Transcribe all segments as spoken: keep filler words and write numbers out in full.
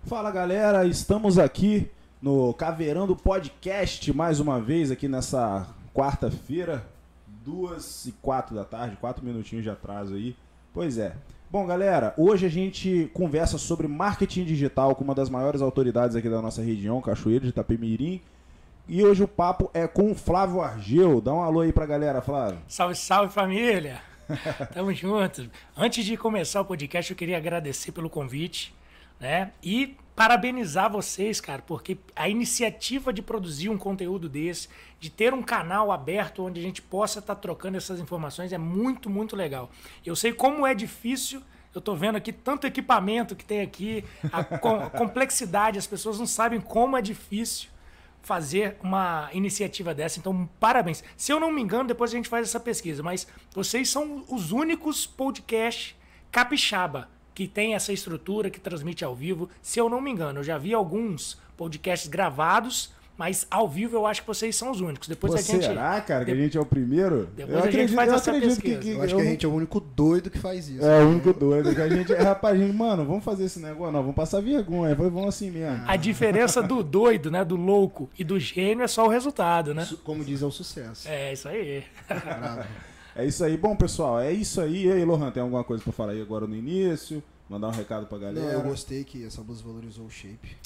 Fala galera, estamos aqui no Caveirando Podcast mais uma vez aqui nessa quarta-feira, duas e quatro da tarde, quatro minutinhos de atraso aí. Pois é. Bom galera, hoje a gente conversa sobre marketing digital com uma das maiores autoridades aqui da nossa região, Cachoeiro de Itapemirim. E hoje o papo é com o Flávio Argel. Dá um alô aí pra galera, Flávio. Salve, salve família! Tamo junto. Antes de começar o podcast, eu queria agradecer pelo convite, né? E parabenizar vocês, cara, porque a iniciativa de produzir um conteúdo desse, de ter um canal aberto onde a gente possa estar trocando essas informações é muito, muito legal. Eu sei como é difícil, eu tô vendo aqui tanto equipamento que tem aqui, a, com, a complexidade, as pessoas não sabem como é difícil fazer uma iniciativa dessa, então parabéns. Se eu não me engano, depois a gente faz essa pesquisa, mas vocês são os únicos podcasts capixaba que tem essa estrutura, que transmite ao vivo. Se eu não me engano, eu já vi alguns podcasts gravados, mas ao vivo eu acho que vocês são os únicos. Depois Pô, a gente... Será, cara, que a gente é o primeiro? Depois eu a acredito, gente faz eu essa acredito pesquisa. que, que Eu acho eu... que a gente é o único doido que faz isso. É o único doido. Que a gente, rapaz, a gente, mano, vamos fazer esse negócio, não, vamos passar vergonha, vamos assim mesmo. A diferença do doido, né, do louco e do gênio é só o resultado, né? Como diz, é o sucesso. É, isso aí. Bravo. É isso aí. Bom, pessoal, é isso aí. E aí, Lohan, tem alguma coisa pra falar aí agora no início? Mandar um recado pra galera? Não, eu gostei que essa blusa valorizou o shape.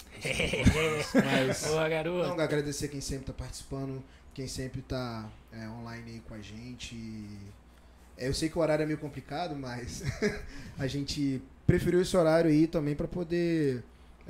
Mas... Boa, garoto. Não, agradecer quem sempre tá participando, quem sempre tá é, online aí com a gente. É, eu sei que o horário é meio complicado, mas a gente preferiu esse horário aí também pra poder...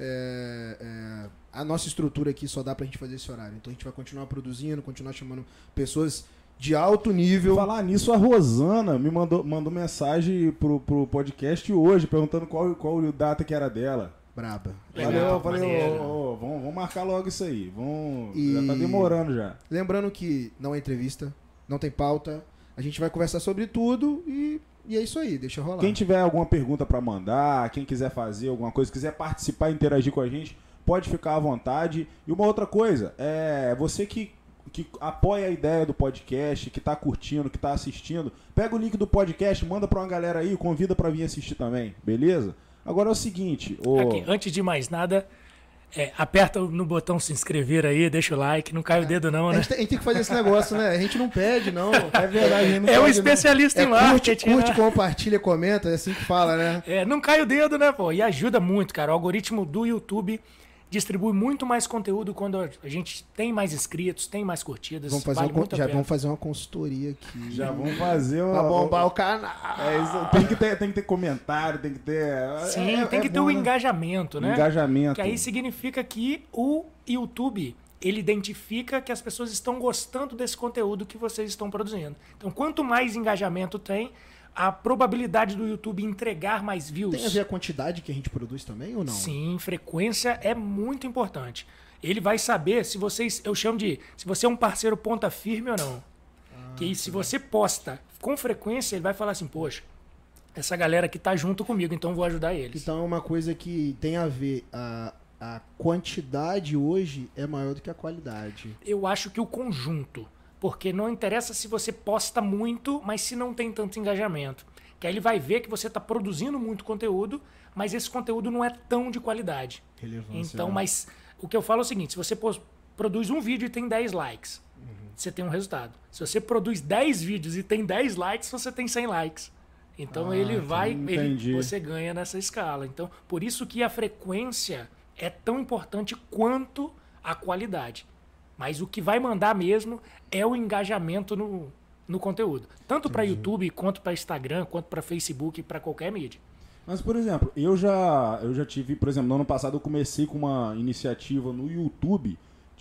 É, é, a nossa estrutura aqui só dá pra gente fazer esse horário. Então a gente vai continuar produzindo, continuar chamando pessoas de alto nível. Falar nisso, a Rosana me mandou, mandou mensagem pro, pro podcast hoje, perguntando qual, qual data que era dela. Braba. Legal, Falei, maneiro. falei, ô, ô, vamos, vamos marcar logo isso aí. Vamos, E- já tá demorando já. Lembrando que não é entrevista, não tem pauta. A gente vai conversar sobre tudo e, e é isso aí, deixa rolar. Quem tiver alguma pergunta pra mandar, quem quiser fazer alguma coisa, quiser participar e interagir com a gente, pode ficar à vontade. E uma outra coisa, é você que, que apoia a ideia do podcast, que tá curtindo, que tá assistindo, pega o link do podcast, manda pra uma galera aí, convida pra vir assistir também, beleza? Agora é o seguinte, ô... Aqui, antes de mais nada, é, aperta no botão se inscrever aí, deixa o like, não cai o dedo não, A né? gente, tem, a gente tem que fazer esse negócio, né? A gente não pede, não. É verdade, a gente não É um pode, não. especialista É em curte, marketing, curte, né? compartilha, comenta, é assim que fala, né? É, não cai o dedo, né, pô? E ajuda muito, cara. O algoritmo do YouTube distribui muito mais conteúdo quando a gente tem mais inscritos, tem mais curtidas. Vamos fazer vale uma, muito a já pena. vamos fazer uma consultoria aqui. Já vamos fazer uma... Pra bombar o canal. É isso, tem que ter, tem que ter comentário, tem que ter... Sim, é- tem é que ter bom, o né? engajamento, né? Engajamento. Que aí significa que o YouTube, ele identifica que as pessoas estão gostando desse conteúdo que vocês estão produzindo. Então, quanto mais engajamento tem, a probabilidade do YouTube entregar mais views. Tem a ver a quantidade que a gente produz também ou não? Sim, frequência é muito importante. Ele vai saber se vocês, eu chamo de, se você é um parceiro ponta firme ou não. Ah, que se você posta com frequência, ele vai falar assim, poxa, essa galera aqui tá junto comigo, então vou ajudar eles. Então é uma coisa que tem a ver, a, a quantidade hoje é maior do que a qualidade. Eu acho que o conjunto, porque não interessa se você posta muito, mas se não tem tanto engajamento. Que aí ele vai ver que você está produzindo muito conteúdo, mas esse conteúdo não é tão de qualidade. Relevância. Então, né? mas o que eu falo é o seguinte, se você pos- produz um vídeo e tem dez likes, você tem um resultado. Se você produz dez vídeos e tem dez likes, você tem cem likes. Então Ah, ele vai, entendi. ele, você ganha nessa escala. Então, por isso que a frequência é tão importante quanto a qualidade. Mas o que vai mandar mesmo é o engajamento no, no conteúdo. Tanto para YouTube, quanto para Instagram, quanto para Facebook, para qualquer mídia. Mas, por exemplo, eu já, eu já tive, por exemplo, no ano passado eu comecei com uma iniciativa no YouTube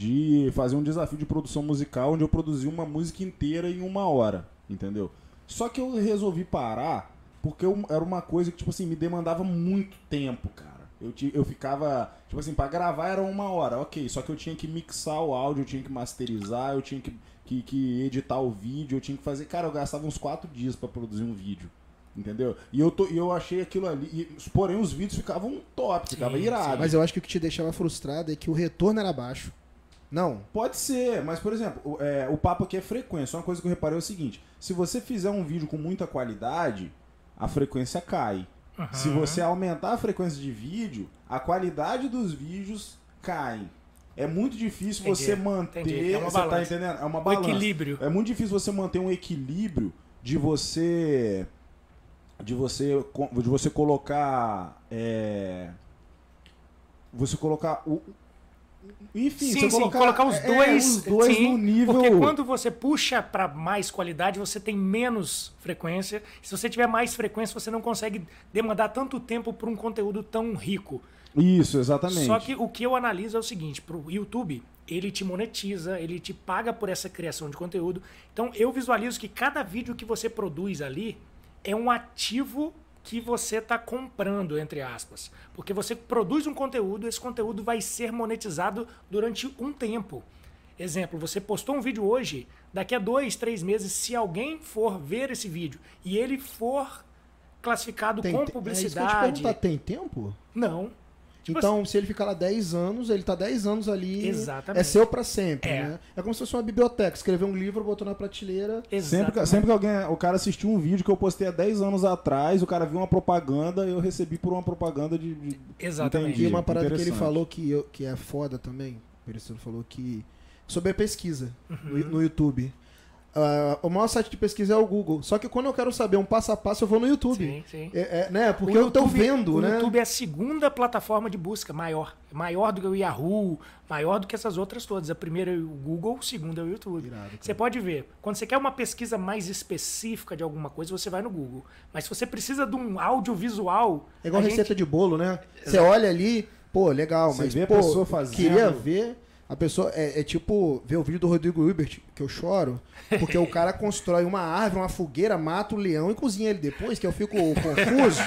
de fazer um desafio de produção musical onde eu produzi uma música inteira em uma hora, entendeu? Só que eu resolvi parar porque eu, era uma coisa que, tipo assim, me demandava muito tempo, cara. Eu, ti- eu ficava, tipo assim, pra gravar era uma hora, ok. Só que eu tinha que mixar o áudio, eu tinha que masterizar, eu tinha que, que, que editar o vídeo, eu tinha que fazer... Cara, eu gastava uns quatro dias pra produzir um vídeo, entendeu? E eu, tô, e eu achei aquilo ali... E, porém, os vídeos ficavam top, ficava Sim, irado. Mas eu acho que o que te deixava frustrado é que o retorno era baixo. Não. Pode ser, mas, por exemplo, o, é, o papo aqui é frequência. Uma coisa que eu reparei é o seguinte: se você fizer um vídeo com muita qualidade, a frequência cai. Uhum. Se você aumentar a frequência de vídeo, a qualidade dos vídeos cai. É muito difícil Entendi, você manter... entendi. É uma você tá balança. entendendo? É uma O balança. equilíbrio. É muito difícil você manter um equilíbrio de você... De você, de você colocar... É, você colocar... O, enfim, Sim, você sim, colocar, colocar os é, dois, os dois sim, no nível... Porque quando você puxa para mais qualidade, você tem menos frequência. Se você tiver mais frequência, você não consegue demandar tanto tempo para um conteúdo tão rico. Isso, exatamente. Só que o que eu analiso é o seguinte, pro YouTube, ele te monetiza, ele te paga por essa criação de conteúdo. Então eu visualizo que cada vídeo que você produz ali é um ativo que você está comprando, entre aspas. Porque você produz um conteúdo, esse conteúdo vai ser monetizado durante um tempo. Exemplo, você postou um vídeo hoje, daqui a dois, três meses, se alguém for ver esse vídeo e ele for classificado Tem, com é isso que eu publicidade... te perguntar, tem tempo? Não. Tipo Então, se ele ficar lá dez anos, ele tá dez anos ali. Exatamente. É seu pra sempre, É. né? É como se fosse uma biblioteca. Escreveu um livro, botou na prateleira. Sempre que, Exatamente. sempre que alguém, o cara assistiu um vídeo que eu postei há dez anos atrás, o cara viu uma propaganda, eu recebi por uma propaganda de... de... Exatamente. Entendi. E uma parada que ele Interessante. falou que, eu- que é foda também, o Perecilo falou que... Sobre a pesquisa Uhum. no, no YouTube. Ah, o maior site de pesquisa é o Google. Só que quando eu quero saber um passo a passo, eu vou no YouTube. Sim, sim. É, é, né? Porque O eu tô YouTube- vendo, o né? YouTube é a segunda plataforma de busca maior. Maior do que o Yahoo, maior do que essas outras todas. A primeira é o Google, a segunda é o YouTube. Irado, cara. Você pode ver, quando você quer uma pesquisa mais específica de alguma coisa, você vai no Google. Mas se você precisa de um audiovisual... É igual a receita gente- de bolo, né? Você olha ali, pô, legal, Você mas vê a pô, pessoa fazendo. queria ver. A pessoa é, é tipo ver o vídeo do Rodrigo Hilbert, que eu choro, porque o cara constrói uma árvore, uma fogueira, mata o leão e cozinha ele depois, que eu fico confuso.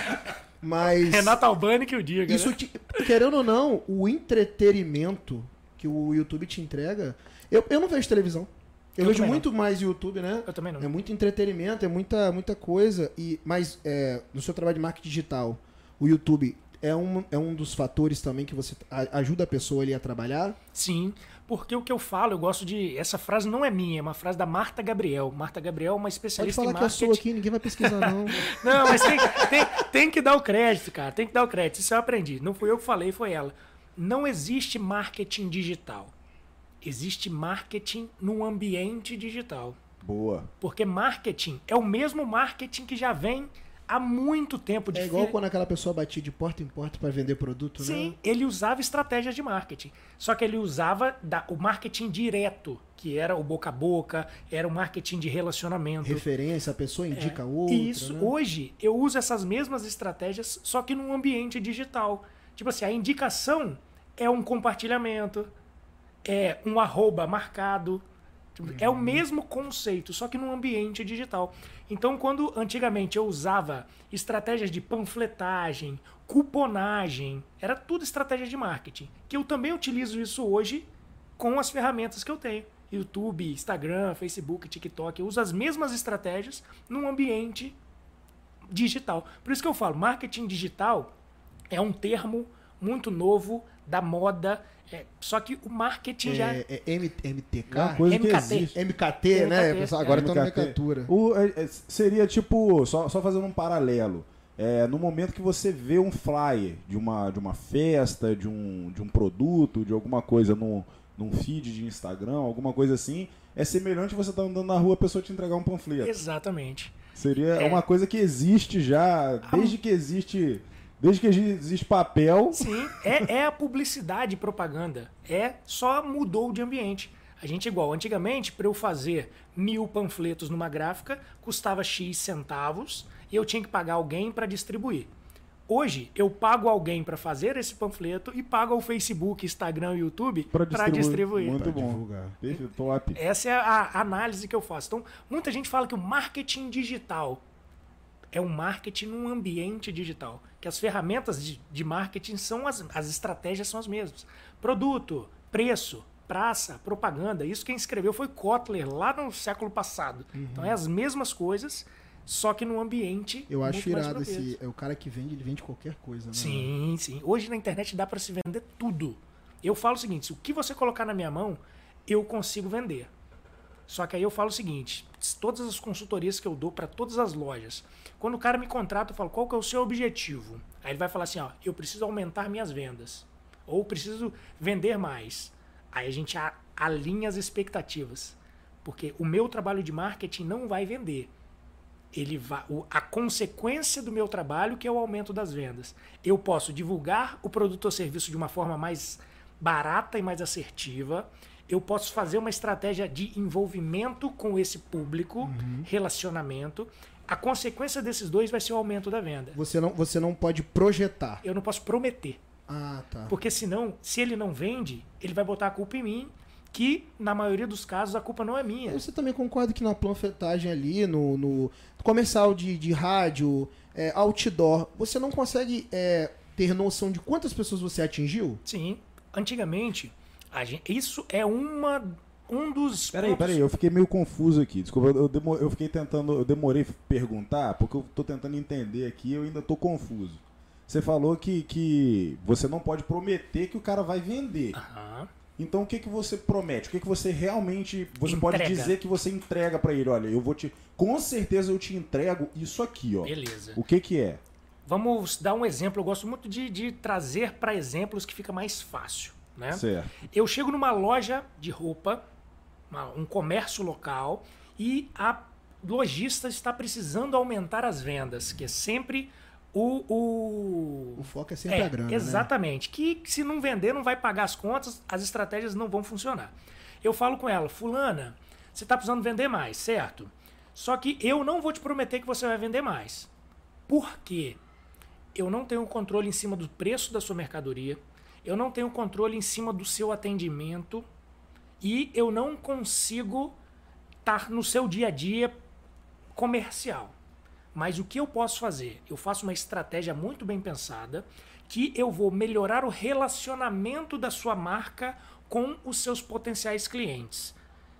Mas Renato Albani que eu diga, isso, né? te- querendo ou não, o entretenimento que o YouTube te entrega. Eu, eu não vejo televisão. Eu, Eu vejo também muito mais YouTube, né? Eu também não. É muito entretenimento, é muita, muita coisa. E, mas é, no seu trabalho de marketing digital, o YouTube é um, é um dos fatores também que você a- ajuda a pessoa ali a trabalhar. Sim, porque o que eu falo, eu gosto de... Essa frase não é minha, é uma frase da Marta Gabriel. Marta Gabriel é uma Pode especialista falar em que eu marketing. sou aqui, ninguém vai pesquisar, não. Não, mas tem, tem, tem que dar o crédito, cara. Tem que dar o crédito. Isso eu aprendi. Não fui eu que falei, foi ela. Não existe marketing digital. Existe marketing num ambiente digital. Boa. Porque marketing é o mesmo marketing que já vem há muito tempo. De É igual fi- quando aquela pessoa batia de porta em porta para vender produto, Sim, né? ele usava estratégias de marketing. Só que ele usava da- o marketing direto, que era o boca a boca, era o marketing de relacionamento. Referência, a pessoa indica É, outra. Isso. né? Hoje, eu uso essas mesmas estratégias, só que num ambiente digital. Tipo assim, a indicação é um compartilhamento, é um arroba marcado. Tipo, É o mesmo conceito, só que num ambiente digital. Então, quando antigamente eu usava estratégias de panfletagem, cuponagem, era tudo estratégia de marketing. Que eu também utilizo isso hoje com as ferramentas que eu tenho. YouTube, Instagram, Facebook, TikTok. Eu uso as mesmas estratégias num ambiente digital. Por isso que eu falo, marketing digital é um termo muito novo da moda. É, só que o marketing já... É, é M- É uma MTK? coisa que M K T. existe. M K T, né? M K T, Pessoal, agora é. eu tô na M K T. nomenclatura. O, é, é, seria tipo, só, só fazendo um paralelo. É, no momento que você vê um flyer de uma, de uma festa, de um, de um produto, de alguma coisa no, num feed de Instagram, alguma coisa assim, é semelhante você estar andando na rua e a pessoa te entregar um panfleto. Exatamente. Seria É. uma coisa que existe já, desde que existe, desde que existe papel. Sim, é, é a publicidade e propaganda. É, só mudou de ambiente. A gente igual, antigamente, para eu fazer mil panfletos numa gráfica, custava X centavos e eu tinha que pagar alguém para distribuir. Hoje, eu pago alguém para fazer esse panfleto e pago ao Facebook, Instagram e YouTube Pra para distribuir. distribuir. Muito Pra bom. divulgar. Perfeito, top. Essa é a análise que eu faço. Então, muita gente fala que o marketing digital é um marketing num ambiente digital. Que as ferramentas de, de marketing são as, as estratégias são as mesmas. Produto, preço, praça, propaganda. Isso quem escreveu foi Kotler, lá no século passado. Uhum. Então, é as mesmas coisas, só que num ambiente Eu acho muito mais irado propenso. esse. É o cara que vende, ele vende qualquer coisa, né? Sim, sim. Hoje na internet dá para se vender tudo. Eu falo o seguinte, se o que você colocar na minha mão, eu consigo vender. Só que aí eu falo o seguinte, todas as consultorias que eu dou para todas as lojas, quando o cara me contrata, eu falo, qual que é o seu objetivo? Aí ele vai falar assim, ó, eu preciso aumentar minhas vendas. Ou preciso vender mais. Aí a gente a, alinha as expectativas. Porque o meu trabalho de marketing não vai vender. Ele vai, o, a consequência do meu trabalho que é o aumento das vendas. Eu posso divulgar o produto ou serviço de uma forma mais barata e mais assertiva. Eu posso fazer uma estratégia de envolvimento com esse público, uhum. relacionamento. A consequência desses dois vai ser o aumento da venda. Você não, você não pode projetar. Eu não posso prometer. Ah, tá. Porque senão, se ele não vende, ele vai botar a culpa em mim, que na maioria dos casos a culpa não é minha. Você também concorda que na panfletagem ali, no, no comercial de, de rádio, é, outdoor, você não consegue é, ter noção de quantas pessoas você atingiu? Sim. Antigamente, a gente, isso é uma... Um dos peraí, pontos... peraí, eu fiquei meio confuso aqui. Desculpa, eu, demo, eu fiquei tentando, eu demorei perguntar, porque eu tô tentando entender aqui e eu ainda tô confuso. Você falou que, que você não pode prometer que o cara vai vender. Aham. Então o que, que você promete? O que, que você realmente... Você Entrega. pode dizer que você entrega pra ele. Olha, eu vou te... Com certeza eu te entrego isso aqui, ó. Beleza. O que que é? Vamos dar um exemplo. Eu gosto muito de, de trazer para exemplos que fica mais fácil, né? Certo. Eu chego numa loja de roupa, uma, um comércio local, e a lojista está precisando aumentar as vendas, que é sempre o... O, o foco é sempre é, a grana, exatamente. Né? Que se não vender, não vai pagar as contas, as estratégias não vão funcionar. Eu falo com ela, fulana, você está precisando vender mais, certo? Só que eu não vou te prometer que você vai vender mais. Por quê? Eu não tenho controle em cima do preço da sua mercadoria, eu não tenho controle em cima do seu atendimento e eu não consigo estar no seu dia a dia comercial. Mas o que eu posso fazer? Eu faço uma estratégia muito bem pensada que eu vou melhorar o relacionamento da sua marca com os seus potenciais clientes,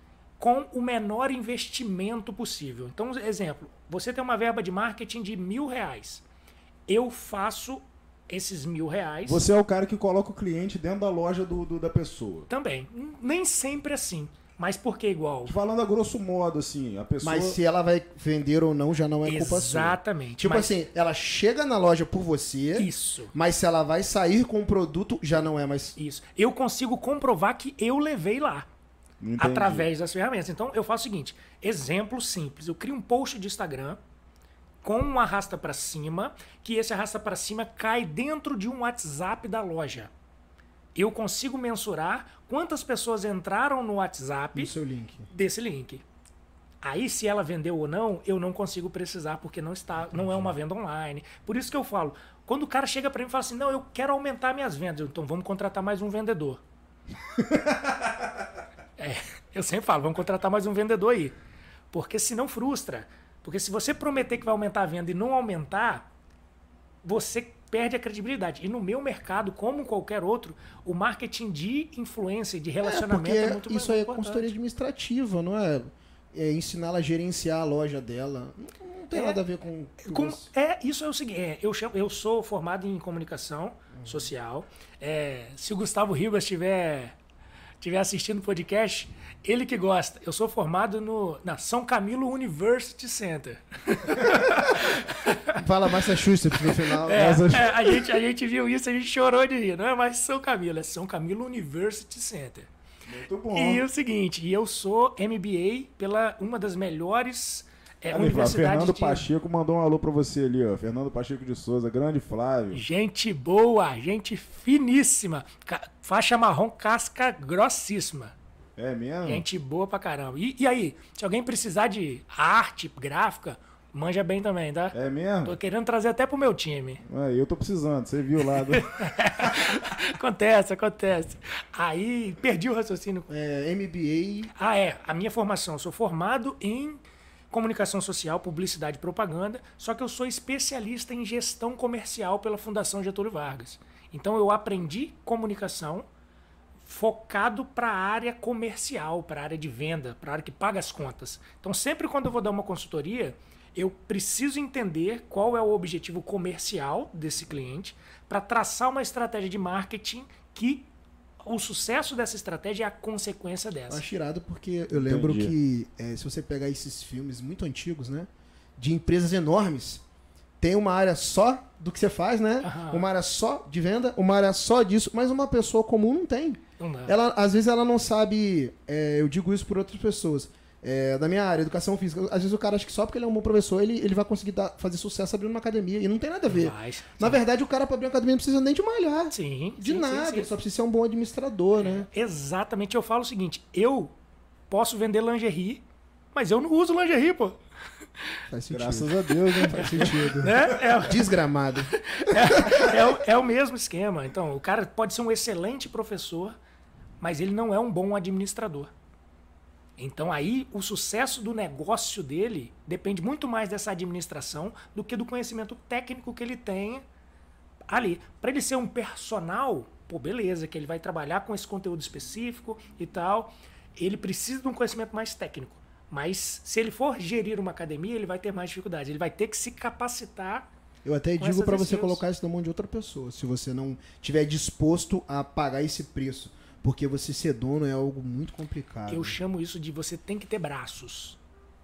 com o menor investimento possível. Então, exemplo, você tem uma verba de marketing de mil reais. Eu faço esses mil reais... Você é o cara que coloca o cliente dentro da loja do, do da pessoa. Também. Nem sempre assim. Mas por que igual? Falando a grosso modo, assim, a pessoa... Mas se ela vai vender ou não, já não é culpa sua. Exatamente. Tipo mas... assim, ela chega na loja por você... Isso. Mas se ela vai sair com o produto, já não é mais... Isso. Eu consigo comprovar que eu levei lá. Entendi. Através das ferramentas. Então, eu faço o seguinte. Exemplo simples. Eu crio um post de Instagram com um arrasta para cima, que esse arrasta para cima cai dentro de um WhatsApp da loja. Eu consigo mensurar quantas pessoas entraram no WhatsApp no seu link. Desse link. Aí, se ela vendeu ou não, eu não consigo precisar, porque não está, não é uma venda online. Por isso que eu falo, quando o cara chega para mim e fala assim, não, eu quero aumentar minhas vendas, então vamos contratar mais um vendedor. é, eu sempre falo, vamos contratar mais um vendedor aí. Porque senão frustra. Porque se você prometer que vai aumentar a venda e não aumentar, você perde a credibilidade. E no meu mercado, como qualquer outro, o marketing de influência, de relacionamento é, é muito mais isso aí é importante. consultoria administrativa, não é? É ensinar ela a gerenciar a loja dela. Não, não tem é, nada a ver com... com é, isso é o seguinte, é, eu, chamo, eu sou formado em comunicação uhum. social. É, se o Gustavo Ribas estiver... estiver assistindo o podcast, ele que gosta. Eu sou formado no na São Camilo University Center. Fala Massachusetts no final. É, é, a, gente, a gente viu isso, a gente chorou de rir. Não é mais São Camilo, é São Camilo University Center. Muito bom. E é o seguinte, e eu sou M B A pela uma das melhores é, universidades Fernando de... Pacheco mandou um alô pra você ali, ó. Fernando Pacheco de Souza, grande Flávio. Gente boa, gente finíssima. Faixa marrom, casca grossíssima. É mesmo? Gente boa pra caramba. E, e aí, se alguém precisar de arte, gráfica, manja bem também, tá? É mesmo? Tô querendo trazer até pro meu time. É, eu tô precisando, você viu lá. Do... acontece, acontece. Aí, perdi o raciocínio. É, M B A... Ah, é. A minha formação, eu sou formado em comunicação social, publicidade e propaganda, só que eu sou especialista em gestão comercial pela Fundação Getúlio Vargas. Então, eu aprendi comunicação focado para a área comercial, para a área de venda, para a área que paga as contas. Então, sempre quando eu vou dar uma consultoria, eu preciso entender qual é o objetivo comercial desse cliente para traçar uma estratégia de marketing que o sucesso dessa estratégia é a consequência Eu dessa. acho irado porque eu lembro Entendi. que é, se você pegar esses filmes muito antigos, né? De empresas enormes, tem uma área só do que você faz, né? Aham. Uma área só de venda, uma área só disso, mas uma pessoa comum não tem. Não dá. Ela, às vezes ela não sabe, é, eu digo isso por outras pessoas, é, da minha área, educação física, às vezes o cara acha que só porque ele é um bom professor, ele, ele vai conseguir dar- fazer sucesso abrindo uma academia, e não tem nada a ver. Vai. Na verdade, o cara pra abrir uma academia não precisa nem de malhar, Sim. de sim, nada, sim, sim. ele só precisa ser um bom administrador, né? Exatamente. Eu falo o seguinte, eu posso vender lingerie, mas eu não uso lingerie, pô. Faz sentido. Graças a Deus, né? Faz sentido. Né? É, Desgramado. é o- é o mesmo esquema. Então, o cara pode ser um excelente professor, mas ele não é um bom administrador. Então, aí, o sucesso do negócio dele depende muito mais dessa administração do que do conhecimento técnico que ele tem ali. Para ele ser um personal, pô, beleza, que ele vai trabalhar com esse conteúdo específico e tal, ele precisa de um conhecimento mais técnico. Mas, se ele for gerir uma academia, ele vai ter mais dificuldade. Ele vai ter que se capacitar. Eu até Com digo essas pra você skills. colocar isso na mão de outra pessoa, se você não tiver disposto a pagar esse preço, porque você ser dono é algo muito complicado. Eu chamo isso de você tem que ter braços.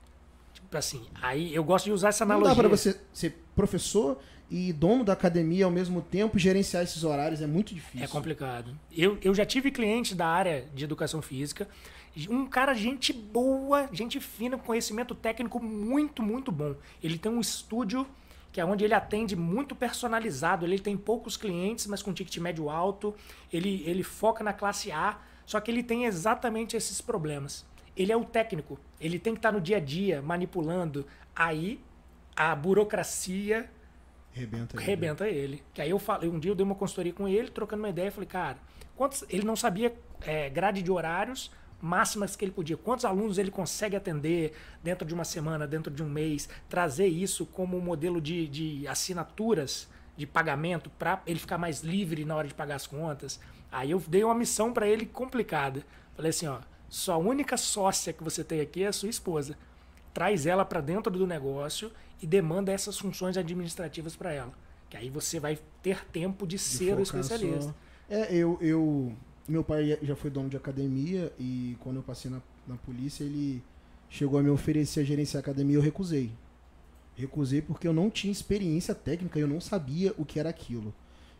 Tipo assim, aí eu gosto de usar essa Não analogia. dá pra você ser professor e dono da academia ao mesmo tempo e gerenciar esses horários, é muito difícil. É complicado. Eu, eu já tive cliente da área de educação física, um cara, gente boa, gente fina, com conhecimento técnico muito, muito bom. Ele tem um estúdio que é onde ele atende muito personalizado. Ele tem poucos clientes, mas com ticket médio alto. Ele, ele foca na classe A, só que ele tem exatamente esses problemas. Ele é o técnico. Ele tem que estar no dia a dia, manipulando. Aí, a burocracia Rebenta. ele. rebenta ele. Que aí eu falei, um dia eu dei uma consultoria com ele, trocando uma ideia, falei, cara, quantos, ele não sabia é, grade de horários máximas que ele podia, quantos alunos ele consegue atender dentro de uma semana, dentro de um mês, trazer isso como um modelo de, de assinaturas de pagamento para ele ficar mais livre na hora de pagar as contas. Aí eu dei uma missão para ele complicada. Falei assim, ó, sua única sócia que você tem aqui é a sua esposa. Traz ela para dentro do negócio e demanda essas funções administrativas para ela. Que aí você vai ter tempo de, De ser o focar especialista. só- É, eu, eu. Meu pai já foi dono de academia e quando eu passei na, na polícia, ele chegou a me oferecer a gerenciar a academia e eu recusei. Recusei porque eu não tinha experiência técnica, eu não sabia o que era aquilo.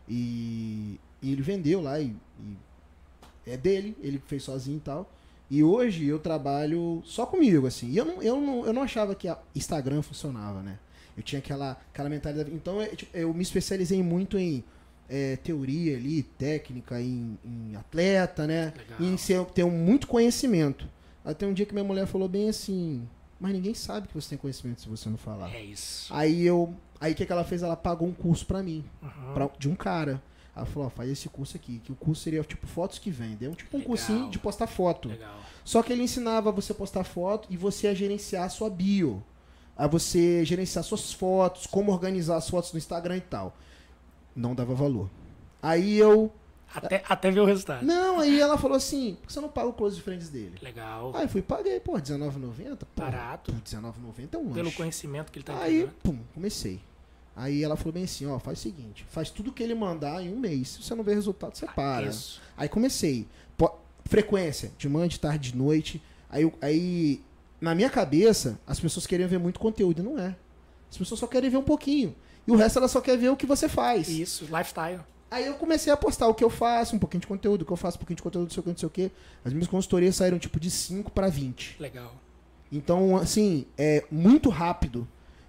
E, e ele vendeu lá e, e é dele, ele fez sozinho e tal. E hoje eu trabalho só comigo, assim. E eu não, eu não, eu não achava que a Instagram funcionava, né? Eu tinha aquela, aquela mentalidade. Então eu, tipo, eu me especializei muito em é, teoria ali, técnica, em, em atleta, né? Legal. Em ser, ter um, muito conhecimento. Até um dia que minha mulher falou bem assim, mas ninguém sabe que você tem conhecimento se você não falar. É isso. Aí eu. Aí o que, que ela fez? Ela pagou um curso pra mim, Uhum. pra- de um cara. Ela falou, ó, faz esse curso aqui, que o curso seria tipo fotos que vendem. É um tipo um Legal. cursinho de postar foto. Legal. Só que ele ensinava você a postar foto e você a gerenciar a sua bio. A você gerenciar suas fotos, como organizar as fotos no Instagram e tal. Não dava valor. Aí eu. Até, até ver o resultado. Não, aí ela falou assim, por que você não paga o Close Friends dele? Legal. Aí fui, paguei, pô, dezenove reais e noventa centavos? Pô, Barato. pô, dezenove reais e noventa centavos é um Pelo lanche. conhecimento que ele tá Aí, entregando. pum, comecei. Aí ela falou bem assim, ó, faz o seguinte, faz tudo que ele mandar em um mês. Se você não ver resultado, você para. Isso. Aí comecei. Po- frequência, de manhã, de tarde, de noite. Aí, eu- aí, na minha cabeça, as pessoas queriam ver muito conteúdo, e não é. As pessoas só querem ver um pouquinho. E o resto elas só querem ver o que você faz. Isso, lifestyle. Aí eu comecei a postar o que eu faço, um pouquinho de conteúdo, o que eu faço, um pouquinho de conteúdo, não sei o que, não sei o que. As minhas consultorias saíram tipo de cinco para vinte. Legal. Então, assim, é muito rápido.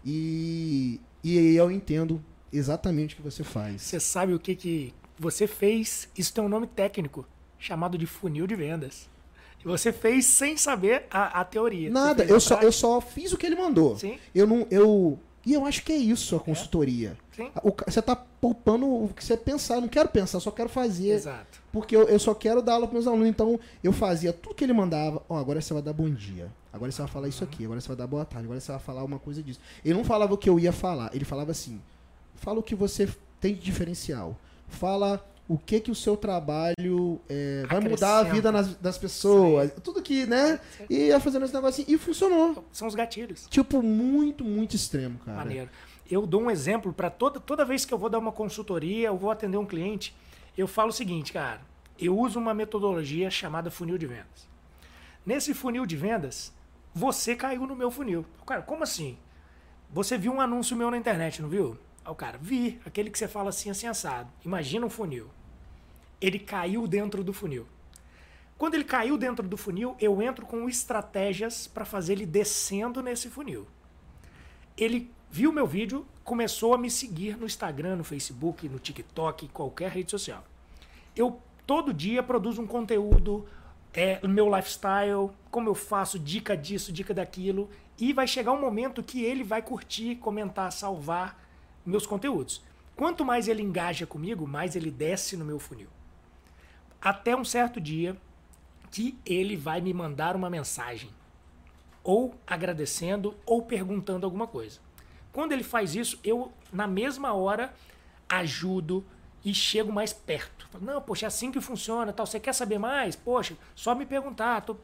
E, e eu entendo exatamente o que você faz. Você sabe o que, que você fez? Isso tem um nome técnico, chamado de funil de vendas. E você fez sem saber a, a teoria. Você Nada, fez a eu só, prática. eu só fiz o que ele mandou. Sim, Eu não. Eu, e eu acho que é isso a consultoria. sim. O ca- você tá poupando o que você pensar. Eu não quero pensar, eu só quero fazer. Exato. Porque eu, eu só quero dar aula para meus alunos. Então, eu fazia tudo que ele mandava. Ó, agora você vai dar bom dia. Agora você vai falar isso aqui. Agora você vai dar boa tarde. Agora você vai falar uma coisa disso. Ele não falava o que eu ia falar. Ele falava assim: fala o que você tem de diferencial. Fala o que que o seu trabalho é, vai mudar a Acrescenta. vida nas- das pessoas. Tudo que, né? Sim. E ia fazendo esse negócio assim. E funcionou. São os gatilhos. Tipo, muito, muito extremo, cara. Maneiro. Eu dou um exemplo para toda, toda vez que eu vou dar uma consultoria, eu vou atender um cliente, eu falo o seguinte, cara, eu uso uma metodologia chamada funil de vendas. Nesse funil de vendas, você caiu no meu funil. Cara, como assim? Você viu um anúncio meu na internet, não viu? Aí o cara, vi, aquele que você fala assim, assim, assado. Imagina um funil. Ele caiu dentro do funil. Quando ele caiu dentro do funil, eu entro com estratégias para fazer ele descendo nesse funil. Ele viu meu vídeo, começou a me seguir no Instagram, no Facebook, no TikTok, qualquer rede social. Eu todo dia produzo um conteúdo, é, meu lifestyle, como eu faço, dica disso, dica daquilo, e vai chegar um momento que ele vai curtir, comentar, salvar meus conteúdos. Quanto mais ele engaja comigo, mais ele desce no meu funil. Até um certo dia que ele vai me mandar uma mensagem, ou agradecendo, ou perguntando alguma coisa. Quando ele faz isso, eu, na mesma hora, ajudo e chego mais perto. Falo, não, poxa, é assim que funciona, tal. Você quer saber mais? Poxa, só me perguntar. Tô...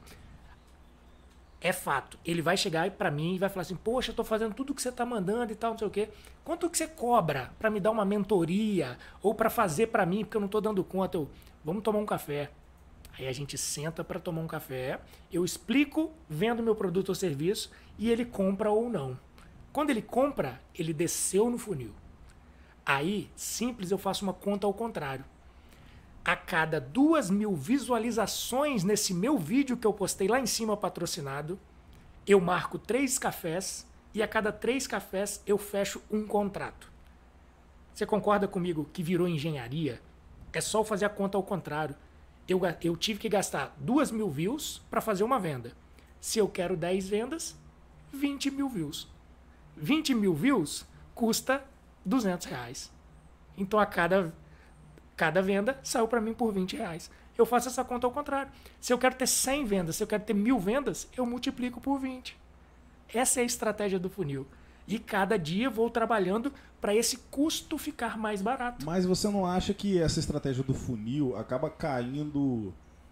É fato. Ele vai chegar para mim e vai falar assim, poxa, eu tô fazendo tudo que você tá mandando e tal, não sei o quê. Quanto que você cobra para me dar uma mentoria ou para fazer para mim, porque eu não tô dando conta? Eu, vamos tomar um café. Aí a gente senta para tomar um café, eu explico, vendo meu produto ou serviço e ele compra ou não. Quando ele compra, ele desceu no funil. Aí, simples, eu faço uma conta ao contrário. A cada duas mil visualizações nesse meu vídeo que eu postei lá em cima patrocinado, eu marco três cafés e a cada três cafés eu fecho um contrato. Você concorda comigo que virou engenharia? É só eu fazer a conta ao contrário. Eu, eu tive que gastar duas mil views para fazer uma venda. Se eu quero dez vendas, vinte mil views. vinte mil views custa duzentos reais. Então a cada, cada venda saiu para mim por vinte reais. Eu faço essa conta ao contrário. Se eu quero ter cem vendas, se eu quero ter mil vendas, eu multiplico por vinte. Essa é a estratégia do funil. E cada dia vou trabalhando para esse custo ficar mais barato. Mas você não acha que essa estratégia do funil acaba caindo...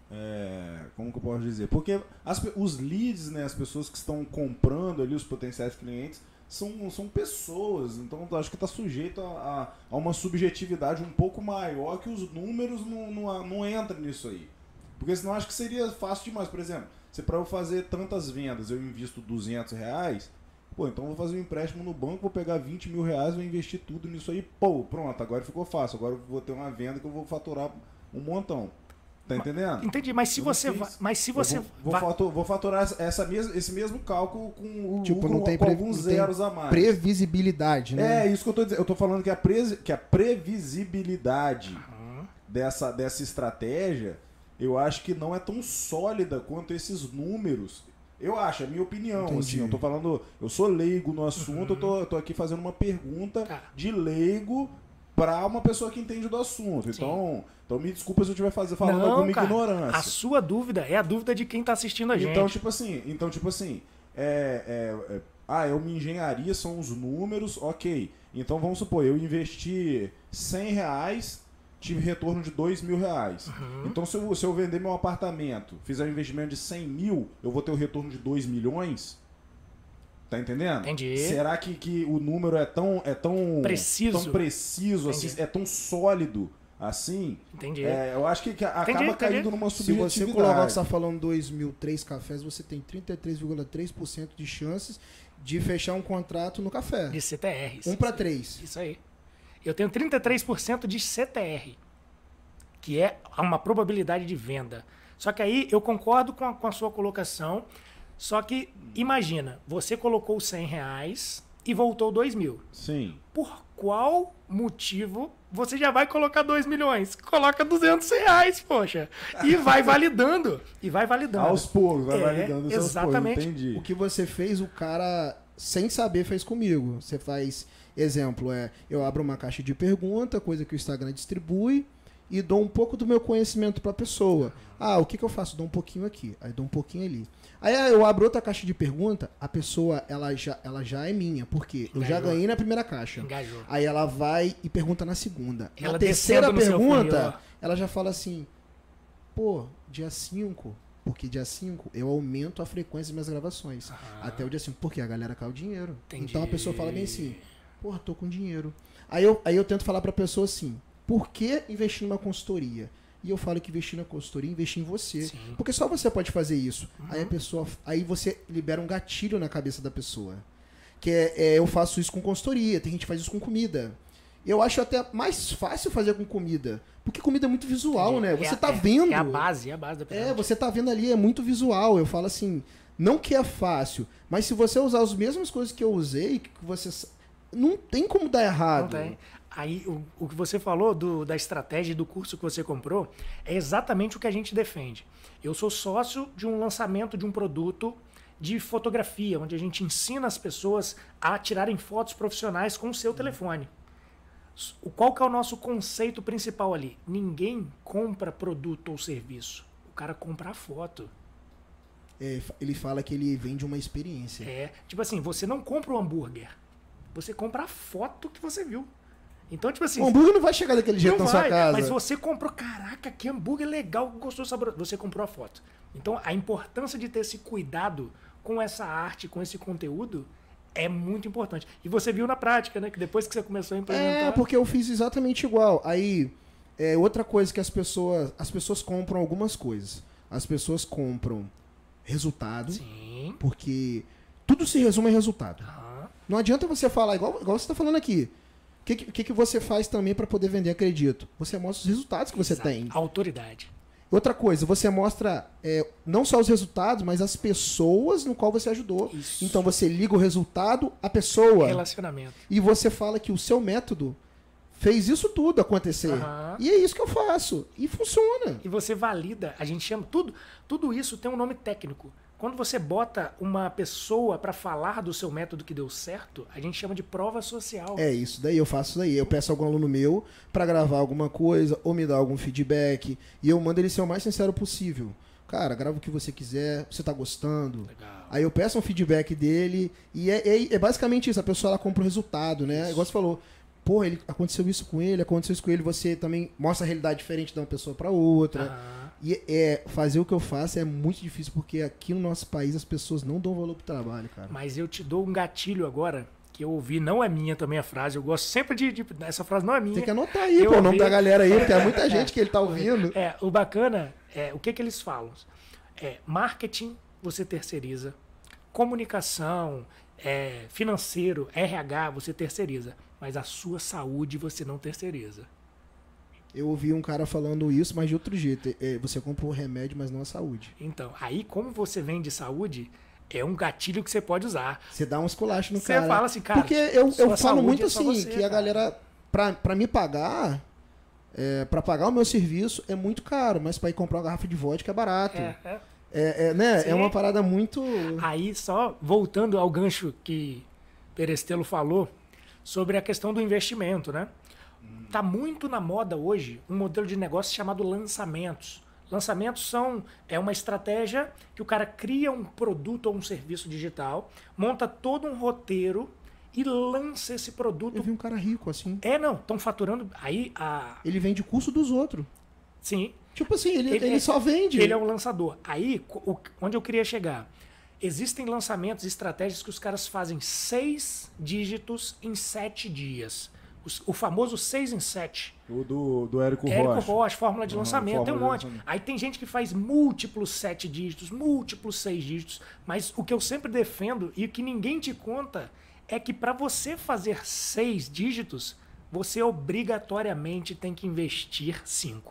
É, como que eu posso dizer? Porque as, os leads, né, as pessoas que estão comprando ali, os potenciais clientes, são, são pessoas. Então eu acho que está sujeito a, a, a uma subjetividade um pouco maior que os números não, não, não entram nisso aí. Porque senão eu acho que seria fácil demais. Por exemplo, se para eu fazer tantas vendas eu invisto duzentos reais... Pô, então eu vou fazer um empréstimo no banco, vou pegar vinte mil reais, vou investir tudo nisso aí. Pô, pronto, agora ficou fácil. Agora eu vou ter uma venda que eu vou faturar um montão. Tá entendendo? Entendi, mas se eu você vai, mas se você vou, vou, vai... faturar, vou faturar essa mesma, esse mesmo cálculo com, tipo, com, não tem com pre... alguns não zeros tem a mais. Previsibilidade, né? É, isso que eu tô dizendo. Eu tô falando que a, pre... que a previsibilidade uhum. dessa, dessa estratégia, eu acho que não é tão sólida quanto esses números. Eu acho, é a minha opinião. Entendi. Assim, eu tô falando, eu sou leigo no assunto, uhum. eu, tô, eu tô aqui fazendo uma pergunta tá. de leigo para uma pessoa que entende do assunto. Então, então me desculpa se eu estiver fazendo, falando Não, alguma cara, ignorância. A sua dúvida é a dúvida de quem tá assistindo a gente. Então, tipo assim, então, tipo assim, é, é, é, ah, é uma engenharia, são os números, ok. Então vamos supor, eu investi cem reais, tive retorno de dois mil reais. Uhum. Então, se eu, se eu vender meu apartamento, fizer um investimento de cem mil, eu vou ter o retorno de dois milhões? Tá entendendo? Entendi. Será que, que o número é tão, é tão preciso, tão preciso assim, é tão sólido assim? Entendi. É, eu acho que, que acaba entendi, caindo entendi. numa Se subjetividade. você colocar que você está falando dois mil, três cafés, você tem trinta e três vírgula três por cento de chances de fechar um contrato no café. De C T R. Um para três. Isso aí. Eu tenho trinta e três por cento de C T R, que é uma probabilidade de venda. Só que aí eu concordo com a, com a sua colocação, só que imagina, você colocou cem reais e voltou dois mil. Sim. Por qual motivo você já vai colocar dois milhões? Coloca duzentos reais, poxa. E vai validando. E vai validando. Aos poucos, vai é, validando seus exatamente. poucos, entendi. O que você fez, o cara, sem saber, fez comigo. Você faz, exemplo, é, eu abro uma caixa de pergunta, coisa que o Instagram distribui, e dou um pouco do meu conhecimento para a pessoa. Ah, o que, que eu faço? Dou um pouquinho aqui, aí dou um pouquinho ali. Aí eu abro outra caixa de pergunta, a pessoa ela já, ela já é minha, porque eu já ganhei na primeira caixa. Engajou. Aí ela vai e pergunta na segunda. Ela na terceira descendo no seu pergunta, funil, ó. ela já fala assim, pô, dia cinco, porque dia cinco eu aumento a frequência das minhas gravações. Ah. Até o dia cinco, porque a galera cai o dinheiro. Entendi. Então a pessoa fala bem assim, pô, tô com dinheiro. Aí eu, aí eu tento falar pra pessoa assim, por que investir numa consultoria? E eu falo que investir na consultoria é investir em você. Sim. Porque só você pode fazer isso. Uhum. Aí a pessoa. Aí você libera um gatilho na cabeça da pessoa. Que é, é, eu faço isso com consultoria, tem gente que faz isso com comida. Eu acho até mais fácil fazer com comida. Porque comida é muito visual, né? Você é, tá é, vendo. É a base, é a base da pirâmide. É, você tá vendo ali, é muito visual. Eu falo assim, não que é fácil, mas se você usar as mesmas coisas que eu usei, que você. Não tem como dar errado. Não tem. Aí, o, o que você falou do, da estratégia do curso que você comprou é exatamente o que a gente defende. Eu sou sócio de um lançamento de um produto de fotografia, onde a gente ensina as pessoas a tirarem fotos profissionais com o seu telefone. O, qual que é o nosso conceito principal ali? Ninguém compra produto ou serviço. O cara compra a foto. É, ele fala que ele vende uma experiência. É, tipo assim, você não compra o hambúrguer. Você compra a foto que você viu. Então, tipo assim... O hambúrguer não vai chegar daquele jeito não na vai, sua casa. Mas você comprou, caraca, que hambúrguer legal, gostoso, saboroso. Você comprou a foto. Então, a importância de ter esse cuidado com essa arte, com esse conteúdo, é muito importante. E você viu na prática, né? Que depois que você começou a implementar... É, porque eu fiz exatamente igual. Aí, é outra coisa que as pessoas... As pessoas compram algumas coisas. As pessoas compram resultado. Sim. Porque tudo se resume a resultado. Aham. Não adianta você falar, igual, igual você está falando aqui. O que, que, que você faz também para poder vender acredito? Você mostra os resultados que você Exato. tem. Autoridade. Outra coisa, você mostra é, não só os resultados, mas as pessoas no qual você ajudou. Isso. Então você liga o resultado à pessoa. Relacionamento. E você fala que o seu método fez isso tudo acontecer. Aham. E é isso que eu faço. E funciona. E você valida, a gente chama tudo, tudo isso tem um nome técnico. Quando você bota uma pessoa para falar do seu método que deu certo, a gente chama de prova social. É isso daí, eu faço isso daí. Eu peço algum aluno meu para gravar alguma coisa ou me dar algum feedback e eu mando ele ser o mais sincero possível. Cara, grava o que você quiser, você tá gostando. Legal. Aí eu peço um feedback dele e é, é, é basicamente isso, a pessoa ela compra o resultado, né? Igual você falou, pô, ele, aconteceu isso com ele, aconteceu isso com ele, você também mostra a realidade diferente de uma pessoa para outra. Aham. E é, fazer o que eu faço é muito difícil, porque aqui no nosso país as pessoas não dão valor pro trabalho, cara. Mas eu te dou um gatilho agora, que eu ouvi, não é minha também a frase, eu gosto sempre de... de essa frase não é minha. Tem que anotar aí, Eu pô, o nome ouvi- da galera aí, porque é muita gente que ele tá ouvindo. É, o bacana, é, o que que eles falam? É, marketing você terceiriza, comunicação, é, financeiro, R H você terceiriza, mas a sua saúde você não terceiriza. Eu ouvi um cara falando isso, mas de outro jeito. É, você compra o remédio, mas não a saúde. Então, aí como você vende saúde, é um gatilho que você pode usar. Você dá um esculacho no Você cara. fala assim, cara, Porque eu, sua eu falo saúde muito é só assim, você, que a cara. galera, pra, pra me pagar, é, pra pagar o meu serviço é muito caro, mas pra ir comprar uma garrafa de vodka é barato. É, é. É, é, né? Sim. É uma parada muito... Aí, só voltando ao gancho que Perestelo falou sobre a questão do investimento, né? Tá muito na moda hoje um modelo de negócio chamado lançamentos. Lançamentos são é uma estratégia que o cara cria um produto ou um serviço digital, monta todo um roteiro e lança esse Eu produto. vi um cara rico, assim. É, não, estão faturando aí a Ele vende curso dos outros. sim, Tipo assim, ele, Ele ele, é- só vende. ele é um lançador. Aí, co- o- onde eu queria chegar? Existem lançamentos e estratégias que os caras fazem seis dígitos em sete dias. Os- O famoso seis em sete. O do, do Érico Érico Rocha. Rocha, fórmula de Uhum, lançamento, tem um fórmula de monte. lançamento. Aí tem gente que faz múltiplos sete dígitos, múltiplos seis dígitos. Mas o que eu sempre defendo e o que ninguém te conta é que para você fazer seis dígitos, você obrigatoriamente tem que investir cinco.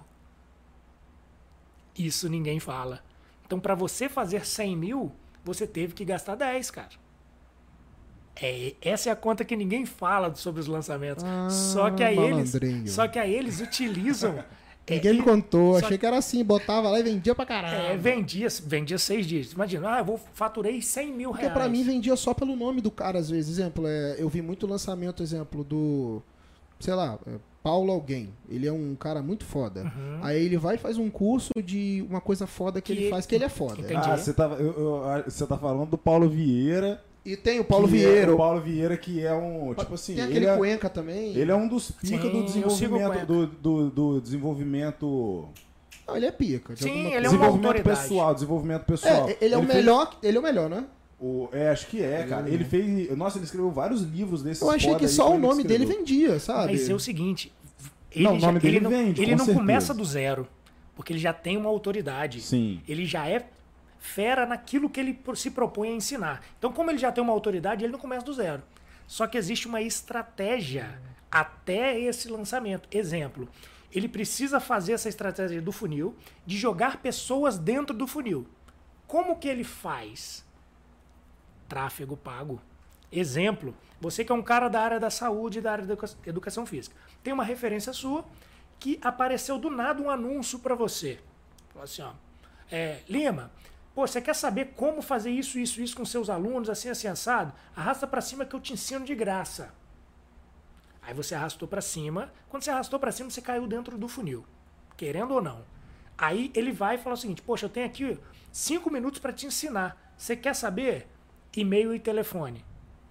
Isso ninguém fala. Então, para você fazer cem mil, você teve que gastar dez, cara. É, essa é a conta que ninguém fala sobre os lançamentos. Ah, só que aí eles, malandrinho. só que aí eles utilizam. Ninguém é, me contou. só Achei que era assim, botava lá e vendia pra caralho. É, vendia, vendia seis dígitos. Imagina, ah, eu vou faturei cem mil Porque reais. pra mim vendia só pelo nome do cara, às vezes. Exemplo, é, eu vi muito lançamento, exemplo, do. Sei lá, é, Paulo Alguém. Ele é um cara muito foda. Uhum. Aí ele vai e faz um curso de uma coisa foda que, Que- ele faz, que ele é foda. Entendi. Ah, você tá, eu- eu- você tá falando do Paulo Vieira. E tem o Paulo que é Vieira. o Paulo Vieira, que é um. Tipo assim, tem ele aquele é, Cuenca também. ele é um dos pica Sim, do eu sigo o desenvolvimento. Cuenca. Do, do, do desenvolvimento. Não, ele é pica. de Sim, alguma ele é coisa. uma desenvolvimento autoridade. pessoal, desenvolvimento pessoal. É, ele é o fez melhor. Ele é o melhor, né? o- é, acho que é, cara. Ele fez. Nossa, ele escreveu vários livros desses. Eu achei foda que aí só o ele nome dele escreveu. vendia, sabe? Mas é o seguinte, ele, Não, o já- nome dele ele não, vende, ele com não certeza. começa do zero. Porque ele já tem uma autoridade. Sim. Ele já é fera naquilo que ele se propõe a ensinar. Então, como ele já tem uma autoridade, ele não começa do zero. Só que existe uma estratégia até esse lançamento. Exemplo, ele precisa fazer essa estratégia do funil, de jogar pessoas dentro do funil. Como que ele faz? Tráfego pago. Exemplo, você que é um cara da área da saúde e da área da educação física. Tem uma referência sua que apareceu do nada um anúncio para você. Falou assim, ó, é, Lima, pô, você quer saber como fazer isso, isso, isso com seus alunos, assim, assim, assado? Arrasta para cima que eu te ensino de graça. Aí você arrastou para cima. Quando você arrastou para cima, você caiu dentro do funil. Querendo ou não. Aí ele vai e fala o seguinte, poxa, eu tenho aqui cinco minutos para te ensinar. Você quer saber? E-mail e telefone.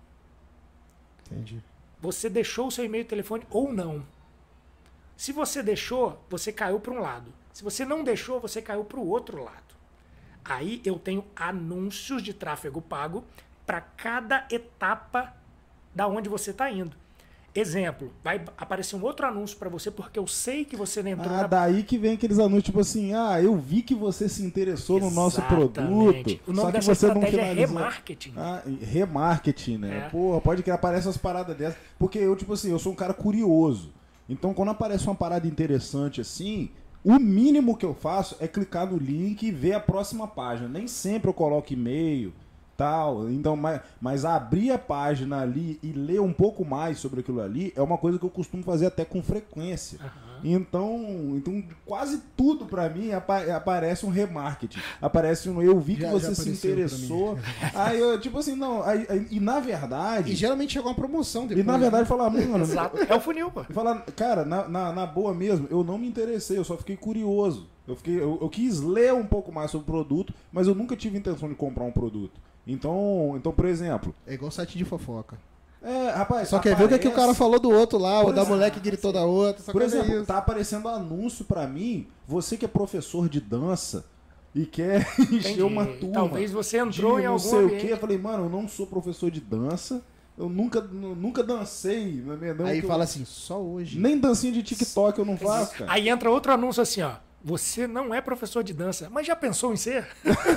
Entendi. Você deixou o seu e-mail e telefone ou não. Se você deixou, você caiu para um lado. Se você não deixou, você caiu para o outro lado. Aí eu tenho anúncios de tráfego pago para cada etapa da onde você está indo. Exemplo, vai aparecer um outro anúncio para você porque eu sei que você não entrou Ah, na... daí que vem aqueles anúncios, tipo assim, ah, eu vi que você se interessou no nosso Exatamente. produto, O nome só que dessa você não estratégia é finalizou. remarketing. Ah, remarketing, né? É. Porra, pode que aparece umas paradas dessas. Porque eu, tipo assim, eu sou um cara curioso. Então, quando aparece uma parada interessante assim, o mínimo que eu faço é clicar no link e ver a próxima página. Nem sempre eu coloco e-mail, tal. Então, mas, mas abrir a página ali e ler um pouco mais sobre aquilo ali é uma coisa que eu costumo fazer até com frequência. Uhum. Então, então, quase tudo pra mim apa- aparece um remarketing. Aparece um eu vi que Já- você já se apareceu interessou. Aí eu, tipo assim, não, aí, aí- e na verdade. E geralmente chega uma promoção E depois. na verdade né? falar, mano, Exato. É o funil, pô. falar, cara, na, na, na boa mesmo, eu não me interessei, eu só fiquei curioso. Eu, fiquei, eu, eu quis ler um pouco mais sobre o produto, mas eu nunca tive intenção de comprar um produto. Então, então por exemplo. É igual site de fofoca. É, rapaz. Só quer ver o que, é que o cara aparece- falou do outro lá, ou Por da exemplo, mulher que gritou da outra. Só Por quer ver exemplo, isso. tá aparecendo anúncio pra mim, você que é professor de dança e quer encher Entendi. uma turma. Talvez você entrou de em não algum sei o ambiente. quê. Eu falei, mano, eu não sou professor de dança, eu nunca, nu- nunca dancei. Não é não, Aí que eu- fala assim, só hoje. Nem dancinha de TikTok eu não faço, cara. Aí entra outro anúncio assim, ó. Você não é professor de dança, mas já pensou em ser?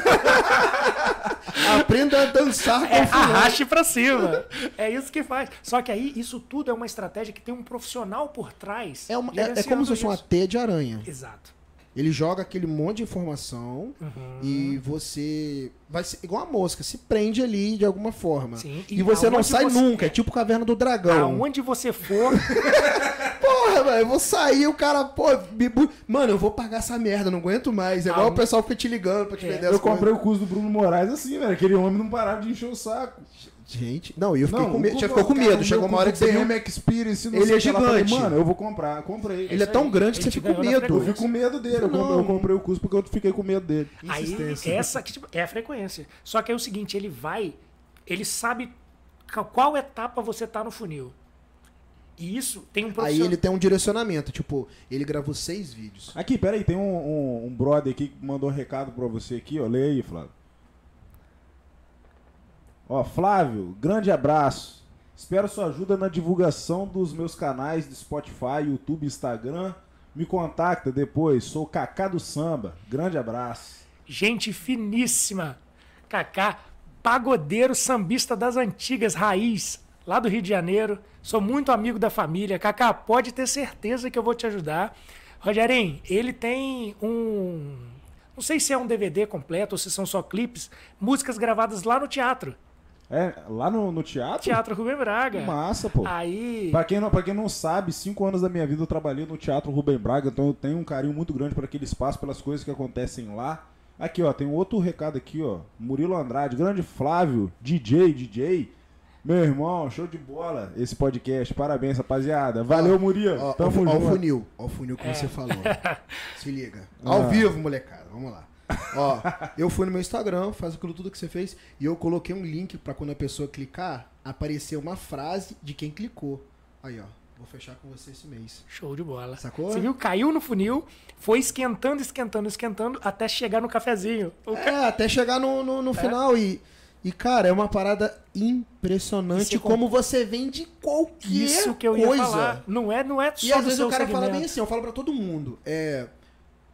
Aprenda a dançar com É, o fulano. arraste pra cima. É isso que faz. Só que aí, isso tudo é uma estratégia que tem um profissional por trás. É, uma- é- é gerenciando como se fosse uma isso. teia de aranha. Exato. Ele joga aquele monte de informação Uhum. e você vai ser igual a mosca, se prende ali de alguma forma. Sim. E, E você não aonde sai você- nunca, é tipo Caverna do Dragão. Aonde você for, Porra, velho, eu vou sair, o cara, pô, me bu- mano, eu vou pagar essa merda, não aguento mais. É igual Ah, o pessoal fica te ligando pra te é, vender as Eu coisas. comprei o curso do Bruno Moraes assim, velho. Aquele homem não parava de encher o saco. Gente, não, e eu fiquei Não, com o medo, curso- já ficou com cara, medo. o Chegou meu uma hora que curso você viu. B M Experience, não Ele sei é o que lá. Eu falei, gigante. mano, eu vou comprar. Comprei. Ele é tão grande que Ele você te fica com ganhou na medo. Eu frequência. fico com medo dele. Eu Não. comprei, eu comprei o curso porque eu fiquei com medo dele. aí Insistência. essa que, tipo, é a frequência. Só que é o seguinte, ele vai, ele sabe ca- qual etapa você tá no funil. E isso tem um Aí profissional. ele tem um direcionamento, tipo, ele gravou seis vídeos. Aqui, peraí, tem um, um, um brother aqui que mandou um recado pra você aqui, ó. Leia aí, Flávio. Ó, Flávio, grande abraço. Espero sua ajuda na divulgação dos meus canais de Spotify, YouTube, Instagram. Me contacta depois, sou Kaká do Samba. Grande abraço. Gente finíssima. Kaká, pagodeiro sambista das antigas, raiz, lá do Rio de Janeiro. Sou muito amigo da família. Kaká, pode ter certeza que eu vou te ajudar. Rogerinho, ele tem um... Não sei se é um D V D completo ou se são só clipes. Músicas gravadas lá no teatro. É, lá no, no teatro? Teatro Rubem Braga. Massa, pô. Aí... Pra quem, não, pra quem não sabe, cinco anos da minha vida eu trabalhei no Teatro Rubem Braga, então eu tenho um carinho muito grande por aquele espaço, pelas coisas que acontecem lá. Aqui, ó, tem um outro recado aqui, ó. Murilo Andrade, grande Flávio, D J, D J. Meu irmão, show de bola esse podcast. Parabéns, rapaziada. Valeu, Ó, Murilo. Ó, Tamo ó, ó o junto. funil, ó o funil que É. você falou. Se liga. Ah. Ao vivo, molecada, vamos lá. Ó, eu fui no meu Instagram, faz aquilo tudo que você fez, e eu coloquei um link pra quando a pessoa clicar, aparecer uma frase de quem clicou. Aí, ó, vou fechar com você esse mês. Show de bola. Sacou? Você viu? Caiu no funil, foi esquentando, esquentando, esquentando, até chegar no cafezinho. O ca- É, até chegar no, no, no final e... E, cara, é uma parada impressionante Isso é com- como você vende qualquer Isso que eu ia coisa. falar. Não é, não é só E às do vezes seu o cara fala segmento. bem assim, eu falo pra todo mundo. É,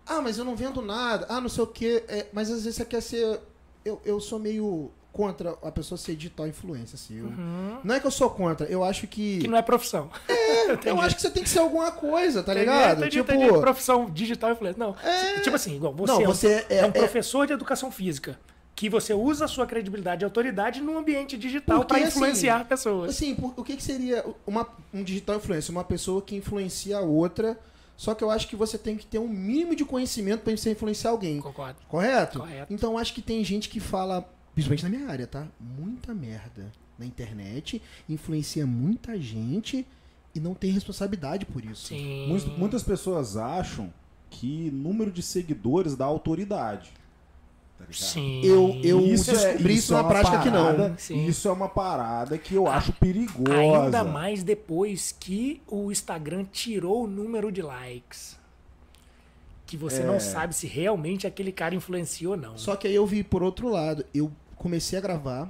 Ah, mas eu não vendo nada. Ah, não sei o quê. É, mas às vezes você quer ser... Eu, eu sou meio contra a pessoa ser digital influencer, assim. Eu... Uhum. Não é que eu sou contra, eu acho que... Que não é profissão. É, eu acho que você tem que ser alguma coisa, tá ligado? Entendi, tipo... entendi. Profissão digital influencer. Não, É... tipo assim, igual você, Não, é, um, você é, é um é... professor de educação física. Que você usa a sua credibilidade e autoridade no ambiente digital Porque, para influenciar assim, pessoas. Assim, por, o que, que seria uma, um digital influencer? Uma pessoa que influencia a outra, só que eu acho que você tem que ter um mínimo de conhecimento para você influenciar alguém. Concordo. Correto? Correto. Então eu acho que tem gente que fala, principalmente na minha área, tá? Muita merda na internet, influencia muita gente e não tem responsabilidade por isso. Sim. Muitas, muitas pessoas acham que número de seguidores dá autoridade. Tá ligado? Sim. Eu, eu Isso é, descobri isso, isso é na uma prática que parada, não. Sim. Isso é uma parada que eu Ah, acho perigosa. Ainda mais depois que o Instagram tirou o número de likes. Que você É. não sabe se realmente aquele cara influenciou ou não. Só que aí eu vi por outro lado, eu comecei a gravar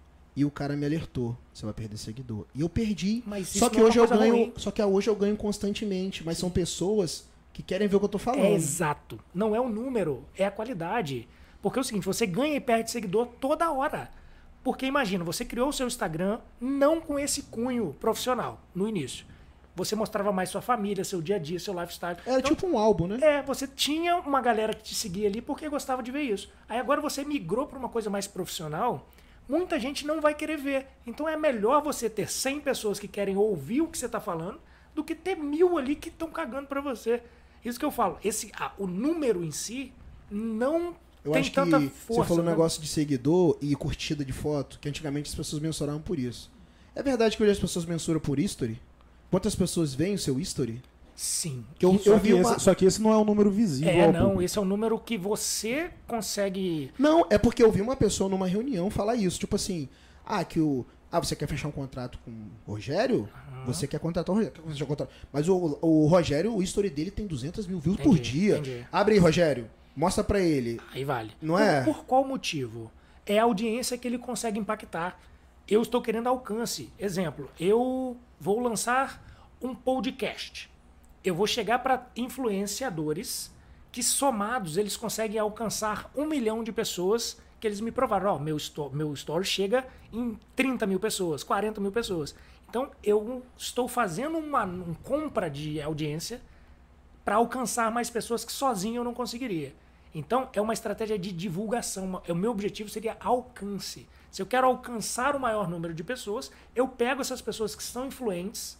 e o cara me alertou, você vai perder seguidor. E eu perdi. Mas isso Só que não é hoje uma eu coisa ganho, ruim. só que hoje eu ganho constantemente, mas são pessoas que querem ver o que eu tô falando. É exato. Não é o número, é a qualidade. Porque é o seguinte, você ganha e perde seguidor toda hora. Porque imagina, você criou o seu Instagram não com esse cunho profissional no início. Você mostrava mais sua família, seu dia a dia, seu lifestyle. Era Então, tipo um álbum, né? É, você tinha uma galera que te seguia ali porque gostava de ver isso. Aí agora você migrou para uma coisa mais profissional, muita gente não vai querer ver. Então é melhor você ter cem pessoas que querem ouvir o que você está falando do que ter mil ali que estão cagando para você. Isso que eu falo. Esse, ah, o número em si não Eu tem acho que tanta força. você falou um né? negócio de seguidor e curtida de foto, que antigamente as pessoas mensuravam por isso. É verdade que hoje as pessoas mensuram por history? Quantas pessoas veem o seu history? Sim. Que eu, Só, eu que vi uma... esse, só que esse não é um número visível. É, ao não, público. esse é um número que você consegue. Não, é porque eu vi uma pessoa numa reunião falar isso. Tipo assim, ah, que o... Ah, você quer fechar um contrato com o Rogério? Você quer contratar o Rogério. Quer fechar um contrato. Mas o, o Rogério, o history dele tem duzentos mil views por Entendi, dia. entendi. Abre aí, Rogério. Mostra pra ele. Aí vale. Não por, é? Por qual motivo? É a audiência que ele consegue impactar. Eu estou querendo alcance. Exemplo, eu vou lançar um podcast. Eu vou chegar para influenciadores que somados eles conseguem alcançar um milhão de pessoas que eles me provaram. Ó, meu, sto meu story chega em trinta mil pessoas, quarenta mil pessoas. Então eu estou fazendo uma, uma compra de audiência para alcançar mais pessoas que sozinho eu não conseguiria. Então, é uma estratégia de divulgação. O meu objetivo seria alcance. Se eu quero alcançar o maior número de pessoas, eu pego essas pessoas que são influentes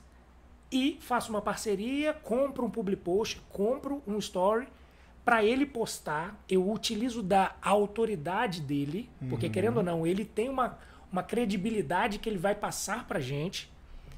e faço uma parceria, compro um public post, compro um story para ele postar. Eu utilizo da autoridade dele, porque Uhum. querendo ou não, ele tem uma, uma credibilidade que ele vai passar para gente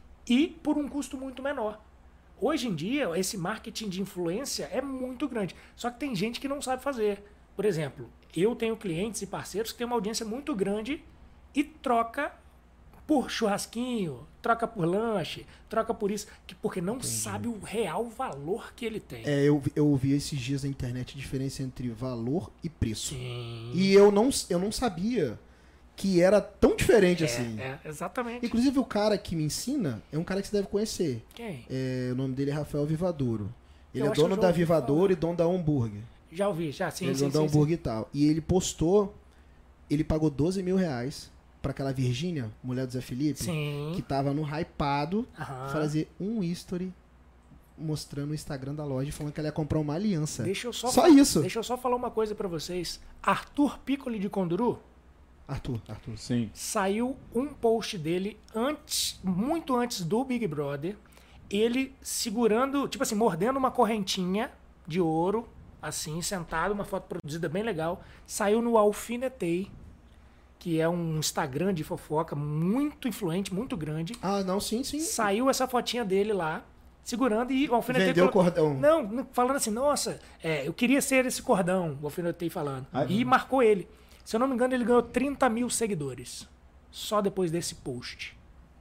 e por um custo muito menor. Hoje em dia, esse marketing de influência é muito grande. Só que tem gente que não sabe fazer. Por exemplo, eu tenho clientes e parceiros que têm uma audiência muito grande e troca por churrasquinho, troca por lanche, troca por isso, que porque não Entendi. sabe o real valor que ele tem. É, eu, eu ouvi esses dias na internet a diferença entre valor e preço. Sim. E eu não, eu não sabia que era tão diferente é, assim. é, exatamente. Inclusive, o cara que me ensina é um cara que você deve conhecer. Quem? É, o nome dele é Rafael Vivadouro. Ele Eu é acho dono que eu já da ouvi Vivadouro falar. e dono da Hambúrguer. Já ouvi, já, sim, ele é sim, dono da sim, Hambúrguer e tal. E ele postou, ele pagou doze mil reais pra aquela Virgínia, mulher do Zé Felipe, sim. que tava no hypado, Aham. fazer um history mostrando o Instagram da loja, falando que ela ia comprar uma aliança. Deixa eu só, Só falar- isso. Deixa eu só falar uma coisa pra vocês. Arthur Piccoli de Conduru Arthur, Arthur. Sim. saiu um post dele antes, muito antes do Big Brother, ele segurando, tipo assim, mordendo uma correntinha de ouro, assim, sentado, uma foto produzida bem legal, saiu no Alfinetei, que é um Instagram de fofoca muito influente, muito grande. Ah, não, sim, sim. Saiu essa fotinha dele lá, segurando, e o Alfinetei Vendeu o colocou- cordão. Não, não, falando assim, nossa, é, eu queria ser esse cordão, o Alfinetei falando. Ah, E marcou ele. Se eu não me engano, ele ganhou trinta mil seguidores. Só depois desse post.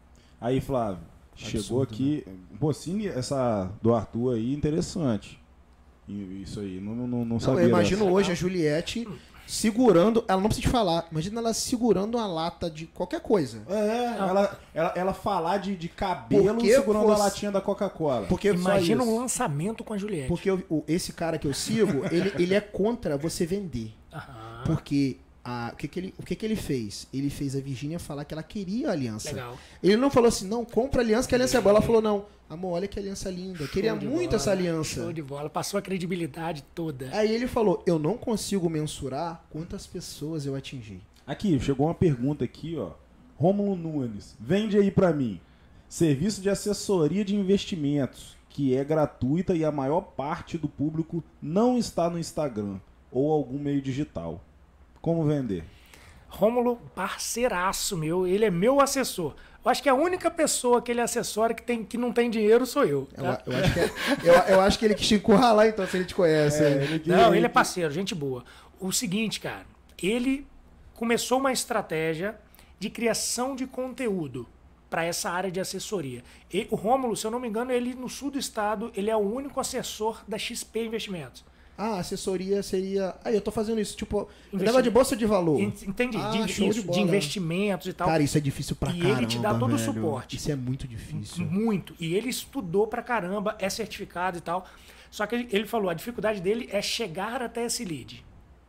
Aí, Flávio, chegou Absurdo, aqui. Pô, sim, essa do Arthur aí, interessante. E- Isso aí, não, não, não Não, sabia. eu imagino dessa. hoje a Juliette segurando, ela não precisa te falar, imagina ela segurando uma lata de qualquer coisa. É, ela, ela, ela falar de, de cabelo Porque segurando fosse- a latinha da Coca-Cola. Porque Imagina só um isso. lançamento com a Juliette. Porque eu- o- esse cara que eu sigo, ele, ele é contra você vender. Aham. Porque a- o, que, que, ele, o que, que ele fez? Ele fez a Virgínia falar que ela queria a aliança. Legal. Ele não falou assim, não, compra a aliança, que a aliança é boa. Ela falou, não, amor, olha que aliança linda. Eu queria Show de muito bola, essa aliança. Show de bola. Passou a credibilidade toda. Aí ele falou, eu não consigo mensurar quantas pessoas eu atingi. Aqui, chegou uma pergunta aqui, ó. Rômulo Nunes, vende aí pra mim. Serviço de assessoria de investimentos, que é gratuita e a maior parte do público não está no Instagram ou algum meio digital. Como vender? Rômulo, parceiraço meu, ele é meu assessor. Eu acho que a única pessoa que ele assessora que, tem, que não tem dinheiro sou eu. Eu, Tá? eu acho que é- eu, eu acho que ele quis te encurralar, então, se ele te conhece. É, ele que- Não, ele é parceiro, gente boa. O seguinte, cara, ele começou uma estratégia de criação de conteúdo para essa área de assessoria. E, o Rômulo, se eu não me engano, ele no sul do estado, ele é o único assessor da X P Investimentos. Ah, assessoria seria... Aí, eu tô fazendo isso, tipo, Investi- negócio de bolsa de valor. Entendi, Ah, de, show isso, de de, bola. investimentos e tal. Cara, isso é difícil pra E caramba, ele te dá todo o velho. suporte. Isso é muito difícil. Muito. E ele estudou pra caramba, é certificado e tal. Só que ele, ele falou, a dificuldade dele é chegar até esse lead.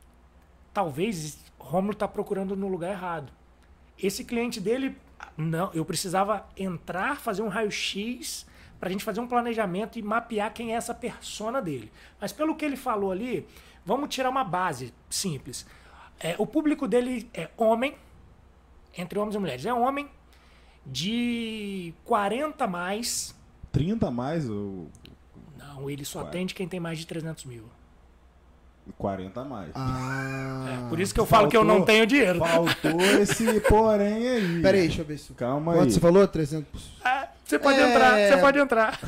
Talvez Rômulo tá procurando no lugar errado. Esse cliente dele, não, eu precisava entrar, fazer um raio-x pra gente fazer um planejamento e mapear quem é essa persona dele. Mas pelo que ele falou ali, vamos tirar uma base simples. É, o público dele é homem, entre homens e mulheres, é homem de quarenta a mais. trinta a mais ou Não, ele só Ué. atende quem tem mais de trezentos mil. quarenta a mais? Ah... É, por isso que eu falo que eu não faltou- tenho dinheiro. Faltou esse porém aí. Pera aí, deixa eu ver se... Calma Quanto aí. você falou? trezentos? Ah, você pode É. entrar, você pode entrar.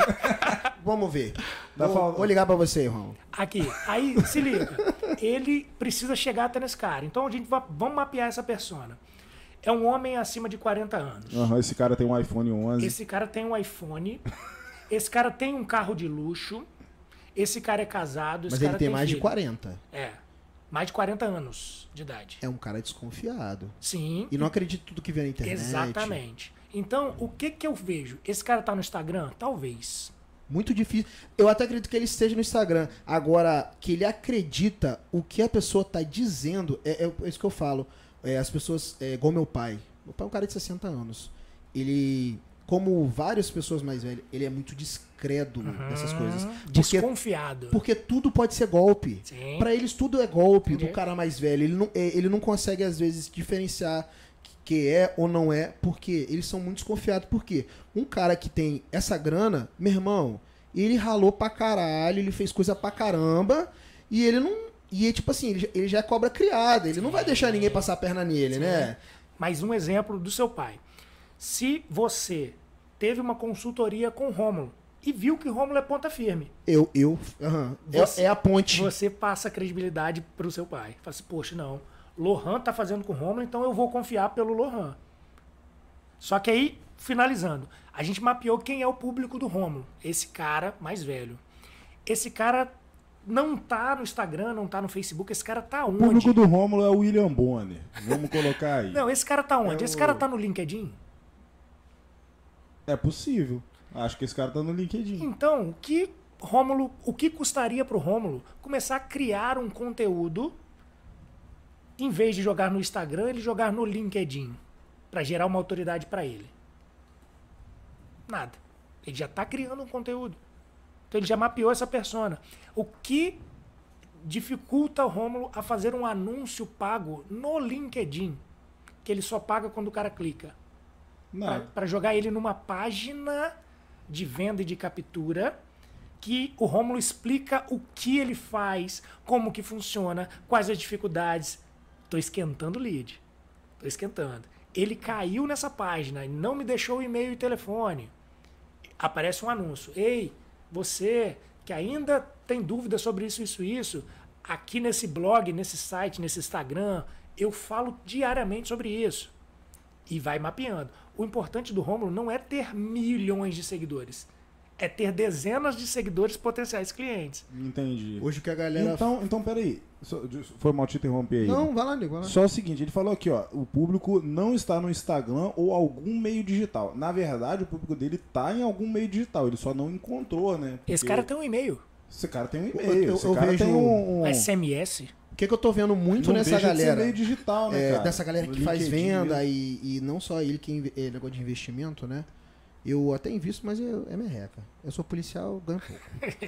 Vamos ver. Tá vou, falando- vou ligar pra você, Ron. Aqui, aí se liga. Ele precisa chegar até nesse cara. Então a gente vai, vamos mapear essa persona. É um homem acima de quarenta anos. Aham, esse cara tem um iPhone onze. Esse cara tem um iPhone. Esse cara tem um carro de luxo. Esse cara é casado. Esse Mas ele cara tem mais de filho. quarenta. É. Mais de quarenta anos de idade. É um cara desconfiado. Sim. E não acredita em tudo que vê na internet. Exatamente. Então, o que que eu vejo? Esse cara tá no Instagram? Talvez. Muito difícil. Eu até acredito que ele esteja no Instagram. Agora, que ele acredita o que a pessoa tá dizendo, é, é isso que eu falo. É, as pessoas, é, igual meu pai. Meu pai é um cara de sessenta anos. Ele, como várias pessoas mais velhas, ele é muito descrédulo nessas coisas. Porque, Desconfiado. porque tudo pode ser golpe. Sim. Pra eles tudo é golpe Entendi. do cara mais velho. Ele não, é, ele não consegue, às vezes, diferenciar que é ou não é, porque eles são muito desconfiados. Por quê? Um cara que tem essa grana, meu irmão, ele ralou pra caralho, ele fez coisa pra caramba, e ele não. E é tipo assim, ele, já- ele já é cobra criada, ele não vai deixar ninguém passar a perna nele, né? Mais um exemplo do seu pai. Se você teve uma consultoria com o Rômulo e viu que o Rômulo é ponta firme, Eu, eu. aham. Você- é, é a ponte. você passa credibilidade pro seu pai. Fala assim, poxa, não, Lohan tá fazendo com o Rômulo, então eu vou confiar pelo Lohan. Só que aí, finalizando, a gente mapeou quem é o público do Rômulo. Esse cara mais velho. Esse cara não tá no Instagram, não tá no Facebook, esse cara tá O onde? público do Rômulo é o William Bonner. Vamos colocar aí. Não, esse cara tá onde? É Esse o- cara tá no LinkedIn? É possível. Acho que esse cara tá no LinkedIn. Então, o que Rômulo, o que custaria pro Rômulo começar a criar um conteúdo em vez de jogar no Instagram, ele jogar no LinkedIn para gerar uma autoridade para ele? Nada. Ele já tá criando um conteúdo. Então ele já mapeou essa persona. O que dificulta o Rômulo a fazer um anúncio pago no LinkedIn, que ele só paga quando o cara clica? Não. Para jogar ele numa página de venda e de captura que o Rômulo explica o que ele faz, como que funciona, quais as dificuldades. Tô esquentando o lead. Tô esquentando. Ele caiu nessa página e não me deixou o e-mail e telefone. Aparece um anúncio. Ei, você que ainda tem dúvida sobre isso, isso, isso, aqui nesse blog, nesse site, nesse Instagram, eu falo diariamente sobre isso. E vai mapeando. O importante do Rômulo não é ter milhões de seguidores. é ter dezenas de seguidores potenciais clientes. Entendi. Hoje o que a galera... Então, então peraí. Só- des- Foi mal te interromper aí. Não, vai lá, Nico, vai lá. Só o seguinte, ele falou aqui, ó, o público não está no Instagram ou algum meio digital. Na verdade, o público dele tá em algum meio digital, ele só não encontrou, né? Esse Porque cara tem um e-mail. Esse cara tem um Eu- e-mail, eu- esse eu cara vejo tem um... um... S M S. O que, que eu tô vendo muito não nessa deixa de ser galera? meio digital, né, É, cara? dessa galera No que faz LinkedIn venda mesmo. e, e não só ele que inve- é, negócio de investimento, né? Eu até invisto, mas eu, é merreca. Eu sou policial, ganho pouco.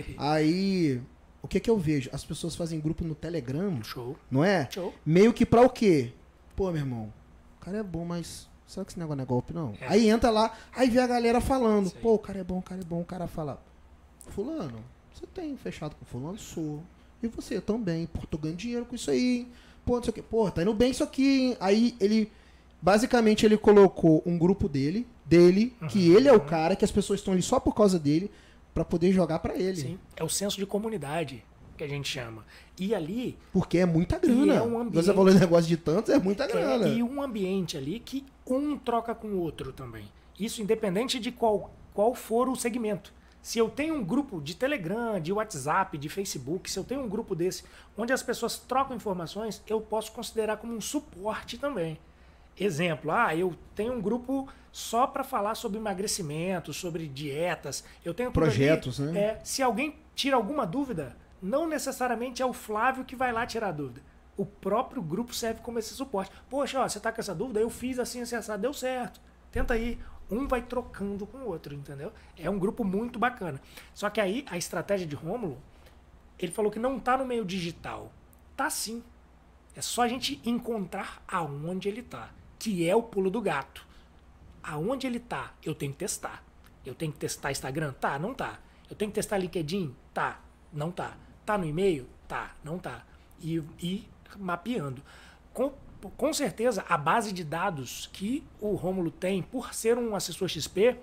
Aí, o que que eu vejo? As pessoas fazem grupo no Telegram, Show. não é? Show. Meio que pra o quê? Pô, meu irmão, o cara é bom, mas será que esse negócio não é golpe, não? É. Aí entra lá, aí vê a galera falando, Sim. pô, o cara é bom, o cara é bom, o cara fala, fulano, você tem fechado com fulano? Sou. E você também, pô, tô ganhando dinheiro com isso aí, hein? Pô, não sei o quê. Pô, tá indo bem isso aqui, hein? Aí ele, basicamente ele colocou um grupo dele, dele, que Uhum. ele é o cara, que as pessoas estão ali só por causa dele, pra poder jogar pra ele. Sim. É o senso de comunidade que a gente chama. E ali Porque é muita grana. é um ambiente- Você falou negócio de tantos, é muita grana. É, e um ambiente ali que um troca com o outro também. Isso independente de qual, qual for o segmento. Se eu tenho um grupo de Telegram, de WhatsApp, de Facebook, se eu tenho um grupo desse, onde as pessoas trocam informações, eu posso considerar como um suporte também. Exemplo, ah, eu tenho um grupo só para falar sobre emagrecimento, sobre dietas. Eu tenho tudo Projetos, ali. né? É, se alguém tira alguma dúvida, não necessariamente é o Flávio que vai lá tirar a dúvida. O próprio grupo serve como esse suporte. Poxa, ó, você tá com essa dúvida? Eu fiz assim, assim, assado, deu certo. Tenta aí. Um vai trocando com o outro, entendeu? É um grupo muito bacana. Só que aí, a estratégia de Rômulo, ele falou que não tá no meio digital. Tá sim. É só a gente encontrar aonde ele tá. Que é o pulo do gato. Aonde ele tá, eu tenho que testar. Eu tenho que testar Instagram? Tá, não tá. Eu tenho que testar LinkedIn? Tá, não tá. Tá no e-mail? Tá, não tá. E, e mapeando. Com, com certeza, a base de dados que o Rômulo tem, por ser um assessor X P,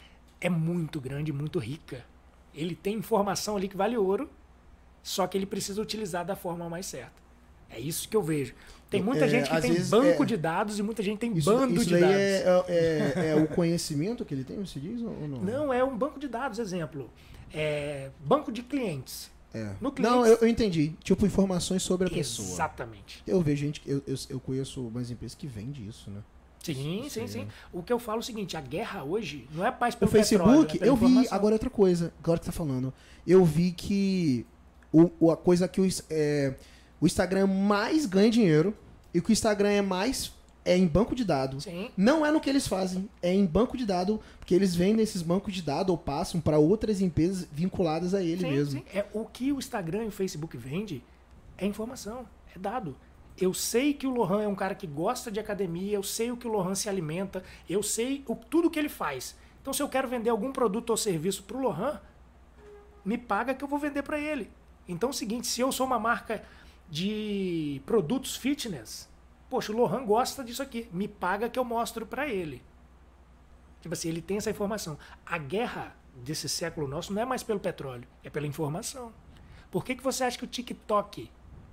é muito grande, muito rica. Ele tem informação ali que vale ouro, só que ele precisa utilizar da forma mais certa. É isso que eu vejo. Tem muita É, gente que às tem vezes, banco é- de dados e muita gente tem Isso, bando isso de daí dados. é, é, é o conhecimento que ele tem, você diz ou não? Não, é um banco de dados, exemplo. É, banco de clientes. É. No cliente- Não, eu, eu entendi. Tipo, informações sobre a pessoa. Exatamente. Eu vejo gente, eu, eu, eu conheço umas empresas que vendem isso, né? Sim, sim, Sim. sim. O que eu falo é o seguinte, a guerra hoje não é mais O pelo Facebook, petróleo, é pela eu vi, informação. agora outra coisa, agora que tá falando, eu vi que o, o- a coisa que o, is- é, o Instagram mais ganha dinheiro e que o Instagram é mais é em banco de dados. Sim. Não é no que eles fazem, é em banco de dados, porque eles vendem esses bancos de dados ou passam para outras empresas vinculadas a ele Sim, mesmo. sim. É, o que o Instagram e o Facebook vende é informação, é dado. Eu sei que o Lohan é um cara que gosta de academia, eu sei o que o Lohan se alimenta, eu sei o, tudo que ele faz. Então, se eu quero vender algum produto ou serviço para o Lohan, me paga que eu vou vender para ele. Então é o seguinte, se eu sou uma marca de produtos fitness, poxa, o Lohan gosta disso aqui, me paga que eu mostro para ele. Tipo assim, ele tem essa informação. A guerra desse século nosso não é mais pelo petróleo, é pela informação. Por que, que você acha que o TikTok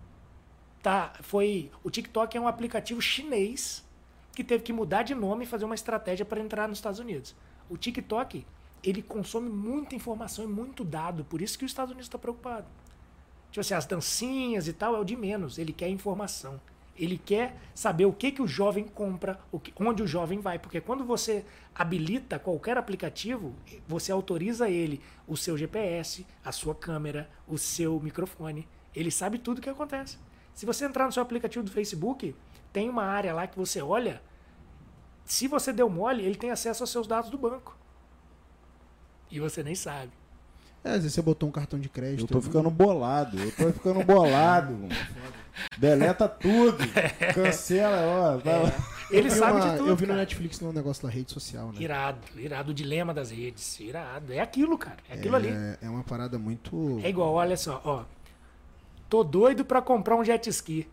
tá, foi... O TikTok é um aplicativo chinês que teve que mudar de nome e fazer uma estratégia para entrar nos Estados Unidos. O TikTok, ele consome muita informação e muito dado, por isso que os Estados Unidos está preocupado. Tipo assim, as dancinhas e tal é o de menos, ele quer informação. Ele quer saber o que, que o jovem compra, o que, onde o jovem vai. Porque quando você habilita qualquer aplicativo, você autoriza ele o seu G P S, a sua câmera, o seu microfone. Ele sabe tudo o que acontece. Se você entrar no seu aplicativo do Facebook, tem uma área lá que você olha. Se você deu mole, ele tem acesso aos seus dados do banco. E você nem sabe. É, às vezes você botou um cartão de crédito. Eu tô ficando bolado, eu tô ficando bolado. mano. Deleta tudo, cancela, ó. vai lá. Ele Eu vi sabe uma- de tudo. Eu vi no cara. Netflix um negócio da rede social, né? Irado, irado. O dilema das redes. Irado. É aquilo, cara. É aquilo ali. É, é uma parada muito. É igual, olha só, ó. Tô doido pra comprar um jet ski.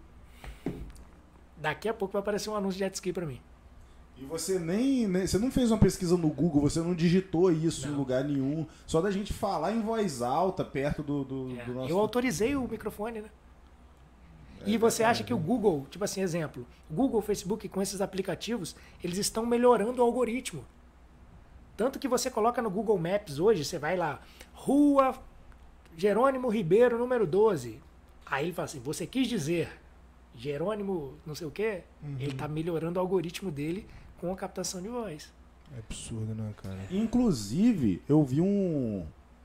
Daqui a pouco vai aparecer um anúncio de jet ski pra mim. E você nem, nem- Você não fez uma pesquisa no Google, você não digitou isso Não. em lugar nenhum. Só da gente falar em voz alta perto do, do, É, do nosso. eu autorizei o microfone, né? E você acha que o Google, tipo assim, exemplo, o Google, o Facebook, com esses aplicativos, eles estão melhorando o algoritmo. Tanto que você coloca no Google Maps hoje, você vai lá, Rua Jerônimo Ribeiro, número doze. Aí ele fala assim, você quis dizer Jerônimo não sei o quê? Uhum. Ele tá melhorando o algoritmo dele com a captação de voz. É absurdo, né, cara? Inclusive, eu vi um...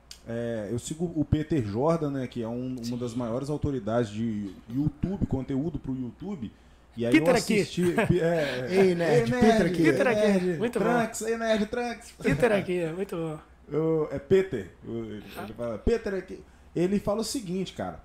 É, eu sigo o Peter Jordan, né, que é um, uma das maiores autoridades de YouTube, conteúdo pro YouTube. E aí Peter eu assisti... aqui. É, Ei, nerd, ei, Peter aqui. Peter aqui, nerd, muito Trunks, bom. Ei, nerd, Trunks. Peter aqui, muito bom. Eu, é Peter. Eu, ele fala, Peter aqui. Ele fala o seguinte, cara,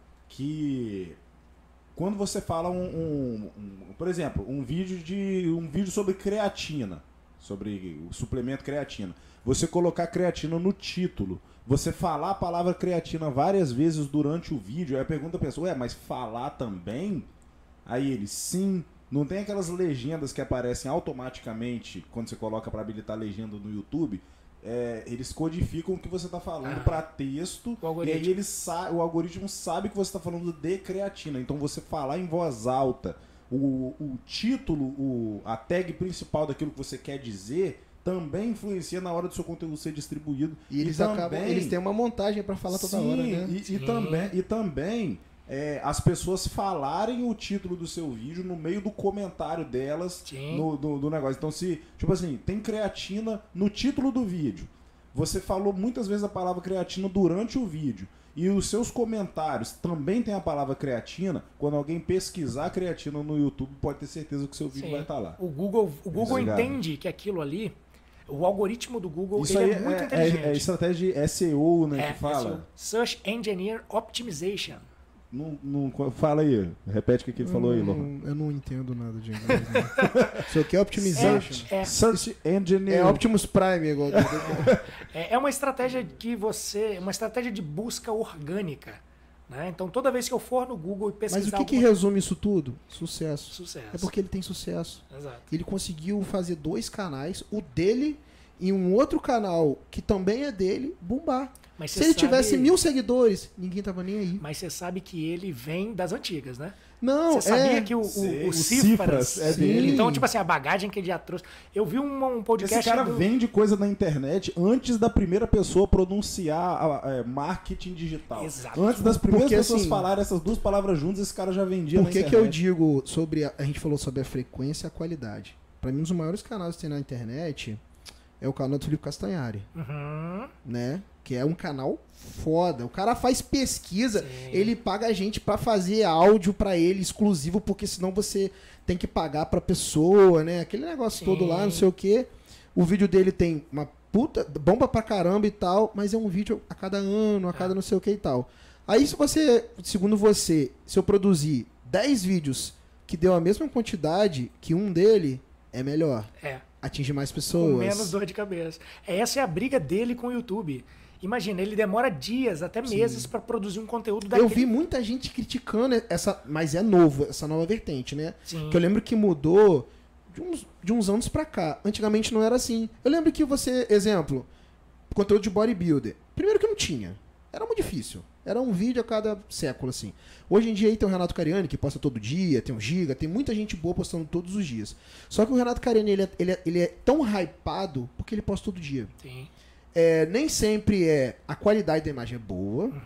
que quando você fala um, um, um, por exemplo, um vídeo de um vídeo sobre creatina, sobre o suplemento creatina, você colocar creatina no título, você falar a palavra creatina várias vezes durante o vídeo, aí a pergunta a pessoa, ué, mas falar também? Aí ele, sim. Não tem aquelas legendas que aparecem automaticamente quando você coloca para habilitar a legenda no YouTube? É, eles codificam o que você está falando ah, para texto e aí ele sa- o algoritmo sabe que você está falando de creatina. Então você falar em voz alta o, o título, o, a tag principal daquilo que você quer dizer também influencia na hora do seu conteúdo ser distribuído. E eles, e acabam, também, eles têm uma montagem para falar toda sim, hora, né? E, e também, e também é, as pessoas falarem o título do seu vídeo no meio do comentário delas no, do, do negócio. Então, se, tipo assim, tem creatina no título do vídeo, você falou muitas vezes a palavra creatina durante o vídeo, e os seus comentários também tem a palavra creatina, quando alguém pesquisar creatina no YouTube, pode ter certeza que o seu vídeo Sim. vai estar lá. O Google, o Google entende que aquilo ali, o algoritmo do Google, ele é muito é, inteligente. É, é estratégia de S E O, né, é, que fala. S E O. Search Engineer Optimization. Não, não, fala aí, repete o que, que ele falou aí, Lohan. Eu não entendo nada de inglês. Isso aqui é Optimization. É, é. Search Engineer. É Optimus Prime igual. é, é uma estratégia que você, uma estratégia de busca orgânica, né? Então toda vez que eu for no Google e pesquisar, mas o que, que alguma... resume isso tudo? Sucesso. Sucesso. É porque ele tem sucesso. Exato. Ele conseguiu fazer dois canais, o dele e um outro canal que também é dele, bombar. Mas se ele sabe... tivesse mil seguidores, ninguém tava nem aí. Mas você sabe que ele vem das antigas, né? Não, Você sabia é... que o, Sei, o, o o Cifras, Cifras é dele. Então, tipo assim, a bagagem que ele já trouxe. Eu vi um, um podcast... Esse cara do... vende coisa na internet antes da primeira pessoa pronunciar a, a, a, marketing digital. Exato. Antes das primeiras Porque, pessoas assim, falarem essas duas palavras juntas, esse cara já vendia Por na que internet. que eu digo sobre... A, a gente falou sobre a frequência e a qualidade. Pra mim, um dos maiores canais que tem na internet é o canal do Felipe Castanhari. Uhum. Né? Que é um canal foda. O cara faz pesquisa, Sim. ele paga a gente pra fazer áudio pra ele exclusivo, porque senão você tem que pagar pra pessoa, né? Aquele negócio Sim. todo lá, não sei o quê. O vídeo dele tem uma puta bomba pra caramba e tal, mas é um vídeo a cada ano, a cada não sei o que e tal. Aí se você, segundo você, se eu produzir dez vídeos que deu a mesma quantidade que um dele, é melhor. É. Atinge mais pessoas. Com menos dor de cabeça. Essa é a briga dele com o YouTube. Imagina, ele demora dias, até meses, para produzir um conteúdo daquele... Eu vi muita gente criticando essa, mas é novo, essa nova vertente, né? Sim. Que eu lembro que mudou de uns, de uns anos pra cá. Antigamente não era assim. Eu lembro que você, exemplo, conteúdo de bodybuilder. Primeiro que não tinha. Era muito difícil. Era um vídeo a cada século, assim. Hoje em dia aí tem o Renato Cariani, que posta todo dia, tem o Giga, tem muita gente boa postando todos os dias. Só que o Renato Cariani, ele é, ele é, ele é tão hypado porque ele posta todo dia. Sim. É, nem sempre é a qualidade da imagem é boa. Uhum.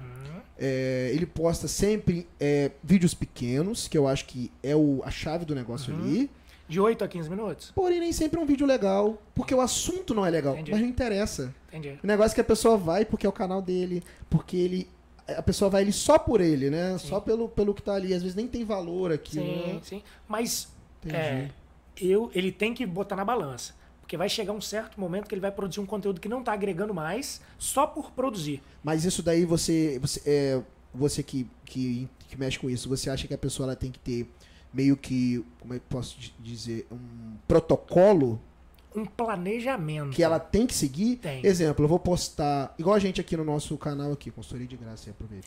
É, ele posta sempre é, vídeos pequenos, que eu acho que é o, a chave do negócio Uhum. ali. De oito a quinze minutos? Porém, nem sempre é um vídeo legal, porque o assunto não é legal. Entendi. Mas não interessa. Entendi. O negócio é que a pessoa vai porque é o canal dele, porque ele... A pessoa vai ali só por ele, né? Sim. Só pelo, pelo que tá ali. Às vezes nem tem valor aqui. Sim, Né? sim. Mas Entendi. é, eu, ele tem que botar na balança. Porque vai chegar um certo momento que ele vai produzir um conteúdo que não está agregando mais, só por produzir. Mas isso daí você... Você, é, você que, que, que mexe com isso, você acha que a pessoa ela tem que ter meio que... Como é que posso dizer? Um protocolo... Um planejamento. Que ela tem que seguir. Tem. Exemplo, eu vou postar, igual a gente aqui no nosso canal aqui, consultoria de graça, aproveita.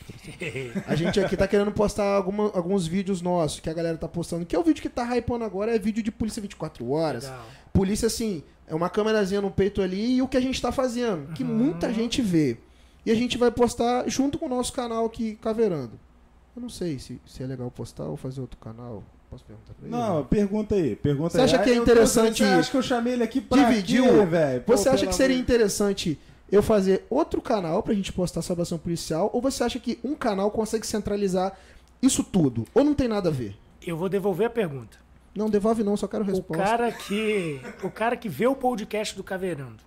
A gente aqui tá querendo postar alguma, alguns vídeos nossos, que a galera tá postando, que é o vídeo que tá hypando agora, é vídeo de polícia vinte e quatro horas. Legal. Polícia, assim, é uma câmerazinha no peito ali e o que a gente tá fazendo, que Uhum. muita gente vê. E a gente vai postar junto com o nosso canal aqui, Caveirando. Eu não sei se, se é legal postar ou fazer outro canal. Posso perguntar pra ele? Não, pergunta aí. Pergunta Você aí. acha que é Ah, eu tô- interessante- Você acha que eu chamei ele aqui pra Dividiu? quê, velho? Pô, Você acha pelo que seria amor- interessante eu fazer outro canal pra gente postar sobre ação policial? Ou você acha que um canal consegue centralizar isso tudo? Ou não tem nada a ver? Eu vou devolver a pergunta. Não, devolve não, só quero O resposta. cara que o cara que vê o podcast do Caveirando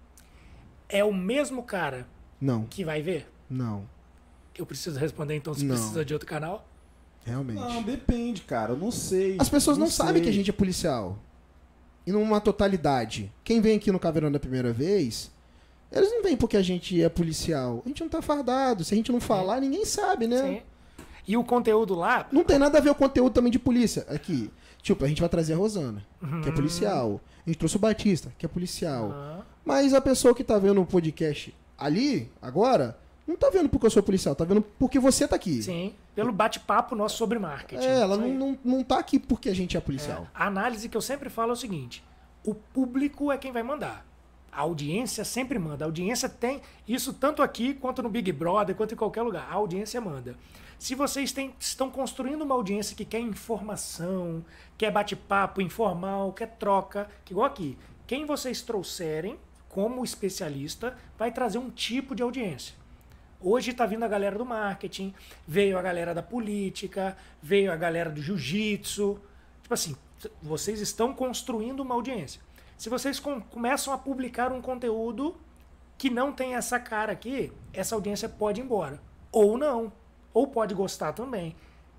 é o mesmo cara Não, que vai ver? não, Eu preciso responder então se Não. precisa de outro canal? realmente. Não, depende, cara. Eu não sei. As pessoas não, sabem sei. que a gente é policial. E numa totalidade. Quem vem aqui no Caveirão da primeira vez, eles não vêm porque a gente é policial. A gente não tá fardado. Se a gente não falar, ninguém sabe, né? Sim. E o conteúdo lá, Não tem nada a ver o conteúdo também de polícia. Aqui, tipo, a gente vai trazer a Rosana, que é policial. A gente trouxe o Batista, que é policial. ah, Mas a pessoa que tá vendo o podcast ali, agora, não tá vendo porque eu sou policial, tá vendo porque você tá aqui. sim, pelo bate-papo nosso sobre marketing. É, ela Isso não, aí. não, não tá aqui porque a gente é policial. É, a análise que eu sempre falo é o seguinte: o público é quem vai mandar. A audiência sempre manda. A audiência tem isso tanto aqui quanto no Big Brother, quanto em qualquer lugar. A audiência manda. Se vocês têm- estão construindo uma audiência que quer informação, quer bate-papo informal, quer troca, que igual aqui, quem vocês trouxerem como especialista vai trazer um tipo de audiência. Hoje está vindo a galera do marketing, veio a galera da política, veio a galera do jiu-jitsu. Tipo assim, vocês estão construindo uma audiência. Se vocês com- começam a publicar um conteúdo que não tem essa cara aqui, essa audiência pode ir embora. Ou não. Ou pode gostar também.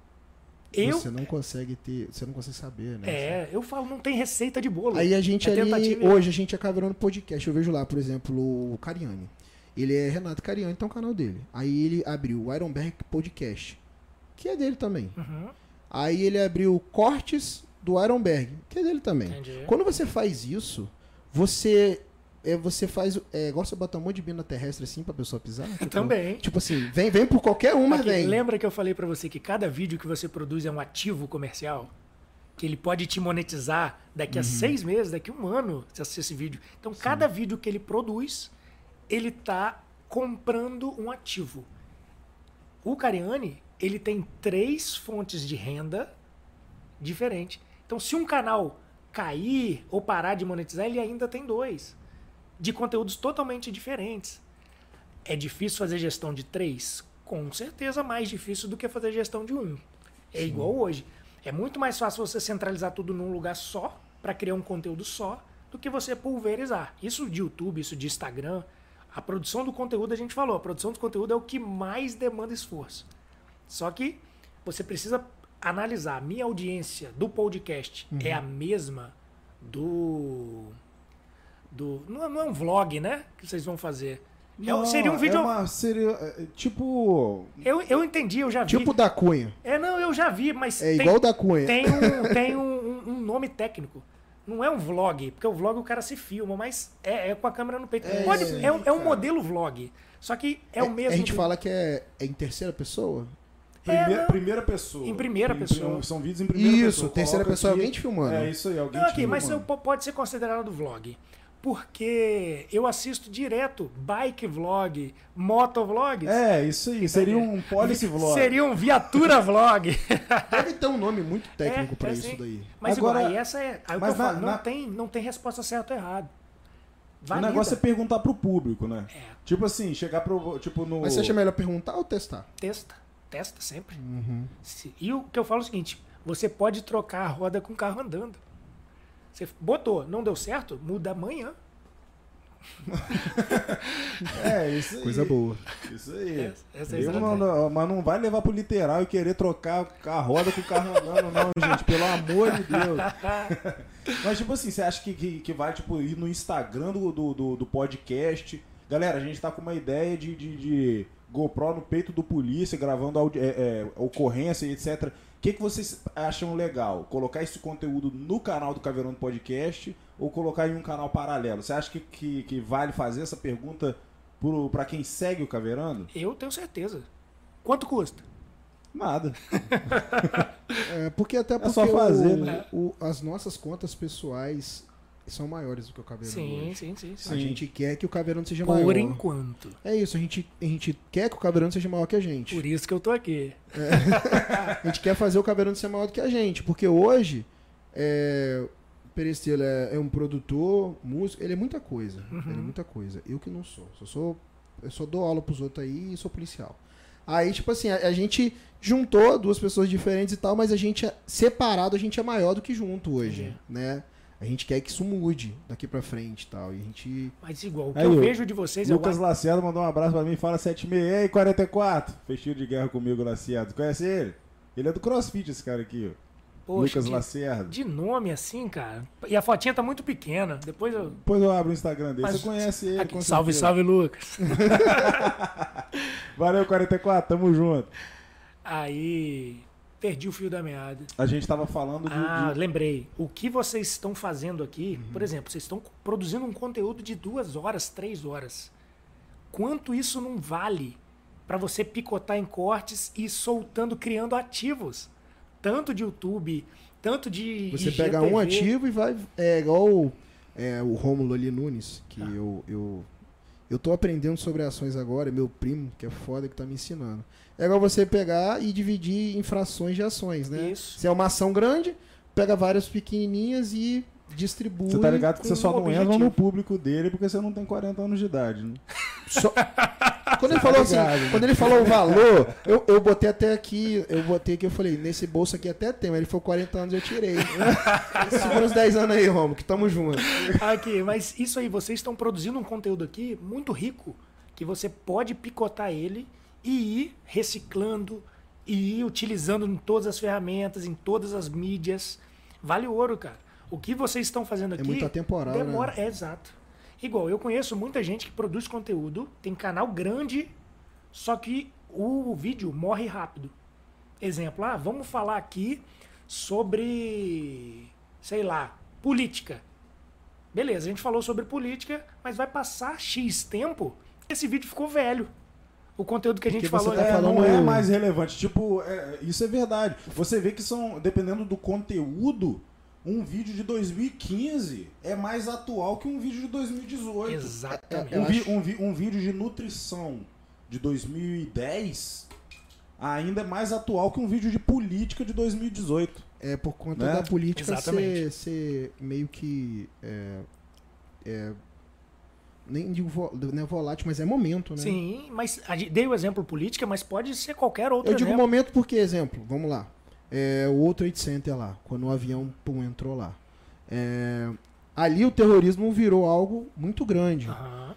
Eu, Você não consegue ter, você não consegue saber, né? é, eu falo, não tem receita de bolo. Aí a gente É ali, tentativa e erro. hoje a gente é Caveirando Podcast. Eu vejo lá, por exemplo, o Cariani. Ele é Renato Cariani, então é o canal dele. Aí ele abriu o Ironberg Podcast, que é dele também. Uhum, Aí ele abriu Cortes do Ironberg, que é dele também. entendi. Quando você faz isso, você é, você faz, é, gosta de botar um monte de bina terrestre assim pra pessoa pisar? Tipo, Também. Tipo assim, vem, vem por qualquer uma, Aqui, vem. lembra que eu falei pra você que cada vídeo que você produz é um ativo comercial? Que ele pode te monetizar daqui a Uhum. seis meses, daqui a um ano, se assistir esse vídeo. Então, cada vídeo que ele produz, ele tá comprando um ativo. O Cariani, ele tem três fontes de renda diferentes. Então, se um canal cair ou parar de monetizar, ele ainda tem dois. De conteúdos totalmente diferentes. É difícil fazer gestão de três? Com certeza mais difícil do que fazer gestão de um. É Sim. igual hoje. É muito mais fácil você centralizar tudo num lugar só, para criar um conteúdo só, do que você pulverizar. Isso de YouTube, isso de Instagram. A produção do conteúdo, a gente falou, a produção do conteúdo é o que mais demanda esforço. Só que você precisa analisar. Minha audiência do podcast é a mesma do... do não, é- não é um vlog, né? Que vocês vão fazer. É um- Não, seria um vídeo... É uma, seria, é, tipo. Eu, eu entendi, eu já vi. Tipo da Cunha. É, não, eu já vi, mas É tem, igual o da Cunha. tem, um, tem um, um- um nome técnico. Não é um vlog, porque o vlog o cara se filma, mas é, é com a câmera no peito. É, Pode, é, um, é um cara. modelo vlog. Só que é, o mesmo. A gente do- fala que é, é em terceira pessoa? Primeira, não. primeira pessoa. Em primeira Em- pessoa. São vídeos em primeira pessoa. Isso, terceira Coloca pessoa é aqui- alguém te filmando. É isso aí, alguém Não, te aqui, mas eu, filmando. pode ser considerado vlog. Porque eu assisto direto bike vlog, motovlogs. É, isso aí. Seria um policy vlog. Seria um viatura vlog. Deve ter um nome muito técnico É, pra é isso sim. daí. Mas Agora- igual, aí essa é. Aí o que mas eu falo, na- não, na- tem, não tem resposta certa ou errada. O Valida. negócio é perguntar pro público, né? É. Tipo assim, chegar pro. Tipo, no. Mas você acha melhor perguntar ou testar? Testa. Testa sempre. Uhum. Se- E o que eu falo é o seguinte: você pode trocar a roda com o carro andando. Você botou, não deu certo, muda amanhã. É, isso aí. Coisa boa. Isso aí. Essa é a Eu estratégia. não- mas não vai levar pro literal e querer trocar a roda com o carro andando, não, gente. Pelo amor de Deus. Mas, tipo assim, você acha que, que, que vai tipo, ir no Instagram do, do, do- do podcast? Galera, a gente tá com uma ideia de, de, de GoPro no peito do polícia, gravando audi- é, é, ocorrência e etcétera. O que, que vocês acham legal? Colocar esse conteúdo no canal do Caveirão do Podcast ou colocar em um canal paralelo? Você acha que, que, que vale fazer essa pergunta pro- pra quem segue o Caveirando? Eu tenho certeza. Quanto custa? Nada. É, porque até porque só fazer, o- né? o- as nossas contas pessoais são maiores do que o Caveirão Sim, hoje. sim, sim, sim. A gente quer que o Caveirão seja Por maior. Por enquanto. É isso, a gente, a gente quer que o Caveirão seja maior que a gente. Por isso que eu tô aqui. É. A gente quer fazer o Caveirão ser maior do que a gente, porque hoje é, o Perestilo é, é um produtor, músico, ele é muita coisa. Uhum. Ele é muita coisa. Eu que não sou. Só sou eu só dou aula pros outros aí e sou policial. Aí, tipo assim, a, a gente juntou duas pessoas diferentes e tal, mas a gente, separado, a gente é maior do que junto hoje, Entendi. né? A gente quer que isso mude daqui pra frente e tal. E a gente... Mas igual, o que Aí, eu o vejo de vocês Lucas é o... Lacerda mandou um abraço pra mim, fala sete seis e quarenta e quatro. Fez de guerra comigo, Lacerda. Conhece ele? Ele é do CrossFit, esse cara aqui, ó. Poxa, Lucas de, Lacerda. de nome assim, cara. E a fotinha tá muito pequena. Depois eu... Depois eu abro o Instagram dele. Mas- Você conhece ele, Aqui, com salve, certeza. salve, Lucas. Valeu, quarenta e quatro, tamo junto. Aí, perdi o fio da meada. A gente tava falando de... Ah, de- lembrei. O que vocês estão fazendo aqui, Uhum. por exemplo, vocês estão produzindo um conteúdo de duas horas, três horas. Quanto isso não vale para você picotar em cortes e ir soltando, criando ativos? Tanto de YouTube, tanto de Você I G pega T V. um ativo e vai... É igual o, é, o Rômulo ali Nunes, que Ah. eu, eu... Eu tô aprendendo sobre ações agora, meu primo, que é foda, que tá me ensinando. É igual você pegar e dividir em frações de ações, né? Isso. Se é uma ação grande, pega várias pequenininhas e distribui. Você tá ligado que com você só um não entra objetivo. no público dele porque você não tem quarenta anos de idade, né? Só- Quando ele falou assim, ligado, né? quando ele falou o valor, eu, eu botei até aqui, eu botei aqui, eu falei, nesse bolso aqui até tem, mas ele falou quarenta anos, eu tirei. Segura uns dez anos aí, Romo, que tamo junto. Aqui, mas isso aí, vocês estão produzindo um conteúdo aqui muito rico, que você pode picotar ele e ir reciclando e ir utilizando em todas as ferramentas, em todas as mídias. Vale ouro, cara. O que vocês estão fazendo É aqui muito atemporal, demora, né? é exato. Igual, eu conheço muita gente que produz conteúdo, tem canal grande, só que o vídeo morre rápido. Exemplo, ah, vamos falar aqui sobre, sei lá, política. Beleza, a gente falou sobre política, mas vai passar X tempo, esse vídeo ficou velho. O conteúdo que a gente Porque você falou... tá É, falando- não é mais relevante. Tipo, é, isso é verdade. Você vê que são, dependendo do conteúdo, um vídeo de dois mil e quinze é mais atual que um vídeo de dois mil e dezoito. Exatamente. Eu Um, vi- acho- um vi- um vídeo de nutrição de dois mil e dez ainda é mais atual que um vídeo de política de dois mil e dezoito. É por conta Né? da política Exatamente. ser, ser meio que. É, é, nem digo vo, não é volátil, mas é momento, né? Sim, mas a gente- dei o exemplo política, mas pode ser qualquer outro Eu digo exemplo. momento porque, exemplo, vamos lá. É, o World Trade Center lá, quando o avião pum, entrou lá. É, ali o terrorismo virou algo muito grande. Aham.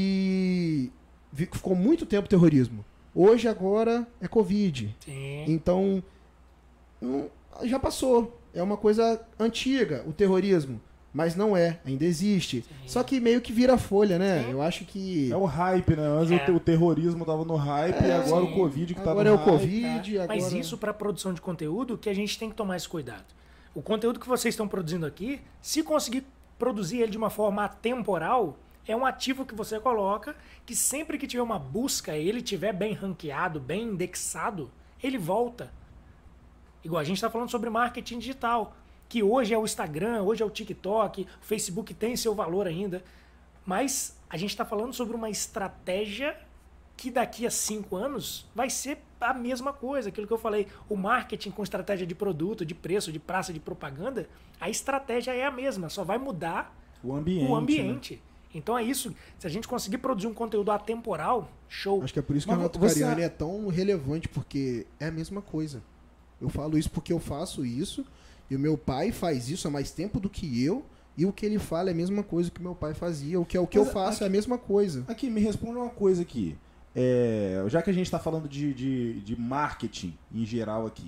E vi- ficou muito tempo terrorismo. Hoje, agora, é Covid. Sim. Então, não- já passou. É uma coisa antiga, o terrorismo. Mas não é, ainda existe. Só que meio que vira folha, né? Sim. Eu acho que. É o hype, né? Antes É. o, te- o terrorismo tava no hype e É, agora sim. o Covid que tá Agora no é o hype. Covid, É, agora. Mas isso para produção de conteúdo que a gente tem que tomar esse cuidado. O conteúdo que vocês estão produzindo aqui, se conseguir produzir ele de uma forma atemporal, é um ativo que você coloca que sempre que tiver uma busca, ele tiver bem ranqueado, bem indexado, ele volta. Igual a gente está falando sobre marketing digital, que hoje é o Instagram, hoje é o TikTok, o Facebook tem seu valor ainda, mas a gente está falando sobre uma estratégia que daqui a cinco anos vai ser a mesma coisa, aquilo que eu falei, o marketing com estratégia de produto, de preço, de praça, de propaganda, a estratégia é a mesma, só vai mudar O ambiente. o né? ambiente. Então é isso, se a gente conseguir produzir um conteúdo atemporal, show. Acho que é por isso que Mas o Renato você- Cariani é tão relevante, porque é a mesma coisa. Eu falo isso porque eu faço isso, e o meu pai faz isso há mais tempo do que eu, e o que ele fala é a mesma coisa que meu pai fazia, o que é o que Mas eu faço aqui- é a mesma coisa. Aqui, me responde uma coisa aqui. É, já que a gente está falando de, de, de marketing em geral aqui,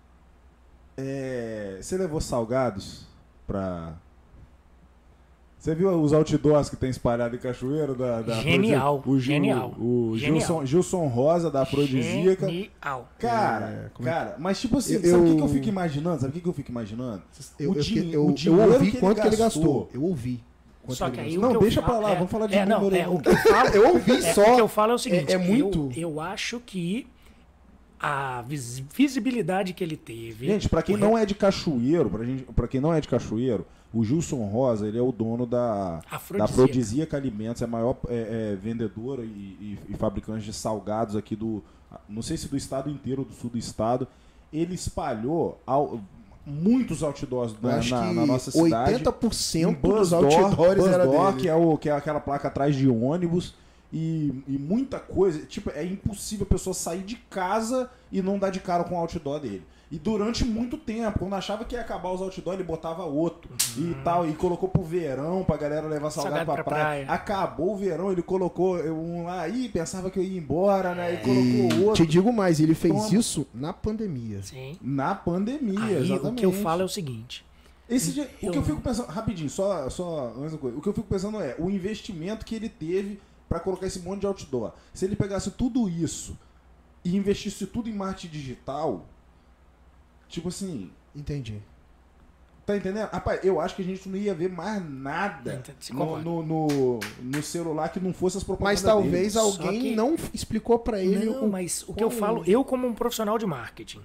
é, você levou salgados pra... Você viu os outdoors que tem espalhado em Cachoeiro? Da, da Genial, o Gil- genial, O genial. Gilson, Gilson Rosa, da Afrodisíaca. Genial. Cara, É, como é cara, mas tipo assim, Eu- sabe o que, que eu eu- fico imaginando? Sabe o que, que eu fico imaginando? Eu, O eu, din- eu, o eu dinheiro ouvi que ele quanto que ele gastou. gastou. Eu ouvi. quanto Só ele que aí gastou. o Não, que eu deixa falo- pra lá, é, vamos falar de é, não, número é, aí. o que eu falo, Eu ouvi é, só. o que eu falo é o seguinte, é muito. Eu, eu acho que a vis- visibilidade que ele teve. Gente, pra quem o não re- é de Cachoeiro, pra, gente, pra quem não é de Cachoeiro, o Gilson Rosa, ele é o dono da, da Afrodisíaca. Afrodisíaca Alimentos, é a maior é, é, vendedora e, e, e fabricante de salgados aqui do, não sei se do estado inteiro, do sul do estado. Ele espalhou ao, muitos outdoors Eu na, acho na, que na nossa cidade. oitenta por cento Um dos Buzz Door, outdoors Buzz era Door, dele. que é, o, que é aquela placa atrás de ônibus. E, e muita coisa, tipo, é impossível a pessoa sair de casa e não dar de cara com o outdoor dele. E durante muito tempo, quando achava que ia acabar os outdoor, ele botava outro Uhum. e tal, e colocou pro verão pra galera levar salgado, Salgado pra, pra praia. praia. Acabou o verão, ele colocou um lá aí, pensava que eu ia embora, né? E E colocou outro. te digo mais, ele fez Toma. isso na pandemia. Sim. Na pandemia, Aí, exatamente. o que eu falo é o seguinte. Esse dia- Eu o que eu não- fico pensando, rapidinho, só, só antes da coisa, o que eu fico pensando é o investimento que ele teve pra colocar esse monte de outdoor. Se ele pegasse tudo isso e investisse tudo em marketing digital, tipo assim, Entendi. tá entendendo? Rapaz, eu acho que a gente não ia ver mais nada Entendi, se no, concorda. no, no, no celular que não fosse as propagandas Mas talvez dele. alguém que- não f- explicou pra ele Não, o mas o que eu como- falo, eu como um profissional de marketing,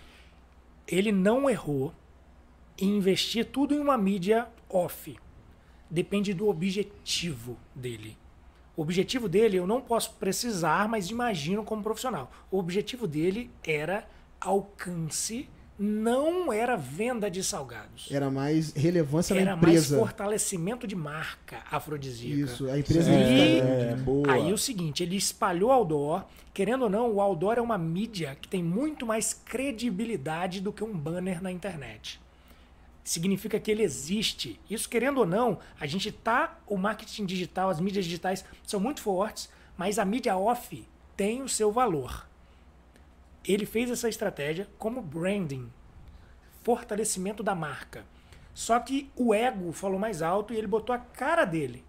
ele não errou em investir tudo em uma mídia off. Depende do objetivo dele. O objetivo dele eu não posso precisar, mas imagino como profissional. O objetivo dele era alcance, não era venda de salgados. Era mais relevância Era na mais empresa. fortalecimento de marca afrodisíaca. Isso, a empresa E- dele tá É, grande. boa. Aí o seguinte, ele espalhou outdoor. Querendo ou não, o outdoor é uma mídia que tem muito mais credibilidade do que um banner na internet. Significa que ele existe. Isso, querendo ou não, a gente tá. O marketing digital, as mídias digitais são muito fortes, mas a mídia off tem o seu valor. Ele fez essa estratégia como branding, fortalecimento da marca. Só que o ego falou mais alto e ele botou a cara dele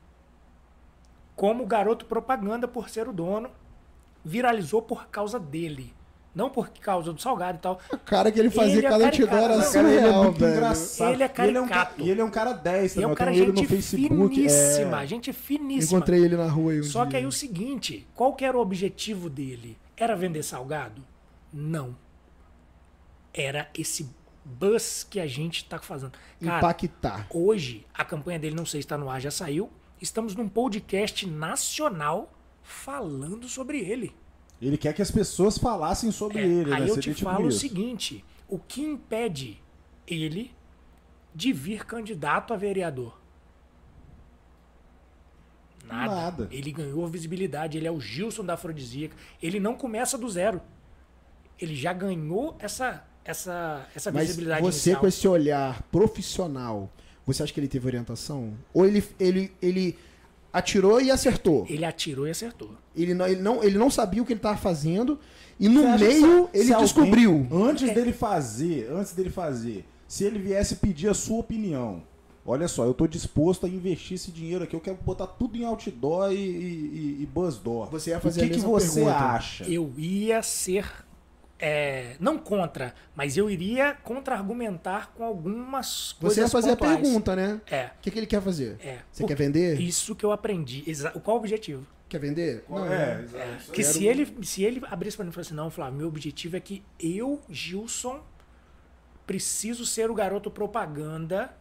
como garoto propaganda por ser o dono, viralizou por causa dele. Não por causa do salgado e tal. A cara que ele fazia Ele é cada outdoor caricato. era Cara, Cara, ele é surreal, muito velho. engraçado. Ele é E ele é um cara, caricato. e ele é um cara dez, E também. é um Eu cara tenho ele no gente Facebook. finíssima, É... gente finíssima. Encontrei ele na rua aí um Só dia. que aí o seguinte, qual que era o objetivo dele? Era vender salgado? Não. Era esse buzz que a gente tá fazendo. Cara, Impactar. hoje, a campanha dele, não sei se está no ar, já saiu. Estamos num podcast nacional falando sobre ele. Ele quer que as pessoas falassem sobre É, ele, aí né? eu Seria te tipo falo o isso. seguinte: o que impede ele de vir candidato a vereador? Nada. Nada. Ele ganhou visibilidade, ele é o Gilson da Afrodisíaca. Ele não começa do zero. Ele já ganhou essa, essa, essa Mas visibilidade você inicial. com esse olhar profissional, você acha que ele teve orientação? Ou ele, ele, ele atirou e acertou? Ele atirou e acertou. Ele não, ele não, ele não sabia o que ele estava fazendo e no Você acha que meio se- ele se alguém, descobriu. Antes dele fazer, antes dele fazer, se ele viesse pedir a sua opinião, olha só, eu tô disposto a investir esse dinheiro aqui, eu quero botar tudo em outdoor e, e, e buzz door. Você ia fazer o a que, que mesma você pergunta. acha? Eu ia ser, é, não contra, mas eu iria contra-argumentar com algumas coisas Você ia fazer pontuais. a pergunta, né? É. O que, que ele quer fazer? É. Você Por- quer vender? Isso que eu aprendi. Exa- Qual o objetivo? Quer vender? Qual Não, é? né? Exato. Isso Que era se um- ele, se ele abrisse para mim e falasse, não, Flávio, meu objetivo é que eu, Gilson, preciso ser o garoto propaganda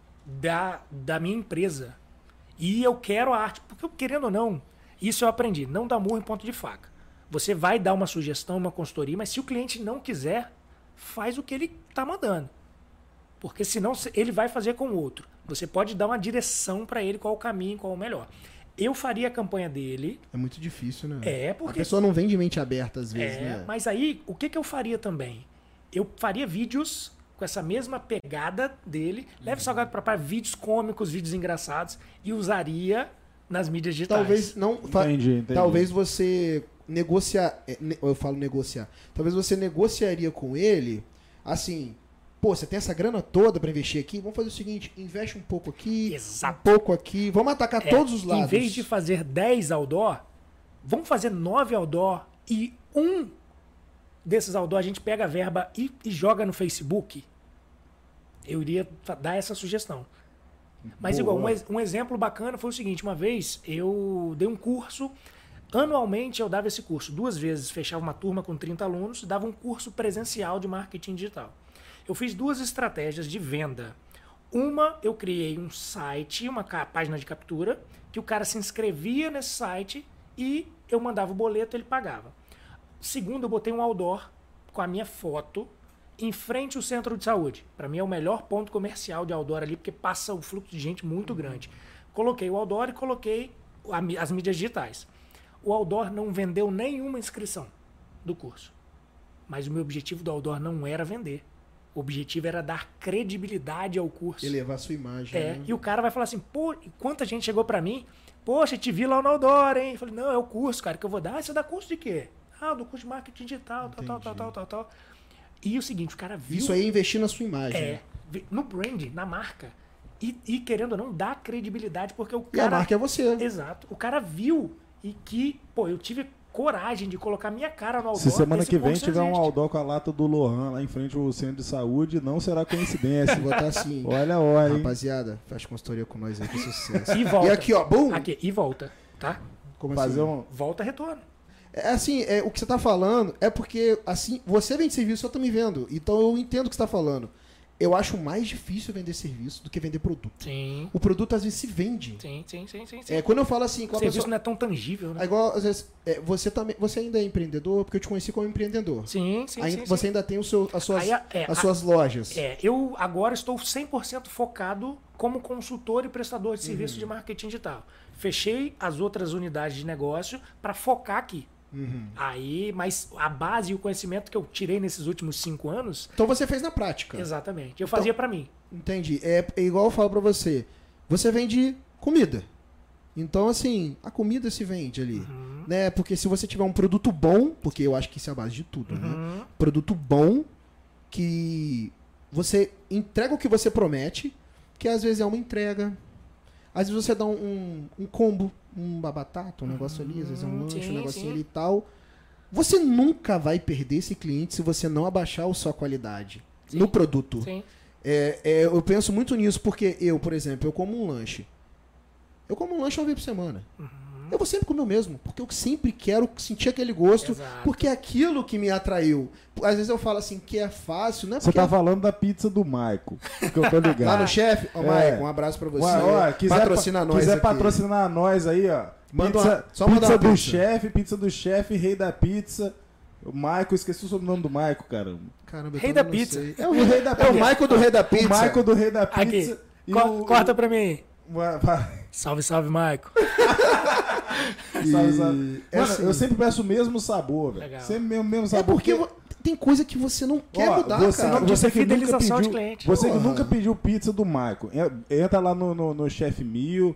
da, da minha empresa. E eu quero a arte. Porque, querendo ou não, isso eu aprendi. Não dá murro em ponto de faca. Você vai dar uma sugestão, uma consultoria, mas se o cliente não quiser, faz o que ele está mandando. Porque senão ele vai fazer com o outro. Você pode dar uma direção para ele, qual o caminho, qual o melhor. Eu faria a campanha dele. É muito difícil, né? É, A porque pessoa não vem de mente aberta às vezes, É, né? mas aí, o que, que eu faria também? Eu faria vídeos com essa mesma pegada dele, leve salgado pra praia, vídeos cômicos, vídeos engraçados, e usaria nas mídias digitais. Talvez não. fa- Entendi, entendi. Talvez você negociar. é, ne- Eu falo negociar. Talvez você negociaria com ele assim. Pô, você tem essa grana toda pra investir aqui? Vamos fazer o seguinte: investe um pouco aqui, Exato. um pouco aqui. Vamos atacar É, todos os lados. Em vez de fazer dez outdoor, vamos fazer nove outdoor e um desses outdoor a gente pega a verba e, e joga no Facebook. Eu iria fa- dar essa sugestão. Mas Boa. igual, um, ex- um exemplo bacana foi o seguinte, uma vez eu dei um curso Anualmente eu dava esse curso. Duas vezes fechava uma turma com trinta alunos, dava um curso presencial de marketing digital. Eu fiz duas estratégias de venda. Uma, eu criei um site, uma página de captura, que o cara se inscrevia nesse site e eu mandava o boleto e ele pagava. Segundo, eu botei um outdoor com a minha foto em frente ao centro de saúde. Para mim é o melhor ponto comercial de outdoor ali, porque passa um fluxo de gente muito grande. Coloquei o outdoor e coloquei as mídias digitais. O outdoor não vendeu nenhuma inscrição do curso. Mas o meu objetivo do outdoor não era vender. O objetivo era dar credibilidade ao curso. Elevar a sua imagem. É, né? e o cara vai falar assim, pô, quanta gente chegou pra mim, poxa, te vi lá no outdoor, hein? Eu falei, não, é o curso, cara, que eu vou dar. Ah, você dá curso de quê? Ah, do curso de marketing digital, tal, tal, tal, tal, tal, tal. E o seguinte, o cara viu... Isso aí é investir na sua imagem. É, no brand, na marca. E, e querendo ou não, dá credibilidade, porque o E cara... a marca é você. Exato. O cara viu e que, pô, eu tive coragem de colocar minha cara no outdoor. Se semana esse que vem curso tiver um existe. outdoor com a lata do Lohan lá em frente ao centro de saúde, não será coincidência. Vou botar assim. Olha a hora, hein? Rapaziada, faz consultoria com nós aí, que sucesso. E volta. E aqui, ó, bum! Aqui, e volta, tá? Como Fazer assim? um... Volta, retorno. É assim, é, o que você tá falando é porque, assim, você vende serviço, eu também vendo. Então eu entendo o que você tá falando. Eu acho mais difícil vender serviço do que vender produto. Sim, O produto às vezes se vende. sim, sim, sim, sim. sim. É, quando eu falo assim, com O a serviço pessoa... não é tão tangível, né? É igual, às vezes, é, você também, você ainda é empreendedor, porque eu te conheci como empreendedor. Sim, sim, Ainda- sim. você sim. ainda tem o seu, as suas, Aí, é, as a- suas lojas. É, eu agora estou cem por cento focado como consultor e prestador de Uhum. serviço de marketing digital. Fechei as outras unidades de negócio para focar aqui. Uhum. Aí, mas a base e o conhecimento que eu tirei nesses últimos cinco anos, Então você fez na prática. exatamente, eu fazia para mim. Entendi. É, é igual eu falo pra você. Você vende comida. Então, assim, a comida se vende ali. Uhum. Né? Porque se você tiver um produto bom, porque eu acho que isso é a base de tudo, né? Uhum. Produto bom que você entrega o que você promete, que às vezes é uma entrega. Às vezes você dá um, um, um combo, uma batata, um negócio ali, às vezes é um Hum, lanche, sim, um negocinho sim. ali e tal. Você nunca vai perder esse cliente se você não abaixar a sua qualidade Sim. no produto. Sim. É, é, eu penso muito nisso, porque eu, por exemplo, eu como um lanche. Eu como um lanche uma vez por semana. Eu vou sempre comer o mesmo, porque eu sempre quero sentir aquele gosto, Exato. porque é aquilo que me atraiu. Às vezes eu falo assim, que é fácil, não é Você porque tá é- falando da pizza do Maico, que eu tô ligado. lá no chefe, ó, É. Maicon, um abraço pra você. Ué, ó, quiser Patrocina pa- nós quiser aqui. patrocinar nós aí, ó. Manda pizza uma- só manda pizza uma do pizza. chefe, pizza do chefe, rei da pizza. O Maico, esqueci o sobrenome do Maico, cara. Caramba, eu Rei também da não pizza. sei. É o rei da É pizza. o Maicon do Rei da Pizza. O Maico do rei da pizza. Aqui, e co- o- corta pra mim. Vai- vai- Salve, salve, Maico. sabe, sabe? é Mano, assim. eu sempre peço o mesmo sabor, velho. Legal. Sempre mesmo, mesmo É sabor. porque vo- tem coisa que você não quer Ó, mudar, você, cara. não- você Isso é que nunca fidelização de pediu, cliente. Você que Porra. nunca pediu pizza do Maico, en- entra lá no, no, no Chef Mil,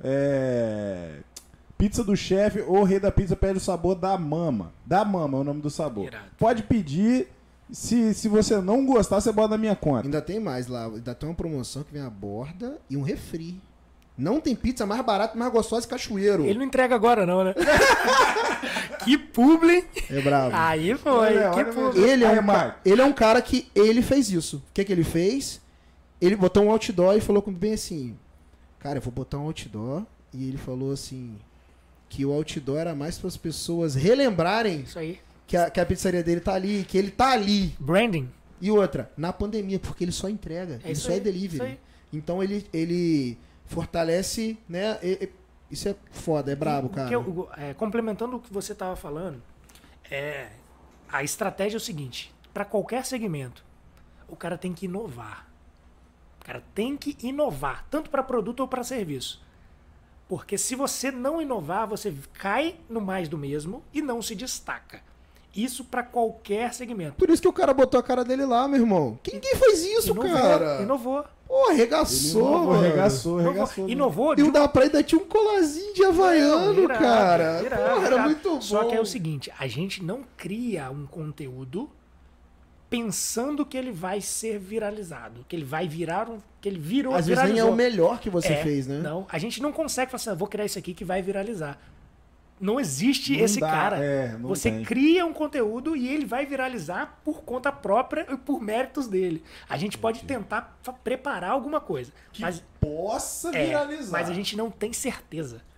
é, pizza do chefe ou rei da pizza, pede o sabor da mama. Da mama é o nome do sabor. Irado. Pode pedir, se, se você não gostar, você bota na minha conta. Ainda tem mais lá. Ainda tem uma promoção que vem a borda e um refri. Não tem pizza mais barata, mais gostosa que cachoeiro. Ele não entrega agora, não, né? Que publi. É bravo. Aí foi, Olha, que olha, publi. Ele é, Aí, um, Marco. ca- ele é um cara que ele fez isso. O que, que ele fez? Ele botou um outdoor e falou comigo bem assim: cara, eu vou botar um outdoor. E ele falou assim: que o outdoor era mais para as pessoas relembrarem Isso aí. que a, que a pizzaria dele tá ali, que ele tá ali. Branding. E outra, na pandemia, porque ele só entrega, É ele isso só aí, é delivery. isso aí. Então ele, ele fortalece, né? e- e- isso é foda, é brabo, O que cara. eu- é, complementando o que você estava falando, é, a estratégia é o seguinte: para qualquer segmento, o cara tem que inovar. O cara tem que inovar, tanto para produto ou para serviço. Porque se você não inovar, você cai no mais do mesmo e não se destaca. Isso para qualquer segmento. Por isso que o cara botou a cara dele lá, meu irmão. Quem, quem fez isso, Inovou, cara? inovou. Pô, arregaçou, Inovou, mano. arregaçou, arregaçou. Inovou. E o da praia ainda tinha um colarzinho de havaiano, Irado, cara. irado, Pô, era irado. muito bom. Só que é o seguinte, a gente não cria um conteúdo pensando que ele vai ser viralizado, que ele vai virar um, que ele virou, Às vezes nem é viralizou. o melhor que você É, fez, né? Não, a gente não consegue falar assim, "Ah, vou criar isso aqui que vai viralizar. Não existe Não esse dá, cara. é, não Você tem. cria um conteúdo e ele vai viralizar por conta própria e por méritos dele. A gente pode tentar fa- preparar alguma coisa, mas Possa é, viralizar. mas a gente não tem certeza.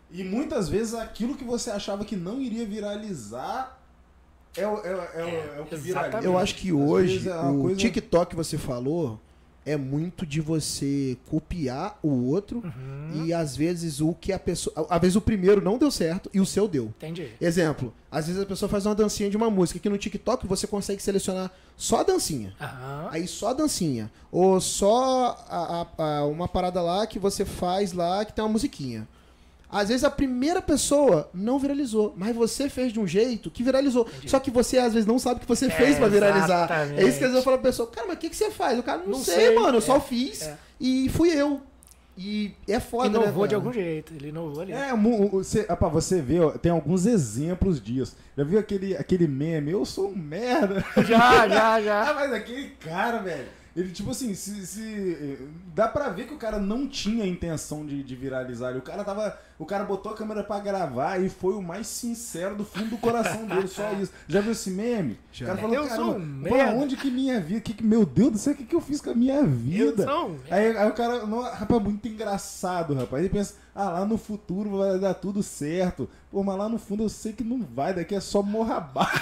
E muitas vezes aquilo que você achava que não iria viralizar é o, é, é, é, é o que viraliza. Eu acho que Às hoje é o coisa... TikTok que você falou é muito de você copiar o outro Uhum. e às vezes o que a pessoa... Às vezes o primeiro não deu certo e o seu deu. Entendi. Exemplo, às vezes a pessoa faz uma dancinha de uma música que no TikTok você consegue selecionar só a dancinha. Aham. Aí só a dancinha. Ou só a, a- a- uma parada lá que você faz lá que tem uma musiquinha. Às vezes a primeira pessoa não viralizou, mas você fez de um jeito que viralizou. Entendi. Só que você às vezes não sabe o que você É, fez pra viralizar. exatamente. É isso que às vezes eu falo pra pessoa, cara, mas o que, que você faz? O cara, não, Não sei, sei, mano, eu só é, fiz é. e fui eu. E é foda, né, Inovou cara? de algum jeito. Ele inovou ali. É, mu- você, ah, pra você ver, ó, tem alguns exemplos disso. Já viu aquele, aquele meme? Eu sou um merda. Já, já, já. Ah, mas aquele cara, velho, ele tipo assim, se, se- dá pra ver que o cara não tinha intenção de, de viralizar. O cara tava, o cara botou a câmera pra gravar e foi o mais sincero do fundo do coração dele, só isso. Já viu esse meme? Já. O cara falou, Eu cara, sou um pra merda." onde que minha vida, que, que- meu Deus do céu, o que, que eu fiz com a minha vida? Eu sou um Aí, aí o cara, não, rapaz, muito engraçado, rapaz. Ele pensa, ah, lá no futuro vai dar tudo certo. Pô, mas lá no fundo eu sei que não vai, daqui é só morra abaixo.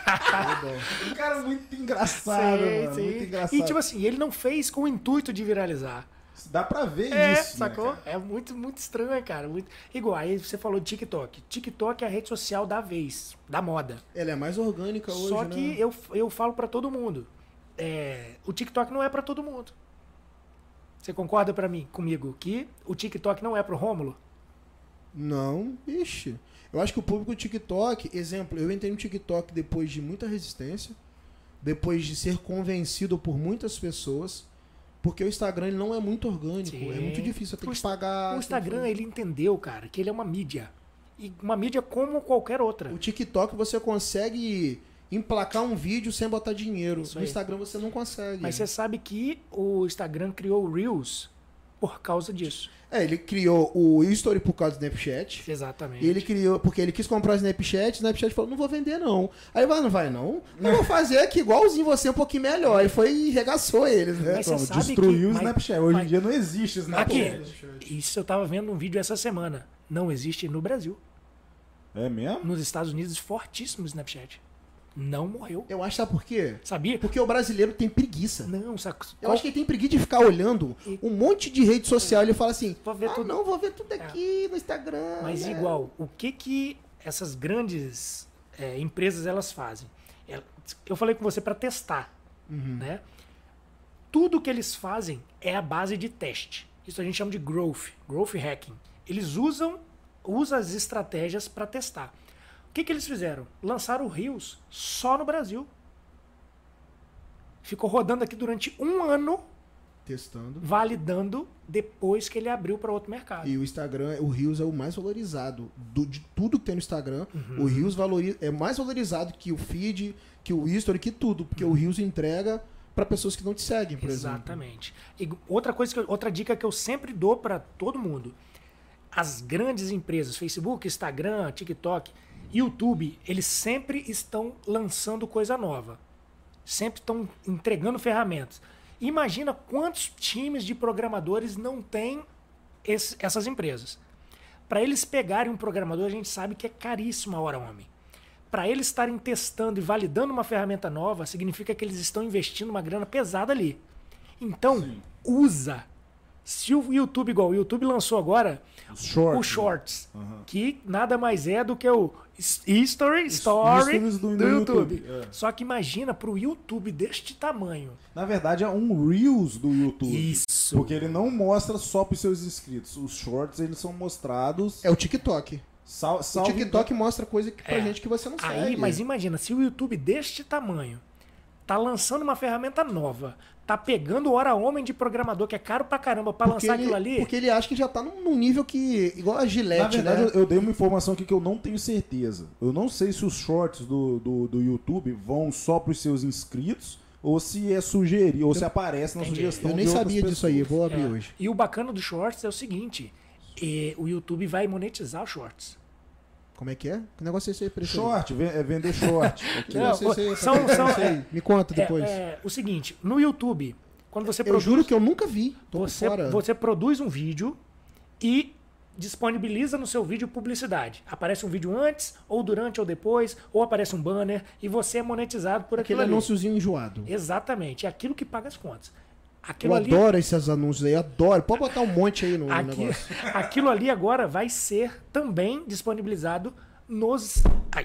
O cara é muito engraçado, Sei, mano. sei. Muito engraçado. E tipo assim, ele não fez com o intuito de viralizar. Dá pra ver É, isso, sacou? né, cara? É muito, muito estranho, cara. Muito... Igual, aí você falou de TikTok. TikTok é a rede social da vez, da moda. Ela é mais orgânica hoje, Só né? que eu, eu falo pra todo mundo. É, o TikTok não é pra todo mundo. Você concorda pra mim, comigo que o TikTok não é pro Rômulo? Não, ixi. Eu acho que o público do TikTok, exemplo, eu entrei no TikTok depois de muita resistência, depois de ser convencido por muitas pessoas, porque o Instagram ele não é muito orgânico, Sim. é muito difícil, você tem O que Insta- pagar. O Instagram, tem que- ele entendeu, cara, que ele é uma mídia. E uma mídia como qualquer outra. O TikTok você consegue emplacar um vídeo sem botar dinheiro. Isso No aí. Instagram você não consegue. Mas você sabe que o Instagram criou o Reels por causa disso. É, ele criou o History por causa do Snapchat. Exatamente. E ele criou, porque ele quis comprar o Snapchat, o Snapchat falou, não vou vender não. Aí vai, não vai não? Eu vou fazer aqui igualzinho você, um pouquinho melhor. Aí foi e regaçou eles, né? Mas você Então, sabe destruiu que- o mas- Snapchat. Hoje mas- em dia não existe Snapchat. Aqui, isso eu tava vendo um vídeo essa semana. Não existe no Brasil. É mesmo? Nos Estados Unidos, fortíssimo o Snapchat. Não morreu. Eu acho, sabe por quê? Sabia? Porque o brasileiro tem preguiça. Não, saco. Eu acho que ele tem preguiça de ficar olhando E- um monte de rede social. Ele fala assim, Vou ver ah tudo. não, vou ver tudo aqui no Instagram. Mas né? igual, o que que essas grandes é, empresas elas fazem? Ela- Eu falei com você para testar, Uhum. né? Tudo que eles fazem é a base de teste. Isso a gente chama de growth, growth hacking. Eles usam, usam as estratégias para testar. O que que eles fizeram? Lançaram o Reels só no Brasil. Ficou rodando aqui durante um ano, Testando. validando depois que ele abriu para outro mercado. E o Instagram, o Reels é o mais valorizado. Do- de tudo que tem no Instagram, Uhum. o Reels valoriza, é mais valorizado que o feed, que o History, que tudo. Porque o Reels entrega para pessoas que não te seguem, por exemplo. Exatamente. E outra coisa que eu- outra dica que eu sempre dou para todo mundo. As grandes empresas, Facebook, Instagram, TikTok, YouTube, eles sempre estão lançando coisa nova. Sempre estão entregando ferramentas. Imagina quantos times de programadores não têm esse- essas empresas. Para eles pegarem um programador, a gente sabe que é caríssimo a hora homem. Para eles estarem testando e validando uma ferramenta nova, significa que eles estão investindo uma grana pesada ali. Então, Sim. usa. Se o YouTube, igual o YouTube lançou agora, Os shorts. o Shorts, Aham. que nada mais é do que o s- History, Story stories do- do, do YouTube. YouTube, é. Só que imagina para o YouTube deste tamanho. Na verdade, é um Reels do YouTube. Isso. Porque ele não mostra só pros seus inscritos. Os shorts, eles são mostrados... É o TikTok. Sal, O salvo TikTok mostra coisa que, pra É. gente que você não Aí, segue. mas imagina, se o YouTube deste tamanho tá lançando uma ferramenta nova, tá pegando hora homem de programador, que é caro pra caramba, pra porque lançar ele, aquilo ali. Porque ele acha que já tá num, num nível que... Igual a Na Gillette, verdade, né? eu, eu dei uma informação aqui que eu não tenho certeza. Eu não sei se os shorts do, do, do YouTube vão só pros seus inscritos ou se é sugerir, ou se aparece na Entendi. sugestão Eu nem de outras sabia disso aí, pessoas. vou abrir É. hoje. E o bacana do Shorts é o seguinte: eh, o YouTube vai monetizar o Shorts. Como é que é? Que negócio é esse aí? Preço aí? Short, ve- é vender short. Que Não, negócio é esse aí? são- Essa são- preço aí? Me conta depois. É, é, o seguinte, no YouTube, quando você eu produz, juro que eu nunca vi. Tô por você, fora. você produz um vídeo e disponibiliza no seu vídeo publicidade. Aparece um vídeo antes, ou durante, ou depois, ou aparece um banner, e você é monetizado por aquilo Aquele ali. anúnciozinho enjoado. Exatamente, é aquilo que paga as contas. Aquilo Eu ali, adoro esses anúncios aí, adoro. Pode botar um monte aí no aqui- negócio. aquilo ali agora vai ser também disponibilizado nos ai,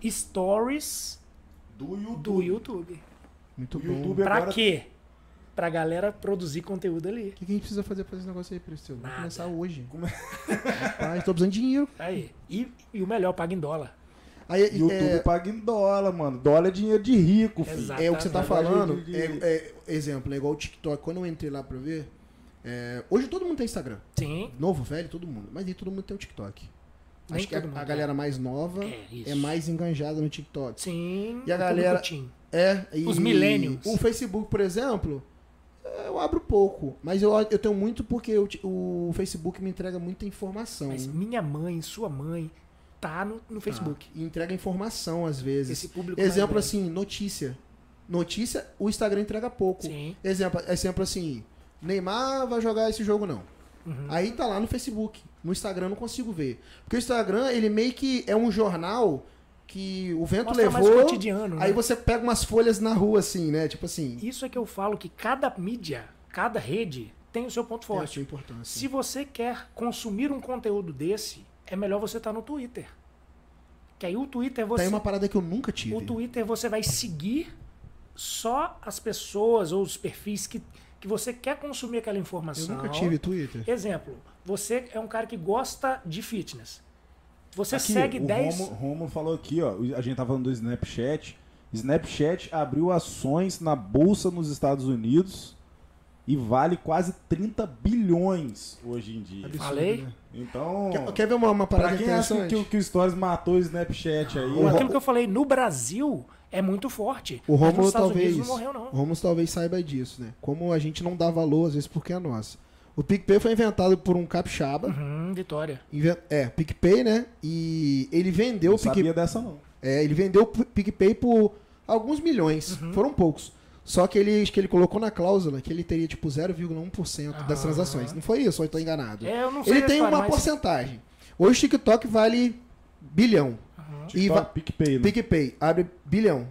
stories Do YouTube. do YouTube. Muito O bom. YouTube Pra agora- quê? Pra galera produzir conteúdo ali. O que que a gente precisa fazer pra esse negócio aí, Priscila? Vou Nada. começar hoje. Rapaz, tô precisando de dinheiro. Aí. E, e o melhor, paga em dólar. Aí, YouTube é, paga em dólar, mano. Dólar é dinheiro de rico, filho. Exato. é o que você tá Exatamente. falando. De- É, é, exemplo, é igual o TikTok. Quando eu entrei lá pra ver, é, hoje todo mundo tem Instagram. Sim. Novo, velho, todo mundo. Mas nem todo mundo tem o TikTok. Nem Acho que a, todo mundo a tem. galera mais nova É, isso. é mais enganjada no TikTok. Sim. E a o galera- público teen. É, e Os millennials. O Facebook, por exemplo, eu abro pouco. Mas eu, eu tenho muito porque o, ti- o Facebook me entrega muita informação. Mas minha mãe, sua mãe, tá no, no Facebook. E entrega informação às vezes. Esse público mais Exemplo velho. assim, notícia. Notícia, o Instagram entrega pouco. Sim. Exemplo, exemplo assim, Neymar vai jogar esse jogo não. Uhum. Aí tá lá no Facebook. No Instagram eu não consigo ver. Porque o Instagram, ele meio que é um jornal que o vento Mostra mais levou. cotidiano, né? Aí você pega umas folhas na rua assim, né? Tipo assim, Isso é que eu falo que cada mídia, cada rede tem o seu ponto tem a forte. sua importância. Se você quer consumir um conteúdo desse, é melhor você estar no Twitter. Que aí o Twitter você Tem uma parada que eu nunca tive. o Twitter você vai seguir só as pessoas ou os perfis que, que você quer consumir aquela Eu informação. nunca tive Twitter. Exemplo, você é um cara que gosta de fitness. Você Aqui, segue o dez. Romo, Romo falou aqui, ó. A gente tá falando do Snapchat. Snapchat abriu ações na bolsa nos Estados Unidos e vale quase trinta bilhões hoje em dia. Absurdo, Falei? né? Então, Quer, quer ver uma, uma parada pra quem acha interessante? que, o- que o Stories matou o Snapchat aí, Ou O aquilo Ro- que eu falei, no Brasil é muito forte. O Mas Romulo nos Estados talvez, Unidos não morreu, não. o Romulo talvez saiba disso, né? Como a gente não dá valor, às vezes, porque é nossa. O PicPay foi inventado por um capixaba. Uhum, Vitória. Inven- É, PicPay, né? E ele vendeu não o PicPay. sabia dessa não. É, ele vendeu o PicPay por alguns milhões. Uhum. Foram poucos. Só que ele, acho que ele colocou na cláusula que ele teria tipo zero vírgula um por cento das Ah. transações. Não foi isso, ou eu tô enganado? É, eu não sei Ele a tem história, uma mas- porcentagem. Hoje o TikTok vale bilhão. Uhum. E TikTok, va- PicPay, né? PicPay abre bilhão.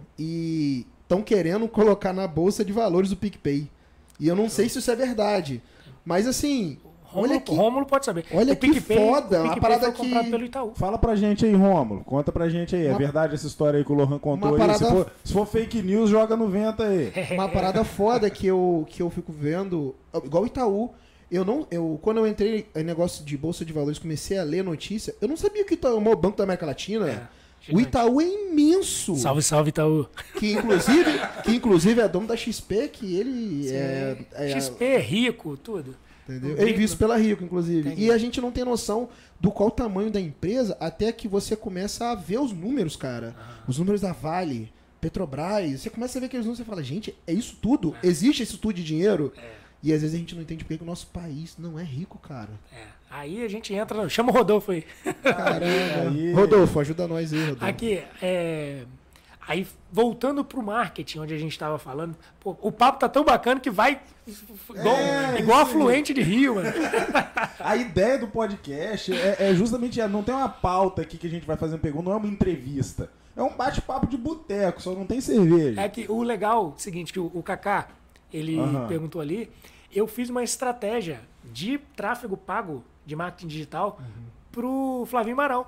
E estão querendo colocar na bolsa de valores o PicPay. E eu não sei se isso é verdade. Mas assim, Rômulo, olha que, Rômulo pode saber. olha O que PicPay- foda, o uma PicPay parada foi comprado que- pelo Itaú. Fala pra gente aí, Rômulo. Conta pra gente aí. É Uma- verdade essa história aí que o Lohan contou Uma aí? Se parada- for, se for fake news, joga no vento aí. uma parada foda que eu, que eu fico vendo, igual o Itaú. Eu não, eu, quando eu entrei em negócio de bolsa de valores, comecei a ler notícia, eu não sabia que o Itaú é o maior banco da América Latina. É, O gigante. Itaú é imenso. Salve, salve, Itaú. Que inclusive, que inclusive é dono da X P, que ele é, é X P, rico, tudo. entendeu? Rico. Ele é visto pela Rico, inclusive. Entendi. E a gente não tem noção do qual o tamanho da empresa até que você começa a ver os números, cara. Ah. Os números da Vale, Petrobras. Você começa a ver aqueles números e você fala, gente, é isso tudo? Existe esse tudo de dinheiro? É. E às vezes a gente não entende porque que o nosso país não é rico, cara. É. Aí a gente entra. Chama o Rodolfo aí. Caramba. Aí- Rodolfo, ajuda nós aí, Rodolfo. Aqui, é. Aí, voltando pro marketing, onde a gente estava falando, pô, o papo tá tão bacana que vai igual, É, igual isso aí. afluente de rio, mano. A ideia do podcast é, é justamente, não tem uma pauta aqui que a gente vai fazendo pergunta, não é uma entrevista. É um bate-papo de boteco, só não tem cerveja. É que o legal, é o seguinte, que o, o Kaká, ele Aham. perguntou ali, eu fiz uma estratégia de tráfego pago de marketing digital pro Flavinho Marão,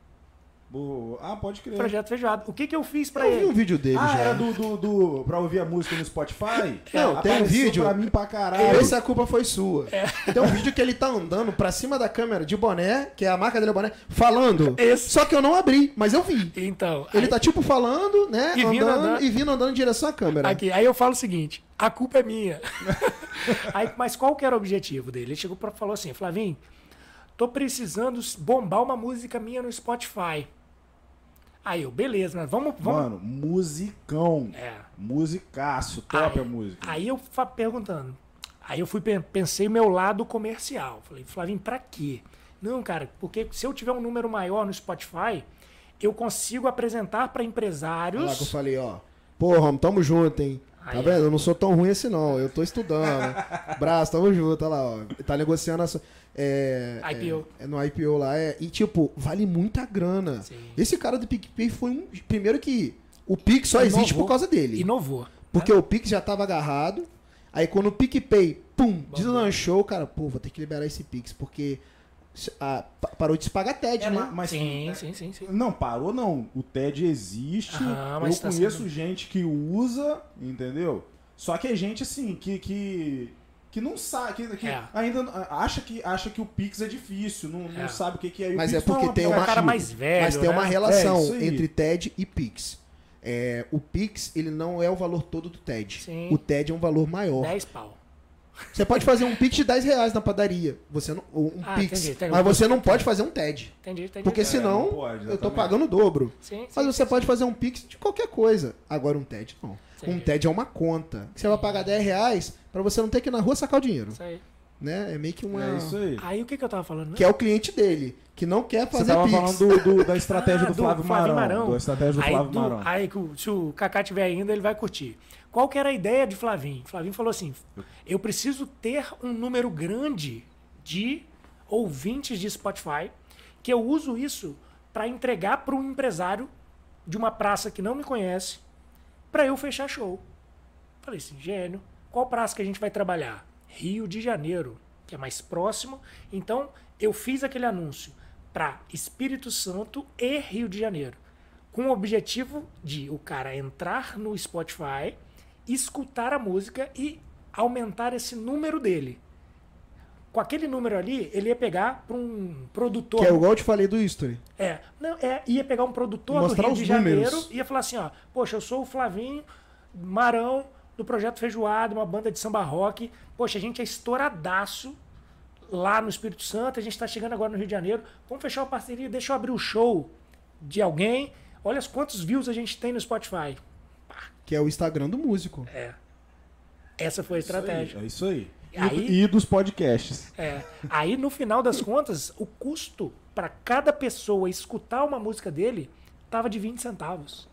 Bo- Ah, pode crer. Projeto Feijoada. O que que eu fiz pra Eu vi um ele? vídeo dele Ah, já. era do, do, do- pra ouvir a música no Spotify? Não, tem um Apareceu vídeo- pra mim pra caralho. Vê se a culpa foi sua. Tem um vídeo que ele tá andando pra cima da câmera de boné, que é a marca dele é boné, falando. Esse. Só que eu não abri, mas eu vi. Então, Ele aí, tá tipo falando, né? E vindo andando, andando. e vindo andando em direção à câmera. aqui, aí eu falo o seguinte, a culpa é minha. Aí, mas qual que era o objetivo dele? Ele chegou e falou assim, Flavinho, tô precisando bombar uma música minha no Spotify. Aí eu, beleza, mas vamos... vamos... Mano, musicão. É. Musicaço, top aí, a música. Aí eu fa- perguntando. Aí eu fui pen- pensei meu lado comercial. Falei, Flavinho, pra quê? Não, cara, porque se eu tiver um número maior no Spotify, eu consigo apresentar para Olha lá que eu empresários. falei, ó. Porra, tamo junto, hein? Tá vendo? Eu não sou tão ruim assim, não. Eu tô estudando. Braço, tamo junto, olha lá, ó. Tá negociando a. É, I P O. É, é no I P O lá. É, e, tipo, vale muita grana. Sim. Esse cara do PicPay foi um. Primeiro que o Pix só existe Inovou. por causa dele. Inovou. Porque o Pix já tava agarrado. Aí quando o PicPay, pum, deslanchou, cara, pô, vou ter que liberar esse Pix, porque a, parou de se pagar T E D, É, né? mas, Sim, sim, sim, sim. Não, parou não. O T E D existe. Ah, eu mas tá conheço sendo- gente que usa, entendeu? Só que é gente assim, que, que, que não sabe, que, que É. ainda acha que, acha que o Pix é difícil, não, não É. sabe o que, que é. E o Mas Pix é porque não tem um uma- É o cara aplicativo. mais velho, Mas tem né? uma relação É, isso aí. entre T E D e Pix. É, o Pix, ele não é o valor todo do T E D. Sim. O T E D é um valor maior. dez pau. Você pode fazer um Pix de dez reais na padaria. Você não, ou um Ah, Pix. entendi, entendi. Mas você não pode fazer um T E D. Entendi, entendi. Porque entendi. senão não pode, eu tô exatamente. pagando o dobro. Sim, sim, Mas você sim, pode sim. fazer um Pix de qualquer coisa. Agora um T E D não. Sim. Um T E D é uma conta. Você vai pagar dez reais pra você não ter que ir na rua sacar o dinheiro. Isso aí. Né? É meio que uma... É isso aí. Aí o que, que eu tava falando? Que é o cliente dele, que não quer Você fazer tava Pix. falando do, do- da estratégia Ah, do Flávio, Marão, Da estratégia do aí, Flávio do- Marão. aí que o- se o Kaká tiver ainda, ele vai curtir. Qual que era a ideia de Flavinho? Flavinho falou assim: eu preciso ter um número grande de ouvintes de Spotify, que eu uso isso para entregar para um empresário de uma praça que não me conhece, para eu fechar show. Falei assim, gênio, qual praça que a gente vai trabalhar? Rio de Janeiro, que é mais próximo. Então, eu fiz aquele anúncio para Espírito Santo e Rio de Janeiro, com o objetivo de o cara entrar no Spotify, escutar a música e aumentar esse número dele. Com aquele número ali, ele ia pegar para um produtor. Que é igual eu te falei do History. É, não, é, ia pegar um produtor Mostrar do Rio os de Janeiro números. e ia falar assim, ó, poxa, eu sou o Flavinho Marão do Projeto Feijoada, uma banda de samba rock. Poxa, a gente é estouradaço lá no Espírito Santo, a gente tá chegando agora no Rio de Janeiro. Vamos fechar uma parceria, deixa eu abrir o show de alguém. Olha quantos views a gente tem no Spotify. Que é o Instagram do músico. É. Essa foi a estratégia. É isso aí. E, Aí- e dos podcasts. É. Aí, no final das contas, o custo para cada pessoa escutar uma música dele tava de vinte centavos.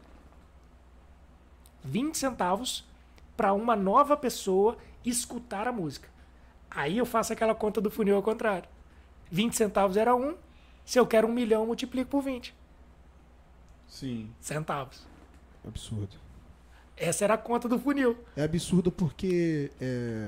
vinte centavos para uma nova pessoa escutar a música. Aí eu faço aquela conta do funil ao contrário. vinte centavos era um. Se eu quero um milhão, eu multiplico por vinte Sim. centavos. Absurdo. Essa era a conta do funil. É absurdo porque é,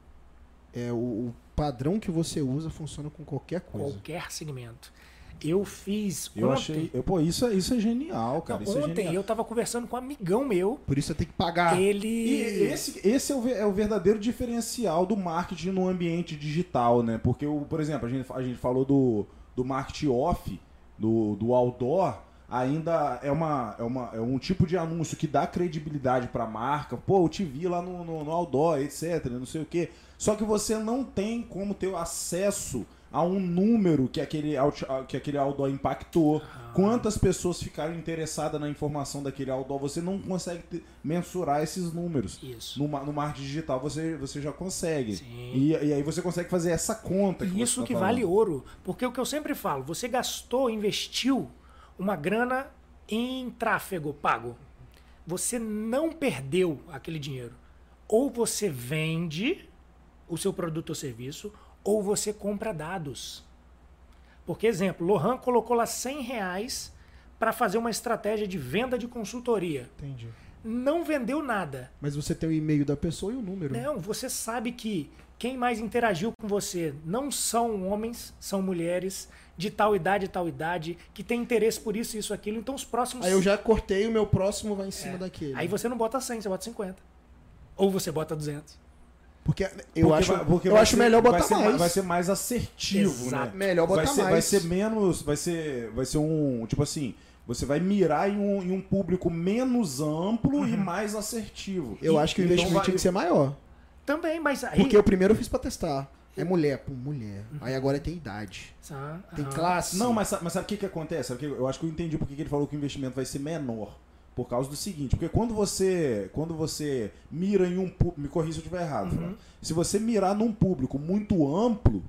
é o, o padrão que você usa funciona com qualquer coisa. Qualquer segmento. Eu fiz Eu ontem. achei. Eu, pô, isso, é- isso é genial, cara. Não, Isso é ontem genial. eu tava conversando com um amigão meu. Por isso você tem que pagar. Ele. E esse, esse é, o, ve- é o verdadeiro diferencial do marketing no ambiente digital, né? Porque, o, por exemplo, a gente, a gente falou do, do marketing off, do, do outdoor, ainda é, uma, é, uma, é um tipo de anúncio que dá credibilidade pra marca. Pô, eu te vi lá no, no, no outdoor, etcétera, não sei o quê. Só que você não tem como ter o acesso a um número que aquele, out- que aquele outdoor impactou, quantas pessoas ficaram interessadas na informação daquele outdoor, você não consegue ter- mensurar esses números. Isso. No, ma- no marketing digital você, você já consegue. Sim. E, e aí você consegue fazer essa conta. E que isso você tá que falando. vale ouro. Porque o que eu sempre falo, você gastou, investiu uma grana em tráfego pago. Você não perdeu aquele dinheiro. Ou você vende o seu produto ou serviço, ou você compra dados. Porque, exemplo, Lohan colocou lá cem reais para fazer uma estratégia de venda de consultoria. Entendi. Não vendeu nada. Mas você tem o e-mail da pessoa e o número. Não, você sabe que quem mais interagiu com você não são homens, são mulheres de tal idade, tal idade, que tem interesse por isso, isso, aquilo. Então os próximos... Aí eu já cortei, o meu próximo vai em cima É. daquele. Aí você não bota cem, você bota cinquenta. Ou você bota duzentos. Porque eu Porque acho, vai- porque eu vai acho ser- melhor botar vai ser, mais. Vai ser mais assertivo, Exato. né? Melhor botar vai ser, mais. Vai ser menos. Vai ser, vai ser um. Tipo assim. Você vai mirar em um, em um público menos amplo e mais assertivo. Eu E- acho que o então investimento vai- tinha que ser maior. Também, mas aí... Porque o primeiro eu fiz pra testar. É mulher, pô, mulher. Aí agora tem idade. Ah, Tem aham. classe. Não, mas, sa- mas sabe o que, que acontece? Sabe o que- eu acho que eu entendi porque que ele falou que o investimento vai ser menor. Por causa do seguinte, porque quando você quando você mira em um público, me corrija se eu estiver errado, Fran. Se você mirar num público muito amplo,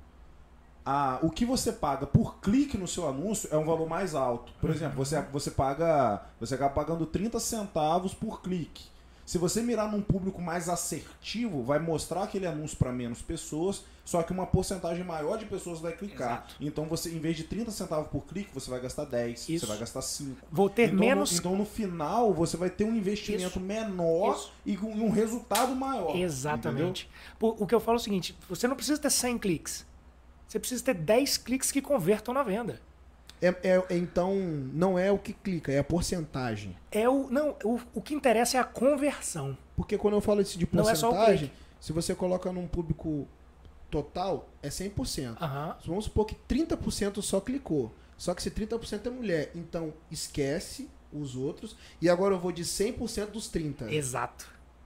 a, o que você paga por clique no seu anúncio é um valor mais alto. Por exemplo, você, você paga, você acaba pagando trinta centavos por clique. Se você mirar num público mais assertivo, vai mostrar aquele anúncio para menos pessoas, só que uma porcentagem maior de pessoas vai clicar. Exato. Então você, em vez de trinta centavos por clique, você vai gastar dez, Isso. você vai gastar cinco. Vou ter então, menos... No, então no final você vai ter um investimento Isso. menor Isso. e com um resultado maior. Exatamente. Pô, o que eu falo é o seguinte, você não precisa ter cem cliques. Você precisa ter dez cliques que convertam na venda. É, é- então, não é o que clica, é a porcentagem. É o, não, o, o que interessa é a conversão. Porque quando eu falo isso de Não é só o porcentagem, clique. se você coloca num público total, é cem por cento. Aham. Vamos supor que trinta por cento só clicou. Só que esse trinta por cento é mulher. Então, esquece os outros. E agora eu vou de cem por cento dos trinta. Exato.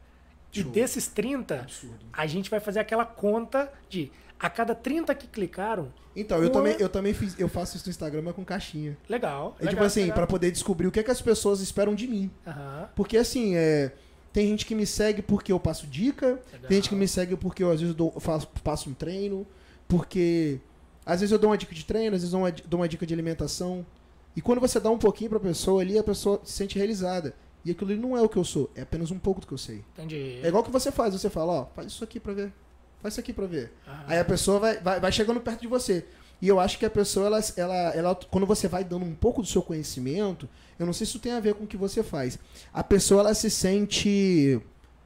E Show. desses trinta, Absurdo. a gente vai fazer aquela conta de a cada trinta que clicaram, Então, eu Uma- também, eu também fiz, eu faço isso no Instagram, mas com caixinha. legal. É legal, tipo assim, legal. pra poder descobrir o que, é que as pessoas esperam de mim. Aham. Porque assim, é, tem gente que me segue porque eu passo dica, Legal. tem gente que me segue porque eu às vezes dou, eu faço, passo um treino, porque às vezes eu dou uma dica de treino, às vezes eu dou uma, dou uma dica de alimentação. E quando você dá um pouquinho pra pessoa ali, a pessoa se sente realizada. E aquilo ali não é o que eu sou, é apenas um pouco do que eu sei. Entendi. É igual que você faz, você fala, ó, faz isso aqui pra ver. Faz isso aqui pra ver. Aham. Aí a pessoa vai, vai, vai chegando perto de você. E eu acho que a pessoa, ela, ela, ela, quando você vai dando um pouco do seu conhecimento, eu não sei se isso tem a ver com o que você faz. A pessoa, ela se sente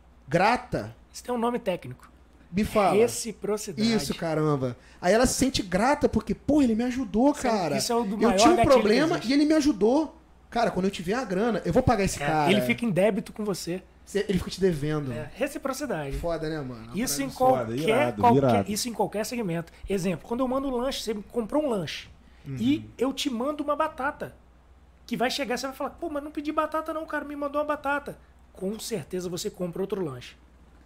grata. Isso tem um nome técnico. Me fala. Reciprocidade. Isso, caramba. Aí ela se sente grata porque, pô, ele me ajudou, Isso é- cara. isso é o do eu maior tinha um gatilho que problema existe. e ele me ajudou. Cara, quando eu tiver a grana, eu vou pagar esse É, cara. ele fica em débito com você. Ele fica te devendo. É, reciprocidade. Foda, né, mano? Isso em Foda, qualquer, irado, qualquer- irado. isso em qualquer segmento. Exemplo, quando eu mando um lanche, você comprou um lanche e eu te mando uma batata. Que vai chegar, você vai falar, pô, mas não pedi batata não, cara, me mandou uma batata. Com certeza você compra outro lanche.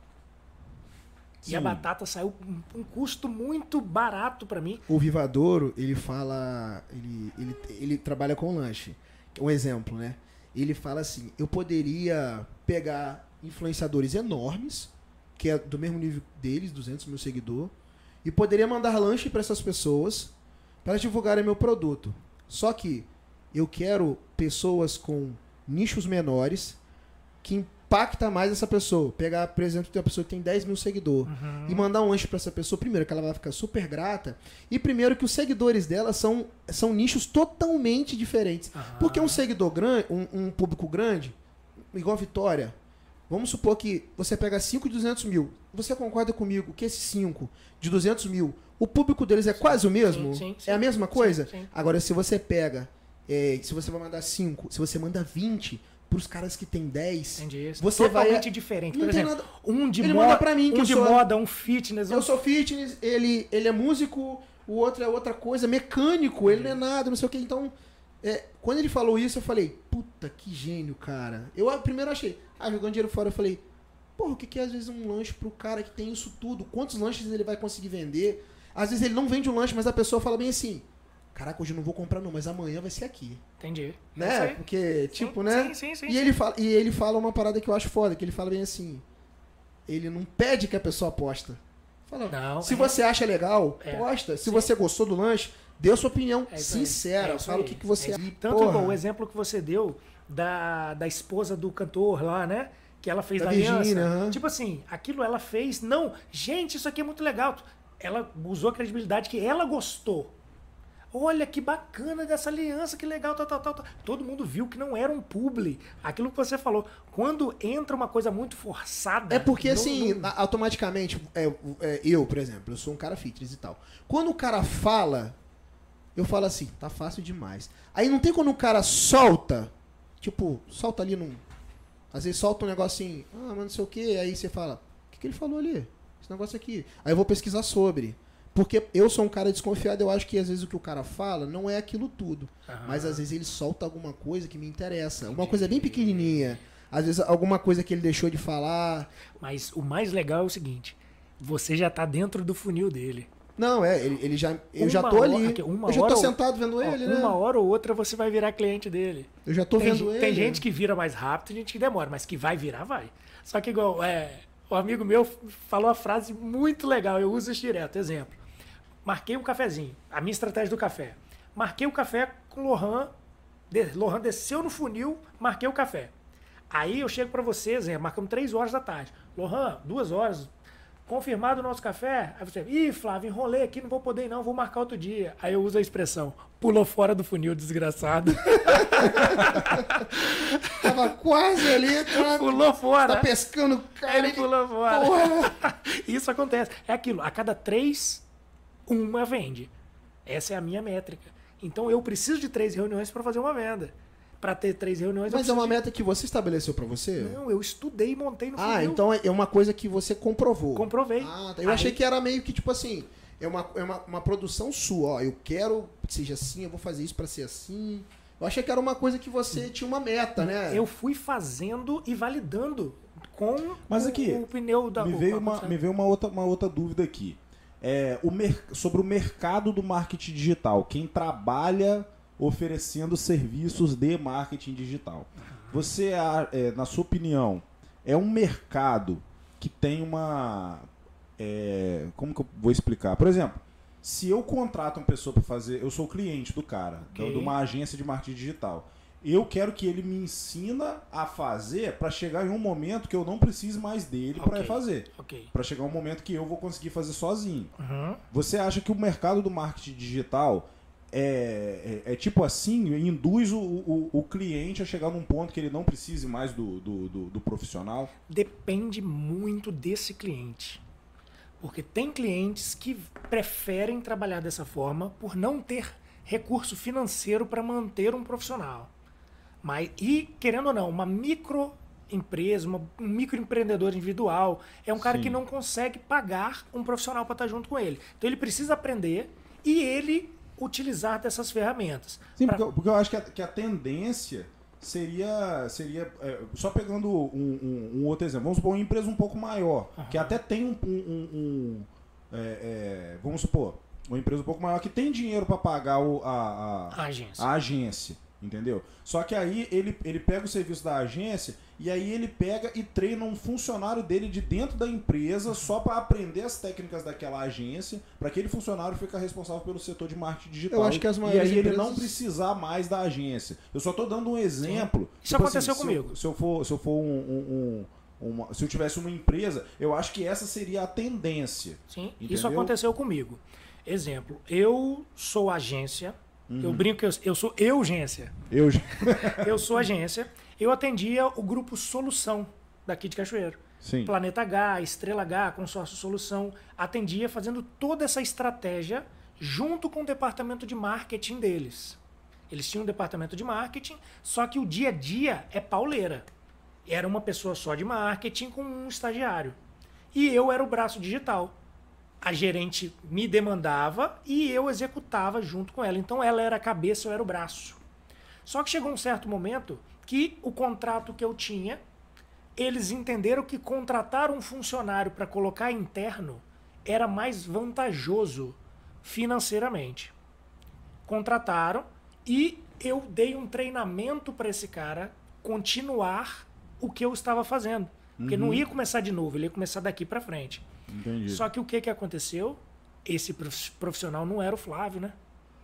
E a Sim. batata saiu um, um custo muito barato pra mim. O Vivadouro, ele fala. Ele, ele, ele trabalha com lanche. Um exemplo, né? Ele fala assim: eu poderia pegar influenciadores enormes, que é do mesmo nível deles, duzentos mil seguidores, e poderia mandar lanche para essas pessoas para divulgarem meu produto. Só que eu quero pessoas com nichos menores que impacta mais essa pessoa. Pegar, por exemplo, uma pessoa que tem dez mil seguidores e mandar um lanche para essa pessoa, primeiro, que ela vai ficar super grata, e primeiro que os seguidores dela são, são nichos totalmente diferentes. Aham. Porque um seguidor grande, um, um público grande, igual a Vitória, vamos supor que você pega cinco de duzentos mil. Você concorda comigo que esses cinco de duzentos mil, o público deles é quase o mesmo? Sim, sim, sim. É a mesma coisa? Sim, sim. Agora, se você pega, é, se você vai mandar cinco, se você manda vinte pros caras que tem dez, Entendi isso. você Totalmente vai... diferente. Não Por tem exemplo, nada- um de Ele moda, manda pra mim, que um eu de sou- moda, um fitness, um... Eu sou fitness, ele, ele é músico, o outro é outra coisa, mecânico, ele não é nada, não sei o que. Então, é, quando ele falou isso, eu falei, puta, que gênio, cara. Eu ah, primeiro achei, ah, jogando dinheiro fora, eu falei, porra, o que, que é às vezes um lanche pro cara que tem isso tudo? Quantos lanches ele vai conseguir vender? Às vezes ele não vende um lanche, mas a pessoa fala bem assim, caraca, hoje eu não vou comprar não, mas amanhã vai ser aqui. Entendi. É isso Né? aí. Porque, Sim, tipo, né? sim, sim, sim, e, sim. ele fala, e ele fala uma parada que eu acho foda, que ele fala bem assim, ele não pede que a pessoa aposta. Fala, Não, se é. você acha legal, É. posta. Se Sim. você gostou do lanche, dê a sua opinião É isso aí. sincera. É isso Fala aí. o que, que você É isso. acha. Tanto Porra. igual o exemplo que você deu da, da esposa do cantor lá, né? Que ela fez Da da, Virgínia, aliança. aham. Tipo assim, aquilo ela fez. Não, gente, isso aqui é muito legal. Ela usou a credibilidade que ela gostou. Olha que bacana dessa aliança, que legal, tal, tal, tal, tal. Todo mundo viu que não era um publi. Aquilo que você falou. Quando entra uma coisa muito forçada. É porque, não- assim, não- a- automaticamente, é, é, eu, por exemplo, eu sou um cara fitness e tal. Quando o cara fala, eu falo assim, tá fácil demais. Aí não tem quando o cara solta, tipo, solta ali num... Às vezes solta um negocinho, ah, mas não sei o que, aí você fala, o que, que ele falou ali? Esse negócio aqui. Aí eu vou pesquisar sobre. Porque eu sou um cara desconfiado, eu acho que às vezes o que o cara fala não é aquilo tudo. Aham. Mas às vezes ele solta alguma coisa que me interessa. Alguma coisa bem pequenininha. Às vezes alguma coisa que ele deixou de falar. Mas o mais legal é o seguinte: você já tá dentro do funil dele. Não, é, ele, ele já, eu já Uma tô hora- ali. aqui, uma eu já tô hora ou- sentado vendo Ó, ele, né? uma hora ou outra você vai virar cliente dele. Eu já tô Tem, vendo ge- ele. tem gente que vira mais rápido e gente que demora, mas que vai virar, vai. Só que igual, é, o amigo meu falou a frase muito legal, eu uso isso direto. Exemplo, marquei um cafezinho, a minha estratégia do café. Marquei o café com o Lohan, de, Lohan desceu no funil, marquei o café. Aí eu chego pra vocês, né, marcamos três horas da tarde. Lohan, duas horas, confirmado o nosso café? Aí você, ih, Flávio, enrolei aqui, não vou poder não, vou marcar outro dia. Aí eu uso a expressão, pulou fora do funil, desgraçado. Tava quase ali, tá, Pulou fora. tá pescando cara. Ele pulou fora. Porra. Isso acontece. É aquilo, a cada três, uma vende. Essa é a minha métrica. Então eu preciso de três reuniões para fazer uma venda. Para ter três reuniões... Mas eu é uma de... meta que você estabeleceu para você? Não, eu estudei e montei no Ah, funil. então é uma coisa que você comprovou. Comprovei. Ah, tá. Eu Aí... achei que era meio que tipo assim, é uma, é uma, uma produção sua, ó, eu quero que seja assim, eu vou fazer isso para ser assim. Eu achei que era uma coisa que você tinha uma meta, né? Eu fui fazendo e validando com Mas o, aqui, o pneu da... me o- veio a- uma, me veio uma outra, uma outra dúvida aqui. É, o mer- sobre o mercado do marketing digital. Quem trabalha oferecendo serviços de marketing digital. Você, é, na sua opinião, é um mercado que tem uma... É, como que eu vou explicar? Por exemplo, se eu contrato uma pessoa para fazer... Eu sou cliente do cara, Ok. de uma agência de marketing digital. Eu quero que ele me ensina a fazer para chegar em um momento que eu não precise mais dele para Ok. fazer. Ok. Para chegar um momento que eu vou conseguir fazer sozinho. Uhum. Você acha que o mercado do marketing digital é, é, é tipo assim, induz o, o, o cliente a chegar num ponto que ele não precise mais do, do, do, do profissional? Depende muito desse cliente. Porque tem clientes que preferem trabalhar dessa forma por não ter recurso financeiro para manter um profissional. Mas, e, querendo ou não, uma microempresa, uma, um microempreendedor individual, é um cara Sim. que não consegue pagar um profissional para estar junto com ele. Então ele precisa aprender e ele utilizar dessas ferramentas. Sim, Pra- porque, eu- porque eu acho que a, que a tendência seria, seria é, só pegando um, um- um outro exemplo, vamos supor uma empresa um pouco maior, que até tem um, um- um- um, é, é, vamos supor, uma empresa um pouco maior que tem dinheiro para pagar o, a, a, A agência. a agência, entendeu? Só que aí ele, ele pega o serviço da agência e aí ele pega e treina um funcionário dele de dentro da empresa só para aprender as técnicas daquela agência, para aquele funcionário ficar responsável pelo setor de marketing digital. Eu acho que as e maiores aí ele empresas- não precisar mais da agência. Eu só tô dando um exemplo. Isso Tipo aconteceu assim, comigo. Se eu, se eu for, se eu for um, um- um- uma- se eu tivesse uma empresa, eu acho que essa seria a tendência. Sim, Entendeu? isso aconteceu comigo. Exemplo, eu sou agência, eu brinco que eu, eu sou urgência. Eu Eu sou agência, eu atendia o grupo Solução daqui de Cachoeiro. Sim. Planeta H, Estrela H, Consórcio Solução, atendia fazendo toda essa estratégia junto com o departamento de marketing deles. Eles tinham um departamento de marketing, só que o dia a dia é pauleira. Era uma pessoa só de marketing com um estagiário. E eu era o braço digital. A gerente me demandava e eu executava junto com ela. Então ela era a cabeça, eu era o braço. Só que chegou um certo momento que o contrato que eu tinha, eles entenderam que contratar um funcionário para colocar interno era mais vantajoso financeiramente. Contrataram e eu dei um treinamento para esse cara continuar o que eu estava fazendo. Porque não ia começar de novo, ele ia começar daqui para frente. Entendi. Só que o que, que aconteceu? Esse prof- profissional não era o Flávio, né?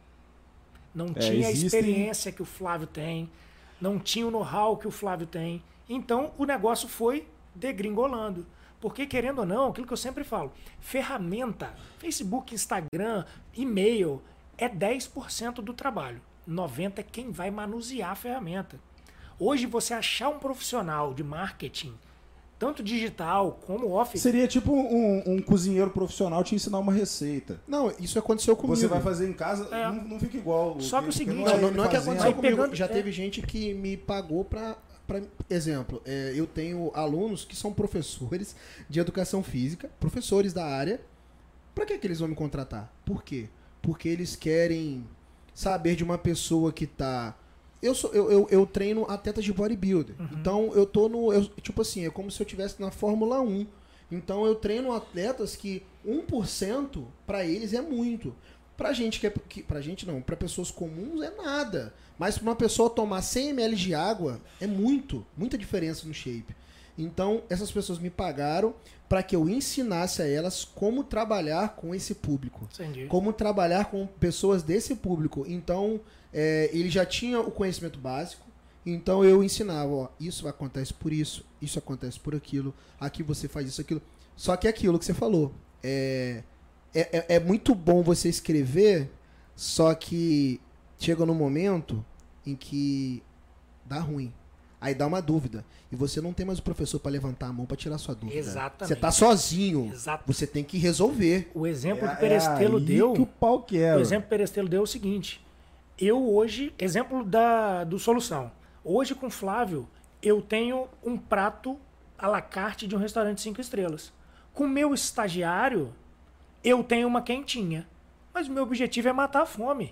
Não É, tinha a existem- experiência que o Flávio tem, não tinha o know-how que o Flávio tem. Então o negócio foi degringolando. Porque, querendo ou não, aquilo que eu sempre falo, ferramenta, Facebook, Instagram, e-mail, é dez por cento do trabalho. noventa por cento é quem vai manusear a ferramenta. Hoje, você achar um profissional de marketing, tanto digital como off, Seria tipo um, um cozinheiro profissional te ensinar uma receita. Não, isso aconteceu comigo. Você vai fazer em casa, É. não, não fica igual. Só que o porque seguinte- Não, é não, ele não é que fazendo. aconteceu Aí comigo. pegando- Já é. teve gente que me pagou pra... pra exemplo, é, eu tenho alunos que são professores de educação física, professores da área. Pra que, que eles vão me contratar? Por quê? Porque eles querem saber de uma pessoa que tá... Eu, sou, eu, eu, eu treino atletas de bodybuilder. Então, eu tô no... eu- tipo assim, é como se eu estivesse na Fórmula um. Então, eu treino atletas que um por cento pra eles é muito. Pra gente que é... Que, pra gente não, pra pessoas comuns é nada. Mas pra uma pessoa tomar cem mililitros de água é muito. Muita diferença no shape. Então, essas pessoas me pagaram para que eu ensinasse a elas como trabalhar com esse público. Entendi. Como trabalhar com pessoas desse público. Então, é, ele já tinha o conhecimento básico Então eu ensinava, ó, isso acontece por isso, isso acontece por aquilo, aqui você faz isso, aquilo. Só que é aquilo que você falou, é, é, é muito bom você escrever, só que chega num momento em que dá ruim. Aí dá uma dúvida. E você não tem mais o professor para levantar a mão para tirar sua dúvida. Exatamente. Você tá sozinho. Exato. Você tem que resolver. O exemplo É- que o Perestelo é aí deu. que o pau quebra. O exemplo que o Perestelo deu é o seguinte. Eu hoje, exemplo da, do Solução. Hoje com o Flávio, eu tenho um prato à la carte de um restaurante cinco estrelas. Com o meu estagiário, eu tenho uma quentinha. Mas o meu objetivo é matar a fome.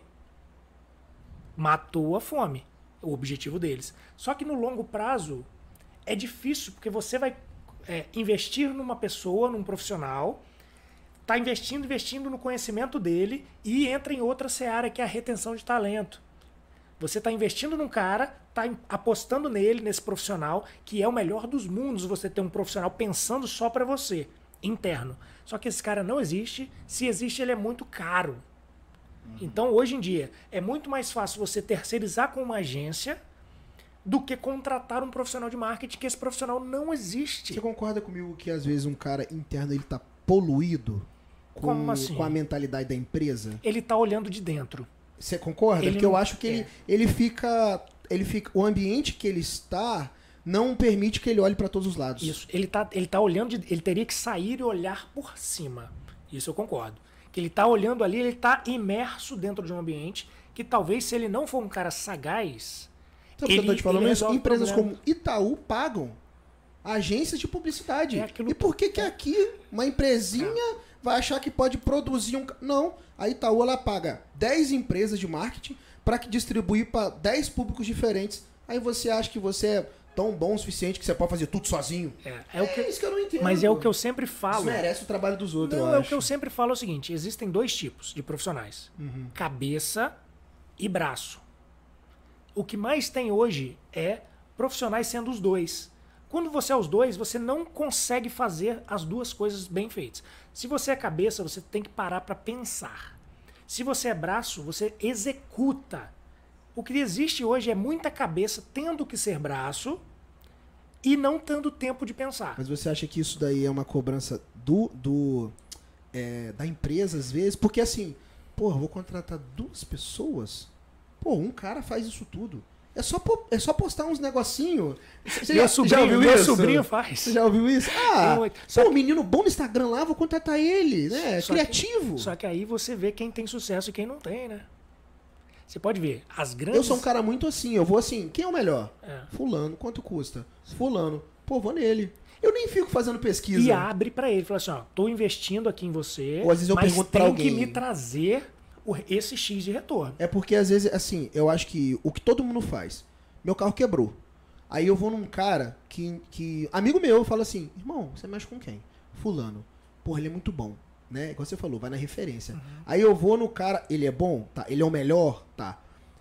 Matou a fome. O objetivo deles. Só que no longo prazo é difícil, porque você vai é, investir numa pessoa, num profissional, está investindo, investindo no conhecimento dele e entra em outra seara que é a retenção de talento. Você está investindo num cara, está apostando nele, nesse profissional, que é o melhor dos mundos você ter um profissional pensando só para você, interno. Só que esse cara não existe, se existe ele é muito caro. Então, hoje em dia, é muito mais fácil você terceirizar com uma agência do que contratar um profissional de marketing, que esse profissional não existe. Você concorda comigo que às vezes um cara interno ele tá poluído com, Como assim? com a mentalidade da empresa? Ele tá olhando de dentro. Você concorda? Ele Porque eu não- acho que ele, é. ele fica. Ele fica. O ambiente que ele está não permite que ele olhe para todos os lados. Isso. Ele tá, ele tá olhando, de, ele teria que sair e olhar por cima. Isso eu concordo. Que ele tá olhando ali, ele tá imerso dentro de um ambiente que talvez, se ele não for um cara sagaz, Sabe por que eu tô te falando ele isso? resolve Empresas problema. como Itaú pagam agências de publicidade. É aquilo- E por que que aqui uma empresinha vai achar que pode produzir um... ca- Não, a Itaú ela paga dez empresas de marketing para que distribuir para dez públicos diferentes. Aí você acha que você é tão bom o suficiente que você pode fazer tudo sozinho? É, é o que, isso que eu não entendo. mas é o que eu sempre falo. Desmerece o trabalho dos outros, Não, eu é o acho. que eu sempre falo é o seguinte: existem dois tipos de profissionais: Uhum. cabeça e braço. O que mais tem hoje é profissionais sendo os dois. Quando você é os dois, você não consegue fazer as duas coisas bem feitas. Se você é cabeça, você tem que parar para pensar. Se você é braço, você executa. O que existe hoje é muita cabeça tendo que ser braço e não tendo tempo de pensar. Mas você acha que isso daí é uma cobrança do, do é, da empresa, às vezes? Porque assim, pô, eu vou contratar duas pessoas? Pô, um cara faz isso tudo. É só, po- é só postar uns negocinho. Você Meu já, sobrinho, já ouviu meu isso? sobrinho faz. Você já ouviu isso? Ah, Eu- só pô, que- menino bom no Instagram lá, vou contratar ele, né? Só que- Criativo. Só que aí você vê quem tem sucesso e quem não tem, né? Você pode ver, as grandes... Eu sou um cara muito assim, eu vou assim, quem é o melhor? É. Fulano, quanto custa? Fulano, pô, vou nele. Eu nem fico fazendo pesquisa. E abre pra ele, fala assim, ó, tô investindo aqui em você, Ou às vezes eu mas pergunto pra tem alguém. que me trazer o- esse X de retorno. É porque às vezes, assim, eu acho que o que todo mundo faz, meu carro quebrou. Aí eu vou num cara que, que amigo meu, fala assim, irmão, você mexe com quem? Fulano. Porra, ele é muito bom, né? Igual você falou, vai na referência. Aí eu vou no cara, ele é bom? Tá. Ele é o melhor? Tá.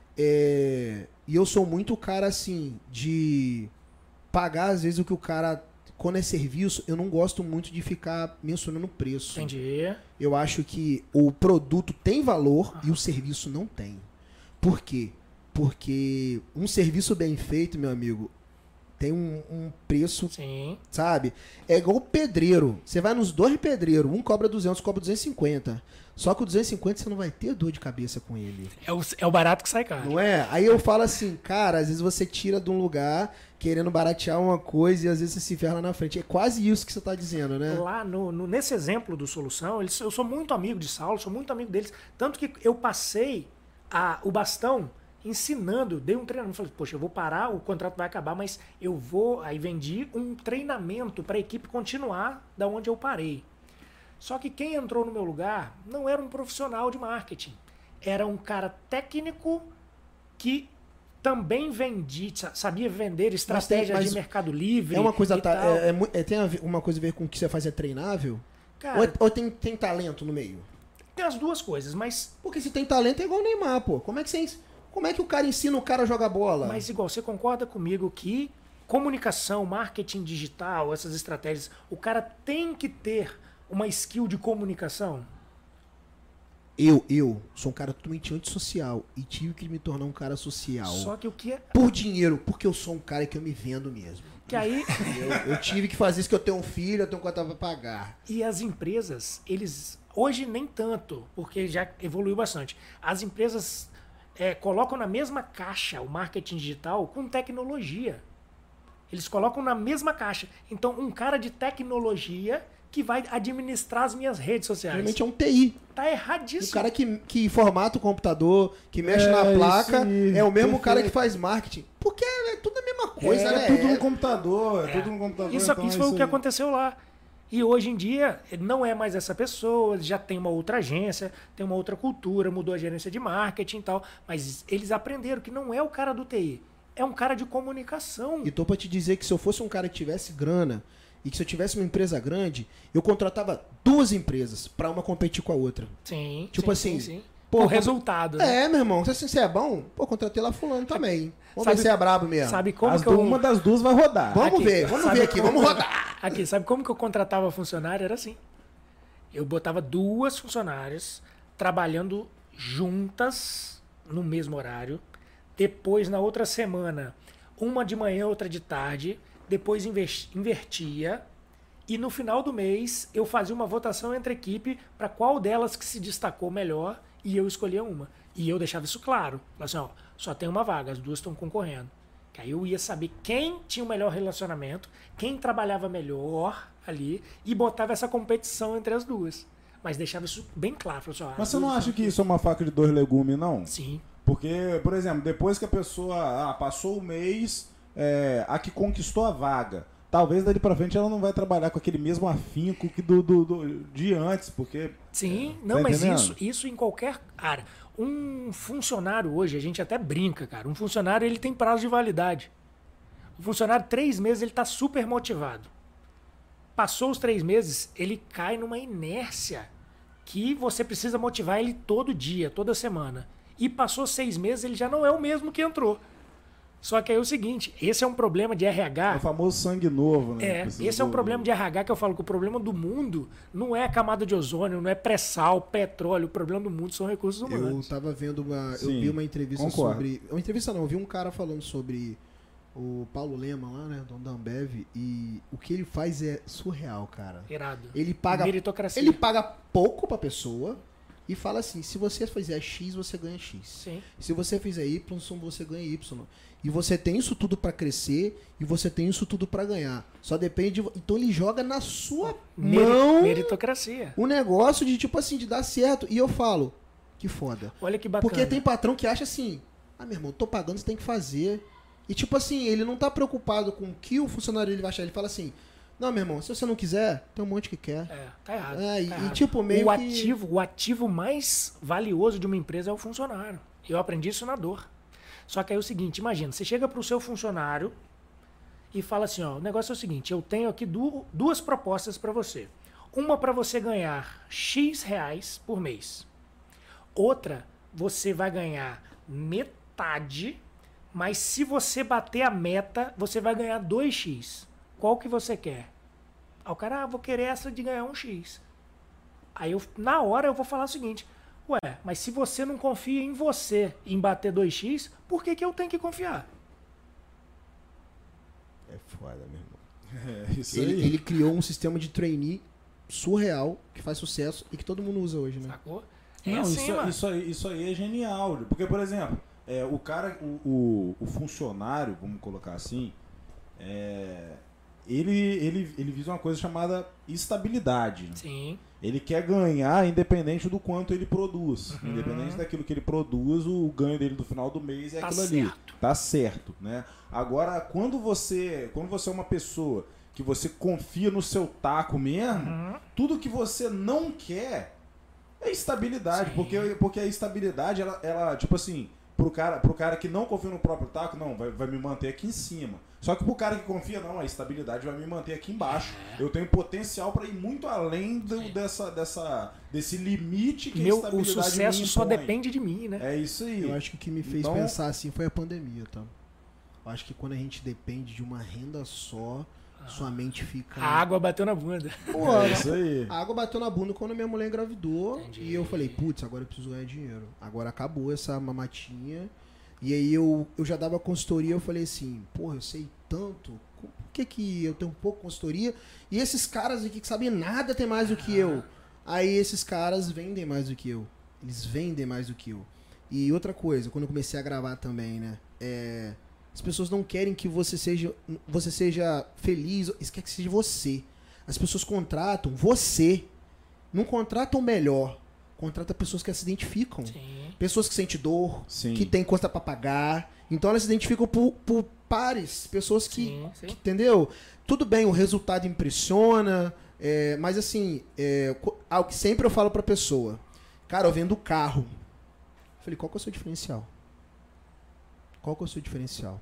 É, e eu sou muito cara, assim, de pagar às vezes o que o cara... Quando é serviço, eu não gosto muito de ficar mencionando o preço. Entendi. Eu acho que o produto tem valor e o serviço não tem. Por quê? Porque um serviço bem feito, meu amigo, tem um, um preço, Sim. sabe? É igual o pedreiro. Você vai nos dois pedreiros, um cobra duzentos, cobra duzentos e cinquenta. Só que o duzentos e cinquenta você não vai ter dor de cabeça com ele. É o, é o barato que sai caro. Não é? Aí eu falo assim, cara, às vezes você tira de um lugar querendo baratear uma coisa e às vezes você se ferra lá na frente. É quase isso que você tá dizendo, né? Lá no, no- nesse exemplo do Solução, eles, eu sou muito amigo de Saulo, sou muito amigo deles. Tanto que eu passei a- o bastão ensinando, dei um treinamento. Falei, poxa, eu vou parar, o contrato vai acabar, mas eu vou. Aí vendi um treinamento para a equipe continuar da onde eu parei. Só que quem entrou no meu lugar não era um profissional de marketing. Era um cara técnico que também vendia, sa- sabia vender estratégias mas de Mercado Livre. É uma coisa, e tá, tal. é, é mu- é- tem a ver- uma coisa a ver com o que você faz é treinável? Cara, ou é- ou tem, tem talento no meio? tem as duas coisas, mas Porque se tem talento é igual o Neymar, pô. Como é que você, ens- como é que o cara ensina o cara a jogar bola? Mas igual, você concorda comigo que comunicação, marketing digital, essas estratégias, o cara tem que ter uma skill de comunicação? Eu, eu sou um cara totalmente antissocial e tive que me tornar um cara social. Só que o que é... Por dinheiro, porque eu sou um cara que eu me vendo mesmo. Que aí... eu, eu tive que fazer isso, que eu tenho um filho, eu tenho conta pra pagar. E as empresas, eles... Hoje nem tanto, porque já evoluiu bastante. As empresas é, colocam na mesma caixa o marketing digital com tecnologia. Eles colocam na mesma caixa. Então, um cara de tecnologia que vai administrar as minhas redes sociais. Realmente é um T I. Tá erradíssimo. O cara que, que formata o computador, que mexe É, na placa, isso aí, é o mesmo perfeito. cara que faz marketing. Porque é tudo a mesma coisa, É, né? é tudo no computador, é, É. tudo no computador. Isso, então isso é foi o que aí. aconteceu lá. E hoje em dia, não é mais essa pessoa, já tem uma outra agência, tem uma outra cultura, mudou a gerência de marketing e tal. Mas eles aprenderam que não é o cara do T I, é um cara de comunicação. E tô pra te dizer que se eu fosse um cara que tivesse grana, e que se eu tivesse uma empresa grande, eu contratava duas empresas pra uma competir com a outra. Sim, Tipo sim, assim, sim, sim. pô, o quando- resultado. né? É, meu irmão, se assim, você é bom, pô, contratei lá fulano também. Vamos Sabe- ver se é brabo mesmo. Sabe como As que du- eu... Uma das duas vai rodar. Vamos Aqui, ver, vamos sabe ver aqui, como- vamos rodar. Aqui, sabe como que eu contratava funcionário? Era assim. Eu botava duas funcionárias trabalhando juntas no mesmo horário. Depois, na outra semana, uma de manhã, outra de tarde. Depois inves- invertia. E no final do mês, eu fazia uma votação entre a equipe para qual delas que se destacou melhor e eu escolhia uma. E eu deixava isso claro. Falava assim, ó, só tem uma vaga, as duas estão concorrendo. Que aí eu ia saber quem tinha o melhor relacionamento, quem trabalhava melhor ali e botava essa competição entre as duas. Mas deixava isso bem claro. Falava assim, ó, Mas as você não duas acha estão que isso é uma faca de dois legumes, não? Sim. Porque, por exemplo, depois que a pessoa ah, passou o mês, é, a que conquistou a vaga, talvez dali pra frente ela não vai trabalhar com aquele mesmo afinco que do, do, do- de antes, porque... Sim, É, não, tá mas entendendo? isso, isso em qualquer área. Um funcionário hoje, a gente até brinca, cara. Um funcionário, ele tem prazo de validade. O funcionário, três meses, ele tá super motivado. Passou os três meses, ele cai numa inércia que você precisa motivar ele todo dia, toda semana. E passou seis meses, ele já não é o mesmo que entrou. Só que aí é o seguinte, esse é um problema de R É H. o famoso sangue novo, né? É, Precisa esse é um do- problema de R H que eu falo que o problema do mundo não é a camada de ozônio, não é pré-sal, petróleo. O problema do mundo são recursos Eu humanos. tava vendo uma. Eu Sim, vi uma entrevista concordo. sobre. Uma entrevista não, eu vi um cara falando sobre o Paulo Lema lá, né? Dono da Ambev. E o que ele faz é surreal, cara. Irado. Ele paga. Meritocracia. Ele paga pouco pra pessoa e fala assim: se você fizer X, você ganha X. Sim. Se você fizer Y, você ganha Y. E você tem isso tudo pra crescer e você tem isso tudo pra ganhar. Só depende. De... Então ele joga na sua Meri- mão Meritocracia. o negócio de tipo assim, de dar certo. E eu falo, que foda. Olha que bacana. Porque tem patrão que acha assim, ah, meu irmão, tô pagando, você tem que fazer. E tipo assim, ele não tá preocupado com o que o funcionário ele vai achar. Ele fala assim, não, meu irmão, se você não quiser, tem um monte que quer. É, tá errado. É, e- tá e errado. tipo, meio o que- ativo, o ativo mais valioso de uma empresa é o funcionário. Eu aprendi isso na dor. Só que aí é o seguinte, imagina, você chega pro seu funcionário e fala assim, ó, o negócio é o seguinte, eu tenho aqui du- duas propostas para você. Uma para você ganhar X reais por mês. Outra, você vai ganhar metade, mas se você bater a meta, você vai ganhar dois x. Qual que você quer? Aí o cara, ah, vou querer essa de ganhar um X. Aí eu, na hora eu vou falar o seguinte, ué, mas se você não confia em você em bater dois x, por que, que eu tenho que confiar? É foda, meu irmão. É, isso Ele, aí. ele criou um sistema de trainee surreal, que faz sucesso e que todo mundo usa hoje, né? Sacou? É Não, assim, isso, mano. isso, aí, isso aí é genial. Porque, por exemplo, é, o cara, o, o, o funcionário, vamos colocar assim, é, ele, ele, ele visa uma coisa chamada estabilidade. Sim. Ele quer ganhar independente do quanto ele produz. Uhum. Independente daquilo que ele produz, o ganho dele do final do mês é Tá aquilo ali. certo. Tá certo, né? Agora, quando você, quando você é uma pessoa que você confia no seu taco mesmo, Uhum. tudo que você não quer é estabilidade, Sim. porque, porque a estabilidade, ela, ela, tipo assim, pro cara, pro cara que não confia no próprio taco, não, vai, vai me manter aqui em cima. Só que pro cara que confia, não, a estabilidade vai me manter aqui embaixo. É. Eu tenho potencial para ir muito além do, dessa, dessa, desse limite que Meu, a o estabilidade sucesso me só impõe. depende de mim, né? É isso aí. Eu acho que o que me fez Então- pensar assim foi a pandemia, tá? Eu acho que quando a gente depende de uma renda só, Sua mente fica... A água bateu na bunda. Pô, É isso aí. A água bateu na bunda quando minha mulher engravidou. Entendi. E eu falei, putz, agora eu preciso ganhar dinheiro. Agora acabou essa mamatinha. E aí eu, eu já dava consultoria, eu falei assim, porra, eu sei tanto. Por que que eu tenho pouco consultoria? E esses caras aqui que sabem nada tem mais do que eu. Aí esses caras vendem mais do que eu. Eles vendem mais do que eu. E outra coisa, quando eu comecei a gravar também, né? É... As pessoas não querem que você seja, você seja feliz, eles querem que seja você. As pessoas contratam você. Não contratam melhor. Contratam pessoas que se identificam. Sim. Pessoas que sentem dor, Sim. que têm conta pra pagar. Então elas se identificam por, por pares. Pessoas que, Sim, sim. que... Entendeu? Tudo bem, o resultado impressiona. É, mas assim, é, algo que sempre eu falo pra pessoa. Cara, eu vendo carro. Eu falei, qual que é o seu diferencial? Qual que é o seu diferencial?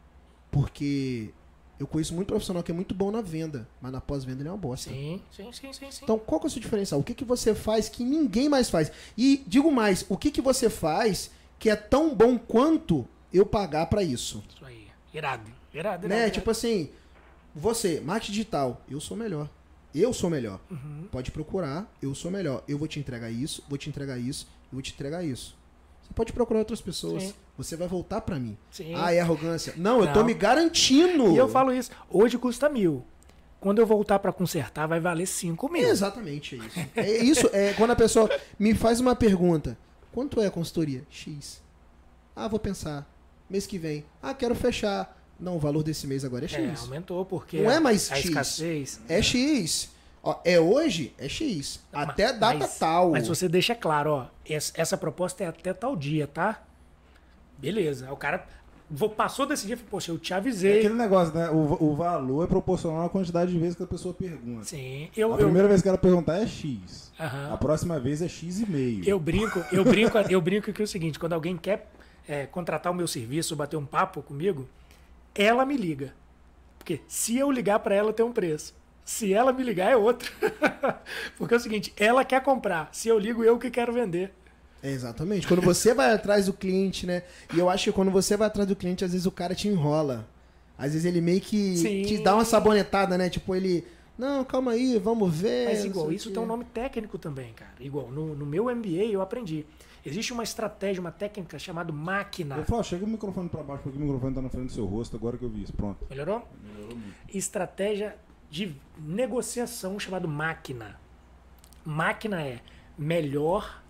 Porque eu conheço muito profissional que é muito bom na venda, mas na pós-venda ele é uma bosta. Sim, sim, sim, sim, sim. Então, qual que é o seu diferencial? O que, que você faz que ninguém mais faz? E digo mais, o que, que você faz que é tão bom quanto eu pagar pra isso? Isso aí. Irado. Irado, irado. Né? irado. Tipo assim, você, marketing digital, eu sou melhor. Eu sou melhor. Uhum. Pode procurar, eu sou melhor. Eu vou te entregar isso, vou te entregar isso, eu vou te entregar isso. Você pode procurar outras pessoas. Sim. Você vai voltar pra mim. Sim. Ah, é arrogância. Não, eu tô Não. me garantindo. E eu falo isso. Hoje custa mil. Quando eu voltar pra consertar, vai valer cinco mil. Exatamente, é isso. É isso, é quando a pessoa me faz uma pergunta. Quanto é a consultoria? X. Ah, vou pensar. Mês que vem. Ah, quero fechar. Não, o valor desse mês agora é É, X. aumentou porque Não é a- mais a X. escassez. É X. Ó, é hoje? É X. Até data mas, tal. Mas você deixa claro, ó. Essa, essa proposta é até tal dia, tá? Beleza. Aí o cara vou- passou desse dia e falou, poxa, eu te É avisei. aquele negócio, né? O, o valor é proporcional à quantidade de vezes que a pessoa pergunta. Sim. Eu, A eu, primeira vez que ela perguntar é X. Aham. A próxima vez é X e meio. eu brinco, eu brinco, eu brinco que é o seguinte, quando alguém quer é, contratar o meu serviço, bater um papo comigo, ela me liga. Porque se eu ligar para ela, tem um preço. Se ela me ligar, é outro. Porque é o seguinte, ela quer comprar. Se eu ligo, eu que quero vender. É, exatamente. Quando você vai atrás do cliente, né? E eu acho que quando você vai atrás do cliente, às vezes o cara te enrola. Às vezes ele meio que Sim. te dá uma sabonetada, né? Tipo, ele... Não, calma aí, vamos ver. Mas não igual, sei o isso quê. tem um nome técnico também, cara. Igual, no, no meu M B A eu aprendi. Existe uma estratégia, uma técnica chamada máquina. Eu falo, chega o microfone pra baixo, porque o microfone tá na frente do seu rosto, agora que eu vi isso. Pronto. Melhorou? Melhorou muito. Estratégia de negociação chamado máquina. Máquina é melhor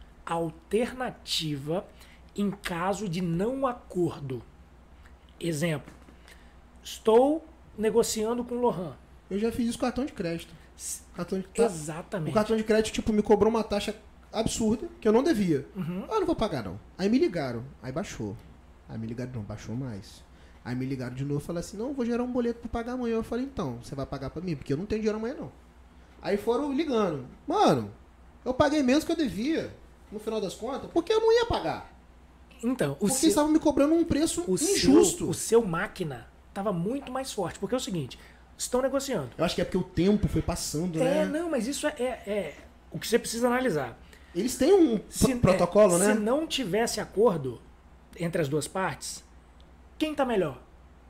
alternativa em caso de não acordo. Exemplo. Estou negociando com o Lohan. Eu já fiz isso com cartão de crédito. Cartão de... tá- O Exatamente. cartão de crédito, tipo, me cobrou uma taxa absurda que eu não devia. Uhum. Ah, não vou pagar, não. Aí me ligaram. Aí baixou. Aí me ligaram, não, baixou mais. Aí me ligaram de novo e falaram assim, não, eu vou gerar um boleto pra pagar amanhã. Eu falei, então, você vai pagar pra mim? Porque eu não tenho dinheiro amanhã, não. Aí foram ligando. Mano, eu paguei menos que eu devia, no final das contas, porque eu não ia pagar. Então, o Porque seu, estavam me cobrando um preço o injusto. seu, o seu máquina estava muito mais forte. Porque é o seguinte, estão negociando. Eu acho que é porque o tempo foi passando, É, né? não, mas isso é, é- é o que você precisa analisar. Eles têm um pro- Se, protocolo, é, né? Se não tivesse acordo entre as duas partes, quem tá melhor?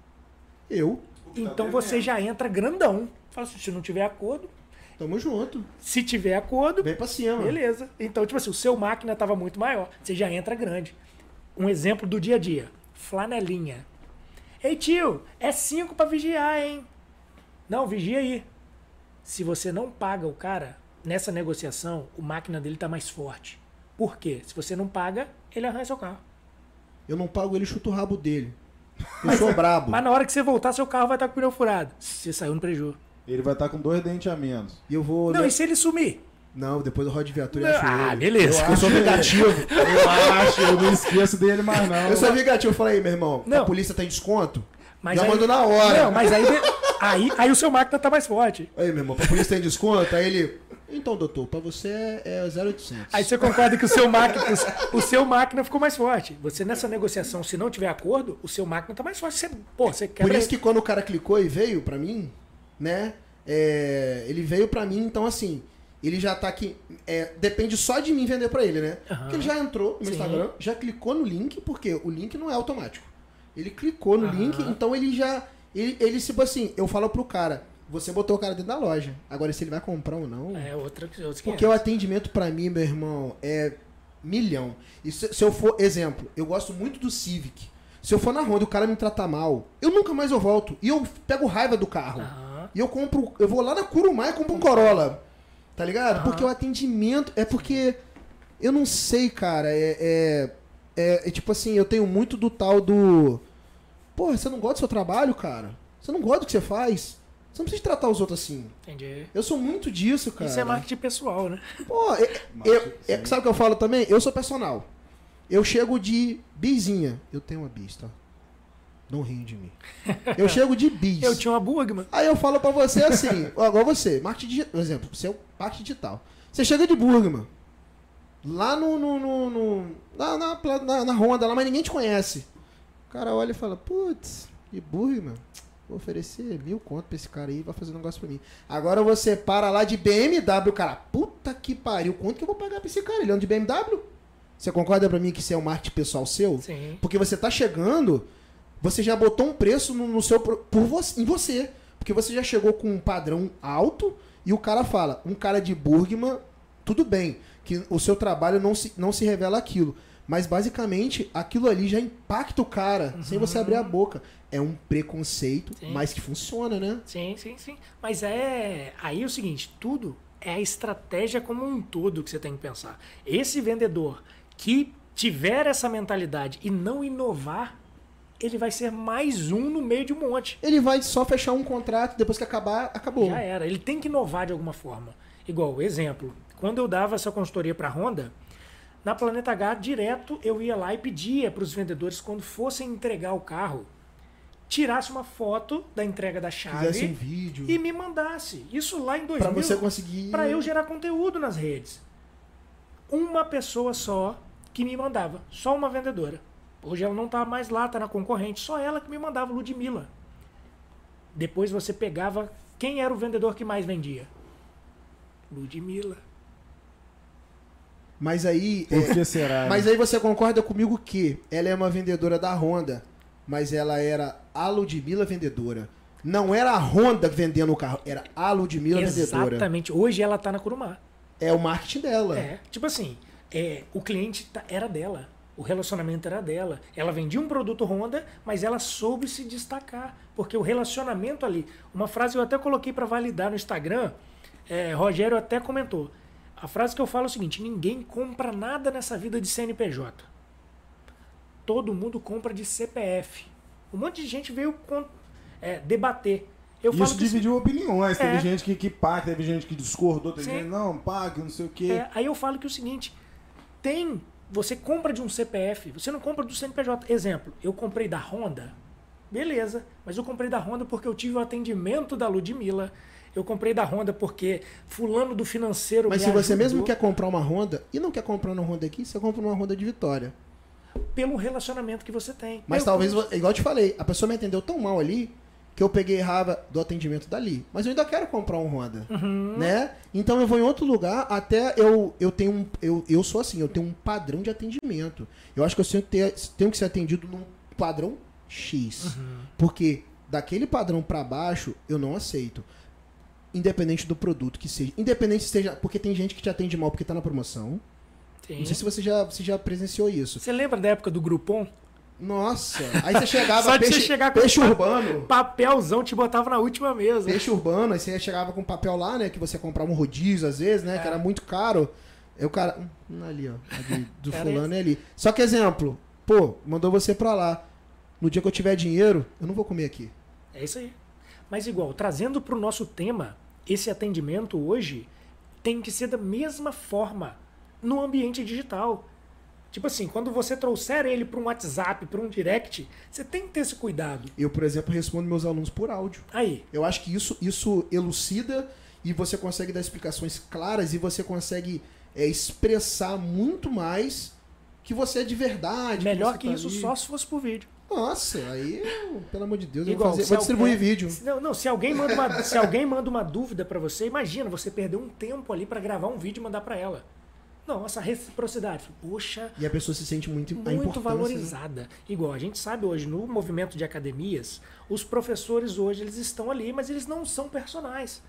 Eu. Então você já entra grandão. Fala assim, se não tiver acordo, Tamo junto. se tiver acordo, Vem pra cima. beleza. Então, tipo assim, o seu máquina tava muito maior. Você já entra grande. Um exemplo do dia a dia. Flanelinha. Ei, tio, é cinco pra vigiar, hein? Não, vigia aí. Se você não paga o cara, nessa negociação, o máquina dele tá mais forte. Por quê? Se você não paga, ele arranha seu carro. Eu não pago ele, chuto o rabo dele. Eu sou brabo. Mas na hora que você voltar, seu carro vai estar com o pneu furado. Você saiu no prejuízo. Ele vai estar com dois dentes a menos. E eu vou... Não, né? e se ele sumir? Não, depois eu rodo de viatura e Não, acho ah, ele. beleza. Eu, eu sou vingativo. Eu acho, eu não esqueço dele mais não. Eu sou vingativo. Eu falei, aí, meu irmão, Não. a polícia tem desconto? Mas Já aí- mandou na hora. Não, mas aí, aí, aí o seu máquina tá mais forte. Aí, meu irmão, a polícia tem desconto? Aí ele... Então, doutor, pra você é zero oitocentos. Aí você concorda que o seu máquina, o, o seu máquina ficou mais forte. Você nessa negociação, se não tiver acordo, o seu máquina tá mais forte. Você, pô, você quebra... Por isso que quando o cara clicou e veio pra mim, né? é, ele veio pra mim, então assim, ele já tá aqui. é, depende só de mim vender pra ele, né? Aham. Porque ele já entrou no meu Sim. Instagram, já clicou no link, porque o link não é automático. Ele clicou no Aham. link, então ele já. Ele, ele, tipo assim, eu falo pro cara, você botou o cara dentro da loja. Agora, se ele vai comprar ou não... É outra, outra Porque o atendimento pra mim, meu irmão, é milhão. E se, se eu for... Exemplo, eu gosto muito do Civic. Se eu for na Honda e o cara me tratar mal, eu nunca mais eu volto. E eu pego raiva do carro. Aham. E eu compro... Eu vou lá na Curumá e compro um Corolla. Tá ligado? Aham. Porque o atendimento... É porque... Eu não sei, cara. É, é, é, é tipo assim, eu tenho muito do tal do... Porra, você não gosta do seu trabalho, cara? Você não gosta do que você faz? Você não precisa tratar os outros assim. Entendi. Eu sou muito disso, cara. Isso é marketing pessoal, né? Pô, eu, eu, eu- sabe o que eu falo também? Eu sou personal. Eu chego de bizinha. Eu tenho uma bis, tá? Não riem de mim. Eu chego de bis. Eu tinha uma Burgman. Aí eu falo pra você assim, ó, igual você, marketing digital, por exemplo, você é o marketing digital. Você chega de Burgman. Lá no. no, no, no na, na, na, na Honda, lá, mas ninguém te conhece. O cara olha e fala, putz, de Burgman. Vou oferecer mil conto pra esse cara aí e vai fazer um negócio pra mim. Agora você para lá de B M W, cara. Puta que pariu. Quanto que eu vou pagar pra esse cara? Ele anda de B M W? Você concorda pra mim que isso é um marketing pessoal seu? Sim. Porque você tá chegando, você já botou um preço no, no seu pro- por você, em você. Porque você já chegou com um padrão alto e o cara fala, um cara de Burgman, tudo bem, que o seu trabalho não se, não se revela aquilo. Mas basicamente, aquilo ali já impacta o cara, sem você abrir a boca. É um preconceito, Sim. mas que funciona, né? Sim, sim, sim. Mas é. Aí é o seguinte, tudo é a estratégia como um todo que você tem que pensar. Esse vendedor que tiver essa mentalidade e não inovar, ele vai ser mais um no meio de um monte. Ele vai só fechar um contrato, depois que acabar, acabou. Já era. Ele tem que inovar de alguma forma. Igual, exemplo, quando eu dava essa consultoria para a Honda, na Planeta H, direto eu ia lá e pedia para os vendedores, quando fossem entregar o carro, tirasse uma foto da entrega da chave Fizesse um vídeo. e me mandasse. Isso lá em dois Pra mil. você conseguir... Para eu gerar conteúdo nas redes. Uma pessoa só que me mandava. Só uma vendedora. Hoje ela não tá mais lá, tá na concorrente. Só ela que me mandava, Ludmilla. Depois você pegava quem era o vendedor que mais vendia. Ludmilla. Mas aí... Por é, que será? Mas aí você concorda comigo que ela é uma vendedora da Honda, mas ela era a Ludmilla vendedora. Não era a Honda vendendo o carro, era a Ludmilla vendedora. Exatamente. Hoje ela tá na Curumá. É o marketing dela. É. Tipo assim, é, o cliente tá- era dela. O relacionamento era dela. Ela vendia um produto Honda, mas ela soube se destacar. Porque o relacionamento ali... Uma frase que eu até coloquei para validar no Instagram, é, Rogério até comentou. A frase que eu falo é o seguinte: ninguém compra nada nessa vida de C N P J. Todo mundo compra de C P F. Um monte de gente veio com- é, debater. Eu falo Isso que dividiu opiniões. Teve É. gente que, que pá, teve gente que discordou, teve Sim. gente não, pá, que não sei o quê. É, aí eu falo que é o seguinte, tem, você compra de um C P F, você não compra do C N P J. Exemplo, eu comprei da Honda, beleza, mas eu comprei da Honda porque eu tive o atendimento da Ludmilla, eu comprei da Honda porque fulano do financeiro Mas me se você ajudou. mesmo quer comprar uma Honda e não quer comprar uma Honda aqui, você compra uma Honda de Vitória. Pelo relacionamento que você tem. Mas Eu- talvez, igual eu te falei, a pessoa me atendeu tão mal ali que eu peguei raiva do atendimento dali. Mas eu ainda quero comprar um Honda, Uhum. né? Então eu vou em outro lugar, até eu, eu tenho um... Eu, eu sou assim, eu tenho um padrão de atendimento. Eu acho que eu tenho que, ter, tenho que ser atendido num padrão X. Uhum. Porque daquele padrão pra baixo, eu não aceito. Independente do produto que seja. Independente se seja... Porque tem gente que te atende mal porque tá na promoção. Sim. Não sei se você já, você já presenciou isso. Você lembra da época do Groupon? Nossa, aí você chegava... Só de peixe, você chegar com peixe pa- urbano... Papelzão te botava na última mesa. Peixe urbano, aí você chegava com papel lá, né? Que você comprava um rodízio às vezes, né? É. Que era muito caro. Aí o cara. Hum, ali, ó. Ali, do Era fulano é ali. Só que exemplo, pô, mandou você pra lá. No dia que eu tiver dinheiro, eu não vou comer aqui. É isso aí. Mas igual, trazendo para o nosso tema, esse atendimento hoje tem que ser da mesma forma no ambiente digital. Tipo assim, quando você trouxer ele para um WhatsApp, para um direct, você tem que ter esse cuidado. Eu, por exemplo, respondo meus alunos por áudio. Aí, Eu acho que isso, isso elucida e você consegue dar explicações claras e você consegue é, expressar muito mais que você é de verdade. melhor você que tá isso ali. só se fosse por vídeo. Nossa, aí, eu, pelo amor de Deus, eu Igual, vou, fazer, se vou distribuir alguém- vídeo. se- Não, não, se alguém manda uma, se alguém manda uma dúvida para você, imagina, você perdeu um tempo ali para gravar um vídeo e mandar para ela. Nossa, reciprocidade. Poxa, E a pessoa se sente muito, a muito importância, né? valorizada. Igual a gente sabe hoje, no movimento de academias, os professores hoje eles estão ali, mas eles não são personagens.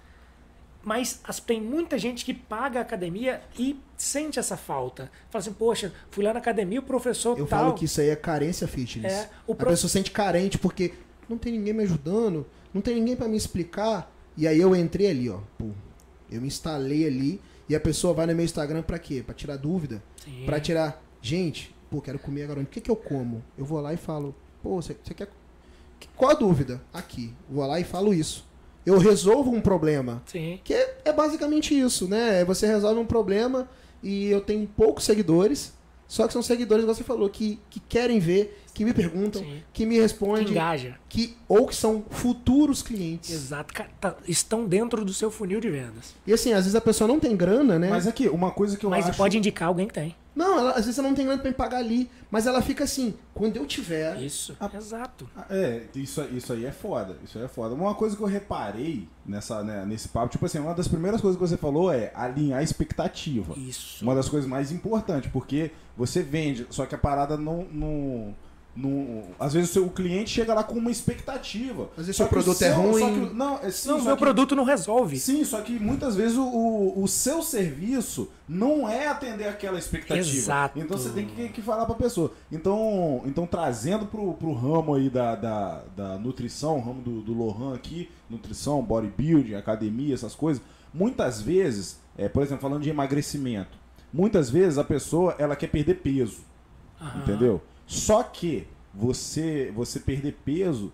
Mas as, tem muita gente que paga a academia e sente essa falta. Fala assim, poxa, fui lá na academia, o professor Eu tal... falo que isso aí é carência fitness. É, o A prof- pessoa se sente carente porque não tem ninguém me ajudando, não tem ninguém pra me explicar. E aí eu entrei ali, ó. Pô, eu me instalei ali e a pessoa vai no meu Instagram pra quê? Pra tirar dúvida? Sim. Pra tirar... Gente, pô, quero comer agora. O que que eu como? Eu vou lá e falo, pô, você você quer... Qual a dúvida? Aqui. Vou lá e falo isso. Eu resolvo um problema. Sim. Que é, é basicamente isso, né? Você resolve um problema e eu tenho poucos seguidores, só que são seguidores, igual você falou, que, que querem ver, que me perguntam, Sim. que me Que respondem, engaja. que, ou que são futuros clientes. Exato. Cara, tá- estão dentro do seu funil de vendas. E assim, às vezes a pessoa não tem grana, né? Mas aqui, uma coisa que eu Mas acho... pode indicar alguém que tem. Não, ela, às vezes ela não tem grana pra me pagar ali, mas ela fica assim, quando eu tiver... Isso. Exato. É, isso, isso aí é foda. Isso aí é foda. Uma coisa que eu reparei nessa, né, nesse papo, tipo assim, uma das primeiras coisas que você falou é alinhar a expectativa. Isso. Uma das coisas mais importantes, porque você vende, só que a parada não. não, não às vezes o, seu, o cliente chega lá com uma expectativa. Às vezes Só seu que o produto é seu- ruim. só que- não, é, sim, Não, só meu que- produto não resolve. Sim, só que muitas vezes o, o, o seu serviço não é atender aquela expectativa. Exato. Então você tem que, que falar pra pessoa. Então, então trazendo pro, pro ramo aí da, da, da nutrição, o ramo do, do Lohan aqui, nutrição, bodybuilding, academia, essas coisas, muitas vezes, é, por exemplo, falando de emagrecimento, muitas vezes a pessoa ela quer perder peso, Aham. entendeu? Só que você, você perder peso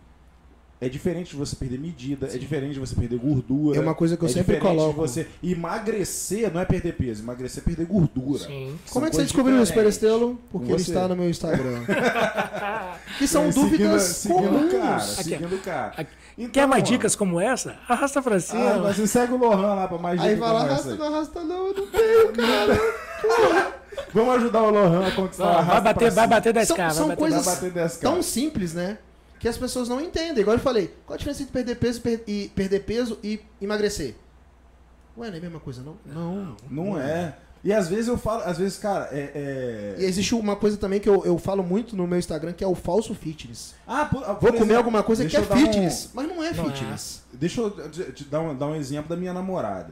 é diferente de você perder medida, é diferente de você perder gordura. É uma coisa que eu é sempre diferente de coloco. Você emagrecer não é perder peso, emagrecer é perder gordura. Sim. Como é que São você descobriu isso, coisas Perestelo? Porque ele Você. está no meu Instagram. Que são É, dúvidas seguindo, comuns. seguindo o cara, Aqui, seguindo o cara. aqui. Então, Quer mais mano, dicas como essa? Arrasta pra cima. Ah, mas você segue o Lohan lá pra mais Aí dicas vai lá, como essa arrasta, aí. não arrasta não, eu não tenho, cara. Vamos ajudar o Lohan a conquistar a Vai, raça bater, pra vai cima. bater dez k. São, vai são bater coisas vai bater dez K. tão simples, né? Que as pessoas não entendem. Igual eu falei, qual a diferença entre perder peso e, per- e perder peso e emagrecer? Ué, não é a mesma coisa, não? Não. Não é. E às vezes eu falo, às vezes, cara, é. E é... existe uma coisa também que eu, eu falo muito no meu Instagram, que é o falso fitness. Ah, por, por Vou comer exemplo, alguma coisa que deixa é eu dar um- fitness, mas não é Não é. fitness. Deixa eu te- te dar um, dar um exemplo da minha namorada.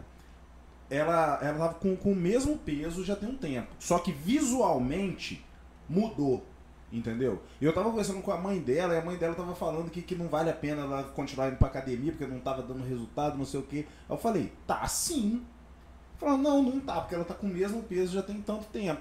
Ela, ela tava com, com o mesmo peso já tem um tempo. Só que visualmente mudou. Entendeu? E eu tava conversando com a mãe dela e a mãe dela tava falando que, que não vale a pena ela continuar indo pra academia porque não tava dando resultado, não sei o quê. Aí eu falei, tá sim. Falando, não, não tá, porque ela tá com o mesmo peso já tem tanto tempo.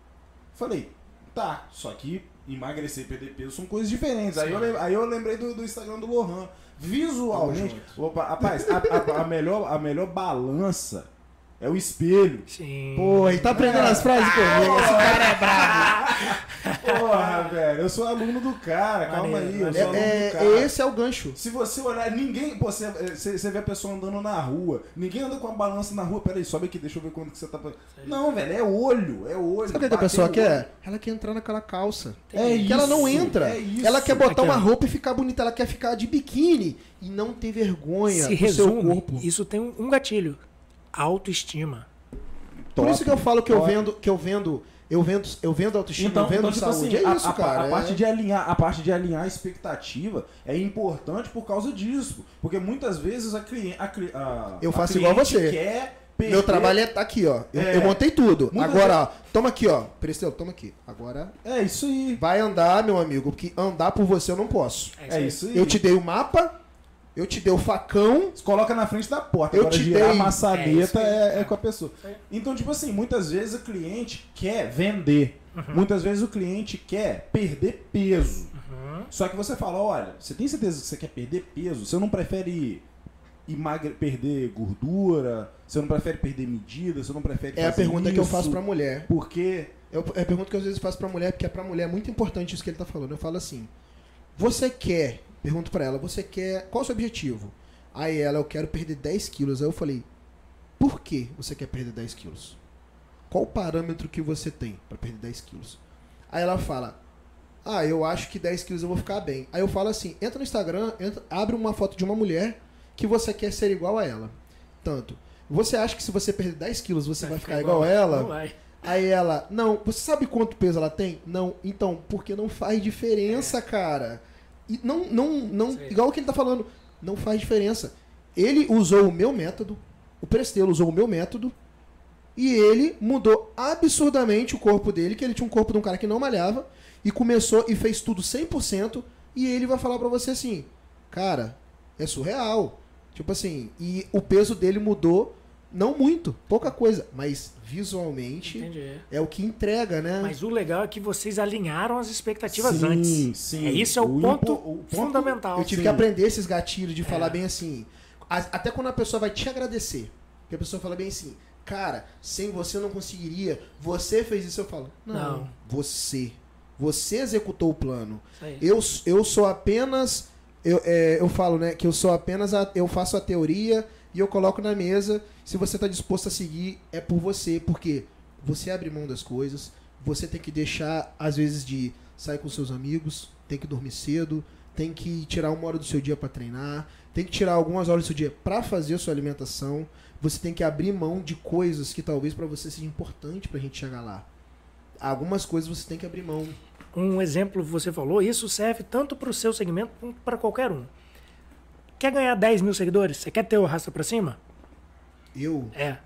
Falei, tá, só que emagrecer e perder peso são coisas diferentes. Aí eu, lem- aí eu lembrei do, do Instagram do Lohan. Visualmente, opa, rapaz, a, a- a melhor, a melhor balança é o espelho. Sim. Pô, e tá aprendendo as frases comigo. Esse cara é brabo. Porra, velho, eu sou aluno do cara, calma aí, eu sou aluno É, do cara. é, esse é o gancho. Se você olhar, ninguém. Pô, você, você, você vê a pessoa andando na rua. Ninguém anda com a balança na rua. Peraí, sobe aqui, deixa eu ver quanto que você tá. Não, velho, é olho, é olho. Sabe o que a Bateu pessoa o quer? olho. Ela quer entrar naquela calça. É Que ela não isso, entra. é isso. Ela quer botar Aqui, uma ó. roupa e ficar bonita. Ela quer ficar de biquíni e não ter vergonha Se do seu resume, corpo. isso tem um, um gatilho. Autoestima. Por isso que eu falo que eu Top. vendo, que eu vendo, eu vendo, eu vendo autoestima, Então, eu vendo então tipo saúde. assim, é a- isso, a, cara. A, parte é- de alinhar, a parte de alinhar a expectativa é importante por causa disso. Porque muitas vezes a cliente. A, cli- a, Eu a faço igual cliente você. Quer perder. Meu trabalho é tá aqui, ó. Eu, É. eu montei tudo. Muita Agora, ó, toma aqui, ó. Presteu, toma aqui. Agora É isso aí. vai andar, meu amigo, porque andar por você eu não posso. É isso aí. Eu te dei o mapa, eu te dei o facão. Você coloca na frente da porta. Eu Agora te girar dei- a maçaneta É, isso é, aí. é com a pessoa. Isso aí. Então, tipo assim, muitas vezes o cliente quer vender. Uhum. Muitas vezes o cliente quer perder peso. Uhum. Só que você fala, olha, você tem certeza que você quer perder peso? Você não prefere emagre perder gordura? Você não prefere perder medida? Você não prefere É a fazer pergunta que eu isso? faço pra mulher. Porque... Eu, é a pergunta que eu às vezes faço pra mulher, porque é pra mulher muito importante isso que ele tá falando. Eu falo assim: você quer, pergunto pra ela, você quer, qual é o seu objetivo? Aí ela, eu quero perder dez quilos. Aí eu falei, por que você quer perder dez quilos? Qual o parâmetro que você tem pra perder dez quilos? Aí ela fala, ah, eu acho que dez quilos eu vou ficar bem. Aí eu falo assim, entra no Instagram, entra, abre uma foto de uma mulher que você quer ser igual a ela. Tanto, você acha que se você perder dez quilos você vai, ficar igual a ela? Não vai. Aí ela, não, você sabe quanto peso ela tem? Não, então, porque não faz diferença, é. cara. E não, não, não, Sim. igual o que ele tá falando, não faz diferença. Ele usou o meu método, o Prestelo usou o meu método, e ele mudou absurdamente o corpo dele, que ele tinha um corpo de um cara que não malhava, e começou e fez tudo cem por cento, e ele vai falar pra você assim, cara, é surreal. Tipo assim, e o peso dele mudou, não muito, pouca coisa, mas visualmente Entendi. É o que entrega, né? Mas o legal é que vocês alinharam as expectativas sim, antes. Sim, é Isso é o, o ponto, impo, o ponto fundamental. Eu tive sim. que aprender esses gatilhos de é. falar bem assim, até quando a pessoa vai te agradecer, que a pessoa fala bem assim, cara, sem você eu não conseguiria, você fez isso, eu falo, não, não. você, você executou o plano, eu, eu sou apenas, eu, é, eu falo, né, que eu sou apenas, a, eu faço a teoria e eu coloco na mesa, se você está disposto a seguir, é por você, porque você abre mão das coisas, você tem que deixar, às vezes, de sair com seus amigos, tem que dormir cedo, tem que tirar uma hora do seu dia para treinar, tem que tirar algumas horas do seu dia para fazer a sua alimentação. Você tem que abrir mão de coisas que talvez para você seja importante pra gente chegar lá. Algumas coisas você tem que abrir mão. Um exemplo que você falou, isso serve tanto para o seu segmento quanto para qualquer um. Quer ganhar dez mil seguidores? Você quer ter o arrasta pra cima? Eu? É.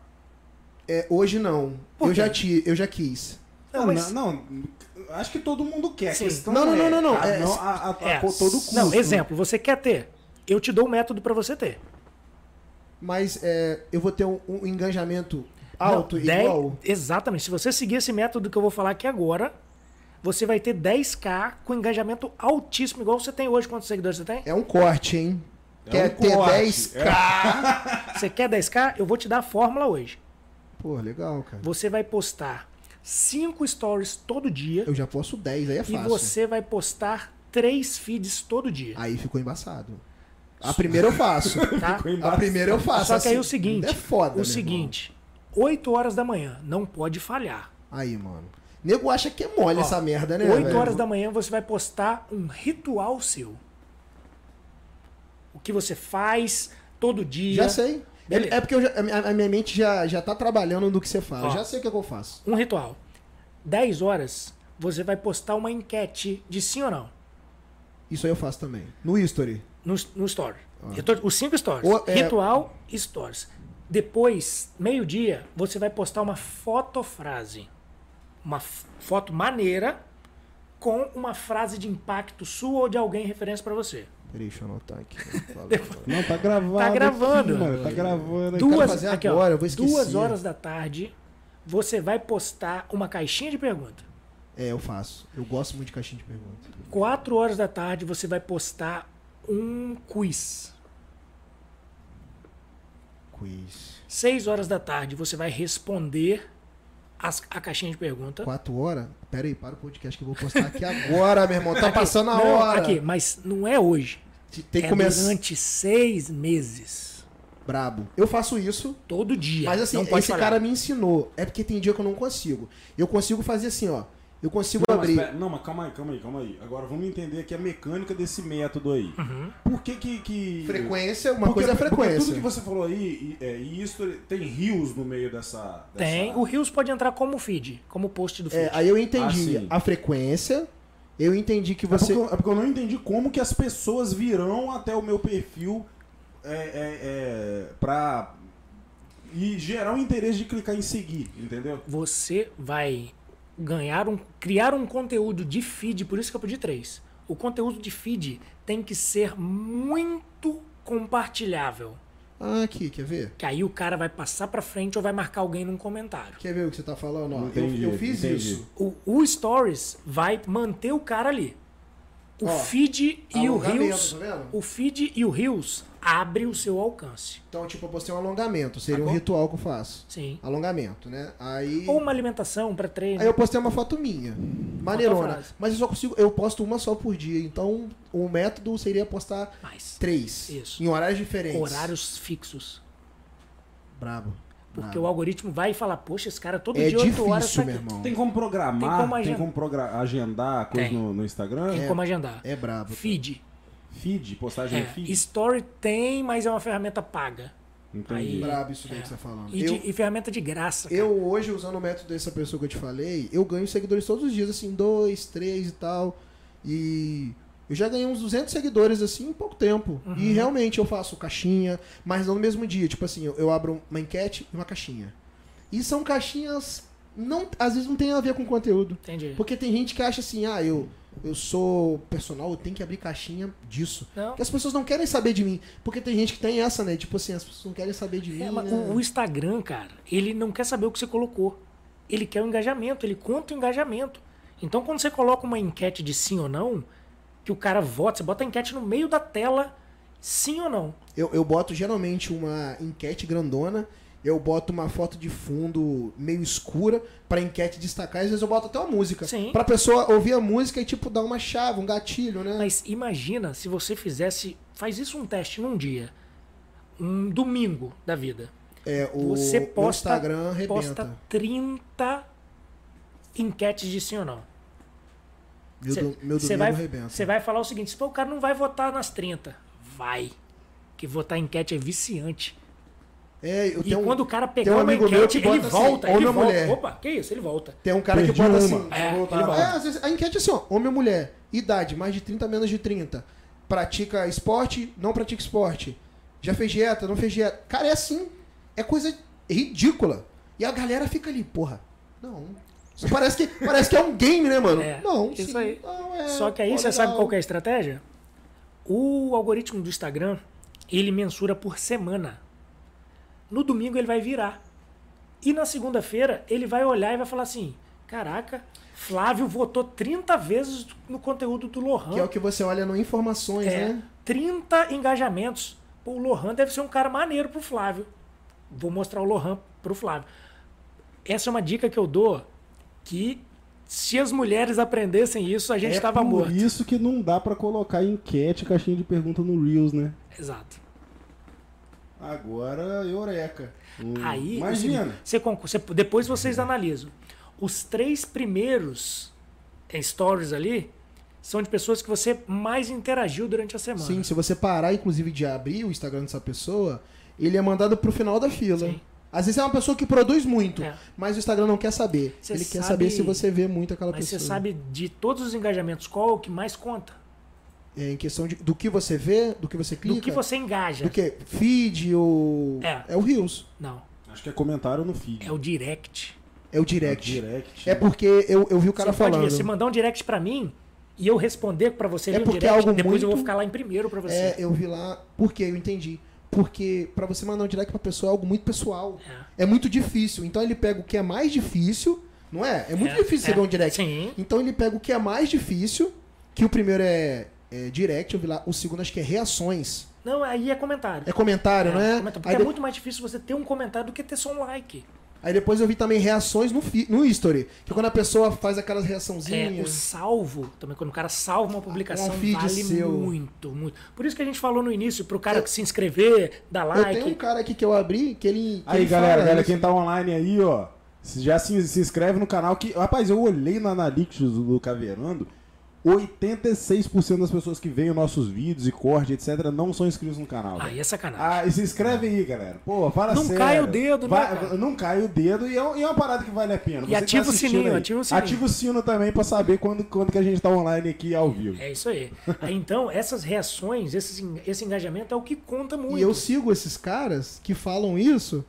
é hoje não. Eu já, ti, eu já quis. Não, mas... não, não, acho que todo mundo quer. Não, não, não, não, não. A, é, não a, a, é, a, todo custo. Não, exemplo, você quer ter. Eu te dou um método para você ter. Mas é, eu vou ter um, um engajamento alto não, igual? dez, exatamente. Se você seguir esse método que eu vou falar aqui agora, você vai ter dez K com engajamento altíssimo, igual você tem hoje. Quantos seguidores você tem? É um corte, hein? É quer um ter corte. dez K? É. Você quer dez K? Eu vou te dar a fórmula hoje. Pô, legal, cara. Você vai postar cinco stories todo dia. Eu já posto dez, aí é fácil. E você vai postar três feeds todo dia. Aí ficou embaçado. A primeira eu faço. Tá? A primeira eu faço. Só que aí assim, o seguinte. É foda, O seguinte. oito horas da manhã. Não pode falhar. Aí, mano. Nego acha que é mole Ó, essa merda, né? oito horas da manhã você vai postar um ritual seu. O que você faz todo dia. Já sei. Beleza. É porque eu já, a minha mente já, já tá trabalhando no que você faz. Ó, já sei o que, é que eu faço. Um ritual. dez horas você vai postar uma enquete de sim ou não. Isso aí eu faço também. No history. No, no story. Ah. Tô, os cinco stories. O, é... Ritual e stories. Depois, meio-dia, você vai postar uma fotofrase. Uma foto maneira com uma frase de impacto sua ou de alguém em referência para você. Peraí, deixa eu anotar aqui. Não, tá gravando. Tá gravando. Aqui, mano, tá gravando. Duas, fazer aqui, agora, ó, eu vou esquecer. Duas horas da tarde, você vai postar uma caixinha de pergunta. É, eu faço. Eu gosto muito de caixinha de pergunta. Quatro horas da tarde, você vai postar um quiz. Quiz. Seis horas da tarde, você vai responder as, a caixinha de pergunta. Quatro horas? Pera aí, para o podcast que eu vou postar aqui agora, meu irmão. Tá aqui, passando a não, hora. Aqui, mas não é hoje. Tem que é começar... durante seis meses. Brabo. Eu faço isso. Todo dia. Mas assim, esse falhar. cara me ensinou. É porque tem dia que eu não consigo. Eu consigo fazer assim, ó. Eu consigo não, abrir... Mas, pera, não, mas calma aí, calma aí, calma aí. Agora vamos entender aqui a mecânica desse método aí. Uhum. Por que que... que... Frequência, uma porque, coisa é frequência. Porque tudo que você falou aí, e, é, e isso tem rios no meio dessa... dessa... Tem. O rios pode entrar como feed, como post do feed. É, aí eu entendi ah, a frequência, eu entendi que você... É porque, eu, é porque eu não entendi como que as pessoas virão até o meu perfil é, é, é, pra... E gerar o interesse de clicar em seguir, entendeu? Você vai... ganhar um, criar um conteúdo de feed, por isso que eu pedi três. O conteúdo de feed tem que ser muito compartilhável. Ah, aqui, quer ver? Que aí o cara vai passar pra frente ou vai marcar alguém num comentário. Quer ver o que você tá falando? Ó, entendi, eu, eu fiz entendi. isso. O, o Stories vai manter o cara ali. O Ó, feed e o Reels. Tá o feed e o Reels abre o seu alcance. Então, tipo, eu postei um alongamento. Seria tá um ritual que eu faço. Sim. Alongamento, né? Aí... Ou uma alimentação para treino. Aí eu postei uma foto minha. Maneirona. Mas eu só consigo... Eu posto uma só por dia. Então, o método seria postar Mais. três. Isso. Em horários diferentes. Horários fixos. Brabo. Porque Brabo. o algoritmo vai falar, poxa, esse cara todo é dia, oito horas... Tá meu irmão. Tem como programar? Tem como, agenda... tem como progra... agendar coisa no, no Instagram? Tem é, como agendar. É brabo. Feed. Feed, postagem é, no feed? Story tem, mas é uma ferramenta paga. Entendi. Aí, Brabo isso daí é. que você tá falando. E, Eu, de, e ferramenta de graça, cara. eu hoje, usando o método dessa pessoa que eu te falei, eu ganho seguidores todos os dias, assim, dois, três e tal. E eu já ganhei uns duzentos seguidores, assim, em pouco tempo. Uhum. E realmente eu faço caixinha, mas não no mesmo dia. Tipo assim, eu, eu abro uma enquete e uma caixinha. E são caixinhas, não, às vezes não tem a ver com conteúdo. Entendi. Porque tem gente que acha assim, ah, eu, eu sou personal, eu tenho que abrir caixinha disso. Não. Porque as pessoas não querem saber de mim. Porque tem gente que tem essa, né? Tipo assim, as pessoas não querem saber de mim, É, mas né? o, o Instagram, cara, ele não quer saber o que você colocou. Ele quer o engajamento, ele conta o engajamento. Então, quando você coloca uma enquete de sim ou não, que o cara vota, você bota a enquete no meio da tela, sim ou não. Eu, eu boto geralmente uma enquete grandona, eu boto uma foto de fundo meio escura pra enquete destacar, às vezes eu boto até uma música. Sim. Pra pessoa ouvir a música e tipo dar uma chave, um gatilho, né? Mas imagina se você fizesse, faz isso um teste num dia, um domingo da vida. É, o, Você o posta, Instagram arrebenta. posta trinta enquetes de sim ou não. Meu, do, meu Você domingo vai, arrebenta. você vai falar o seguinte, pô, o cara não vai votar nas trinta. Vai. Que votar em enquete é viciante. É, eu E tenho um- quando o cara tem pegar um uma amigo meu enquete, que ele bota assim, volta, ele homem ou volta. mulher. Opa, que isso, ele volta. Tem um cara Perdi que bota uma. assim. É, vou voltar. ele volta. É, às vezes a enquete é assim, ó, homem ou mulher, idade, mais de trinta, menos de trinta. Pratica esporte, não pratica esporte. Já fez dieta, não fez dieta. Cara, é assim. É coisa ridícula. E a galera fica ali, porra. Não. Isso parece que, parece que é um game, né, mano? É, não, isso sim. aí. Não, é, Só que aí pô, você legal. sabe qual que é a estratégia? O algoritmo do Instagram, ele mensura por semana. No domingo ele vai virar. E na segunda-feira ele vai olhar e vai falar assim, caraca, Flávio votou trinta vezes no conteúdo do Lohan. Que é o que você olha no Informações, É, né? trinta engajamentos. Pô, o Lohan deve ser um cara maneiro pro Flávio. Vou mostrar o Lohan pro Flávio. Essa é uma dica que eu dou, que se as mulheres aprendessem isso, a gente É estava por morto. isso que não dá pra colocar enquete, caixinha de pergunta no Reels, né? Exato. Agora, eureka. Hum, Aí, imagina. você, concu- você- depois vocês analisam. Os três primeiros eh, stories ali são de pessoas que você mais interagiu durante a semana. Sim, se você parar, inclusive, de abrir o Instagram dessa pessoa, ele é mandado pro final da fila. Sim. Às vezes é uma pessoa que produz muito, É. mas o Instagram não quer saber. Você ele quer sabe- saber se você vê muito aquela Mas pessoa. você sabe de todos os engajamentos qual é o que mais conta? É, em questão de, do que você vê, do que você clica, Do que você engaja. do que feed ou... É. o Reels, Não, Acho que é comentário no feed. é o direct. é o direct. Direct. É porque eu, eu vi o cara você pode falando... ver, se mandar um direct pra mim e eu responder pra você É ali um porque direct, é algo depois eu vou muito- ficar lá em primeiro pra você. É, eu vi lá... Por quê? Eu entendi. Porque pra você mandar um direct pra pessoa é algo muito pessoal. É. É muito difícil. Então ele pega o que é mais difícil, não é? É muito É, difícil você é. ver um direct. Sim. Então ele pega o que é mais difícil, que o primeiro é, é direct, eu vi lá. O segundo acho que é reações. Não, aí é comentário. É comentário, É, não é? comenta- porque Aí, é de- muito mais difícil você ter um comentário do que ter só um like. aí depois eu vi também reações no, fi- no history. Que é quando a pessoa faz aquelas É, o reaçãozinhas. salvo, também quando o cara salva uma publicação, Um feed vale seu. muito, muito. Por isso que a gente falou no início, pro cara Eu- que se inscrever, dar Eu like. tenho um cara aqui que eu abri, que ele. que Aí, ele galera, fala galera, isso. quem tá online aí, ó, se- já se, se inscreve no canal que... Rapaz, eu olhei no Analytics do, do Caveirando, oitenta e seis por cento das pessoas que veem os nossos vídeos e corte, etcétera, não são inscritos no canal. Aí velho. é sacanagem. Ah, e se inscreve aí, galera. Pô, fala Não sério. cai o dedo, né, Vai- cara? Não cai o dedo e é, um- e é uma parada que vale a pena. E Você que tá ativa o assistindo sininho, aí, ativa o sininho. Ativa o sino também pra saber quando, quando que a gente tá online aqui ao vivo. É isso aí. Aí, então, essas reações, esses, en- esse engajamento é o que conta muito. E eu sigo esses caras que falam isso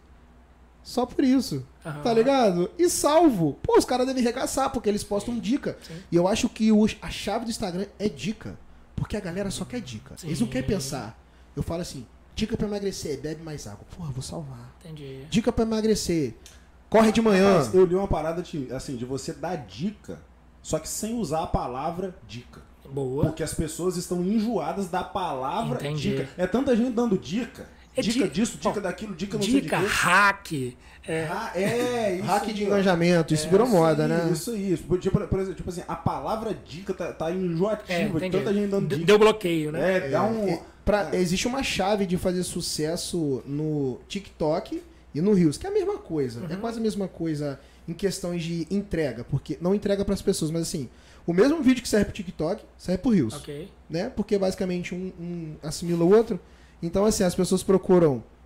só por isso. Aham. Tá ligado? E salvo. Pô, os caras devem regaçar, porque eles postam dica. Sim. E eu acho que o- a chave do Instagram é dica. Porque a galera só quer dica. Eles não Sim. querem pensar. Eu falo assim, dica pra emagrecer, bebe mais água. Porra, vou salvar. Entendi. Dica pra emagrecer, corre de manhã. Mas eu li uma parada de, assim, de você dar dica, só que sem usar a palavra dica. Boa. Porque as pessoas estão enjoadas da palavra Entendi. dica. É tanta gente dando dica. É dica di- disso, dica Ó, daquilo, dica não Dica, sei de quê. hack. É, Ah, é, isso Hack aí, de ó. engajamento, isso É, virou isso moda, aí, né? Isso aí. Tipo, tipo, por exemplo, tipo assim, a palavra dica tá, tá é, enjoativa. de entendi. tanta gente dando D- dica. Deu bloqueio, né? É, dá um... É, pra- existe uma chave de fazer sucesso no TikTok e no Reels, que é a mesma coisa. Uhum. É quase a mesma coisa em questões de entrega, porque não entrega pras pessoas, mas assim, o mesmo vídeo que serve pro TikTok serve pro Reels, Ok. né? Porque basicamente um, um assimila o outro. Então assim, as pessoas procuram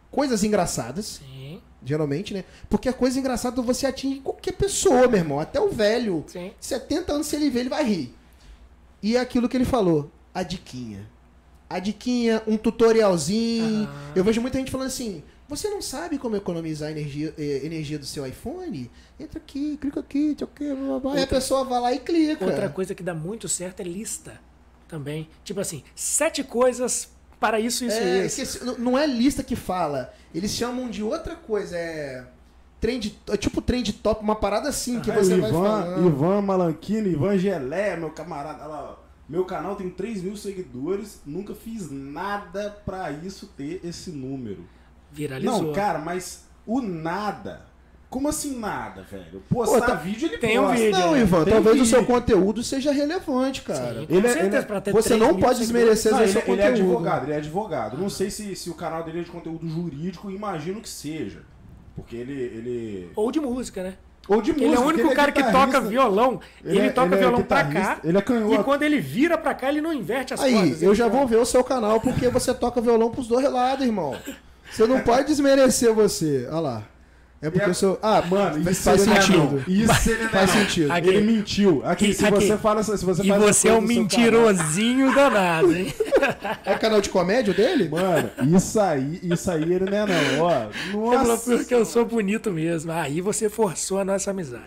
coisas engraçadas. Sim. Geralmente, né? Porque a coisa engraçada você atinge qualquer pessoa, meu irmão. Até o velho. Sim. setenta anos, se ele ver, ele vai rir. E é aquilo que ele falou. A diquinha. A diquinha, um tutorialzinho. Ah. Eu vejo muita gente falando assim... Você não sabe como economizar energia, eh, energia do seu iPhone? Entra aqui, clica aqui, tchau, blá, blá, blá. Aí a pessoa vai lá e clica. Outra coisa que dá muito certo é lista também. Tipo assim, sete coisas para isso, isso É, e isso. esqueci, n- não é lista que fala. Eles chamam de outra coisa. É... Trend, é tipo trend top, uma parada assim que Aí, você o vai Ivan, falando. Ivan Malanquini, Ivan Gelé, meu camarada. Olha lá, ó. Meu canal tem três mil seguidores, nunca fiz nada pra isso ter esse número. Viralizou. Não, cara, mas o nada. Como assim nada, velho? Postar Pô, tá- vídeo ele tem um posta. vídeo, Não, né? Ivan, Tem talvez o vídeo. seu conteúdo seja relevante, cara. Sim, com Ele é- certeza, ele é- pra ter Você três não mil pode seguidores. desmerecer Não, o ele, seu ele é conteúdo. advogado, ele é advogado. Não sei se, se o canal dele é de conteúdo jurídico, imagino que seja. Porque ele. ele... Ou de música, né? Ou de Ele música. é o único ele é cara que guitarrista. toca violão. Ele, é- toca ele é violão pra cá. guitarrista, ele é canhoto. E quando ele vira pra cá, ele não inverte as Aí, cordas. eu ele já toca. vou ver o seu canal porque você toca violão pros dois lados, irmão. Você não pode desmerecer você. Olha lá. É porque E a- eu sou. Ah, Mano, isso faz ele não é sentido. não. Isso ele não é Faz não. sentido. Aqui. Ele mentiu. Aqui, E- se aqui. você fala, se você E faz as você é um coisas no seu mentirosinho danado, hein? É canal de comédia dele? Mano, isso aí, isso aí ele não é não, ó. Ele falou, Nossa. porque eu sou bonito mesmo. Aí você forçou a nossa amizade.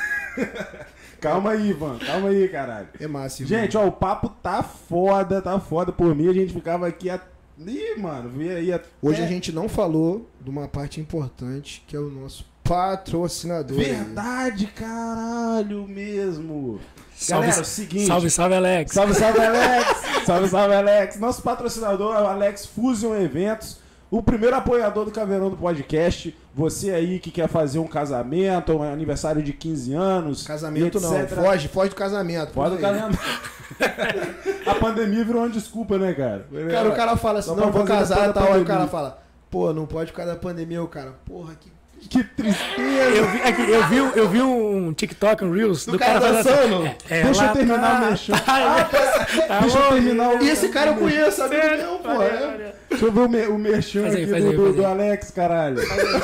Calma aí, Ivan. Calma aí, caralho. É massa, irmão. Gente, ó, o papo tá foda, tá foda. Por mim, a gente ficava aqui a... Ih, mano, vê aí até... Hoje a gente não falou de uma parte importante, que é o nosso patrocinador. aí. Verdade, caralho mesmo. Salve, Galera, é o seguinte... salve, salve, Alex. Salve, salve, Alex! Salve, salve, Alex! Nosso patrocinador é o Alex Fusion Eventos, o primeiro apoiador do Caveirão do Podcast. Você aí que quer fazer um casamento, um aniversário de quinze anos. Casamento e não, etcétera. foge, foge do casamento. Foge do Por aí. casamento. A pandemia virou uma desculpa, né, cara? Cara, o cara fala assim, Só não, pra vou fazer casar depois e da tal. Aí o pandemia. cara fala, pô, não pode por causa da pandemia, o cara. Porra, que... Que tristeza! Eu vi, aqui, eu, vi, eu vi um TikTok, um Reels, do, Do cara falando dançando? assim, é, Deixa eu ela terminar tá- o mexão. tá- tá Deixa eu bom, terminar o... E esse cara eu conheço, amigo Sério? meu, pô. Olha, é. olha. Deixa eu ver o, me, o merchan Faz aí, aqui faz do, aí, do, faz do aí. Alex, caralho.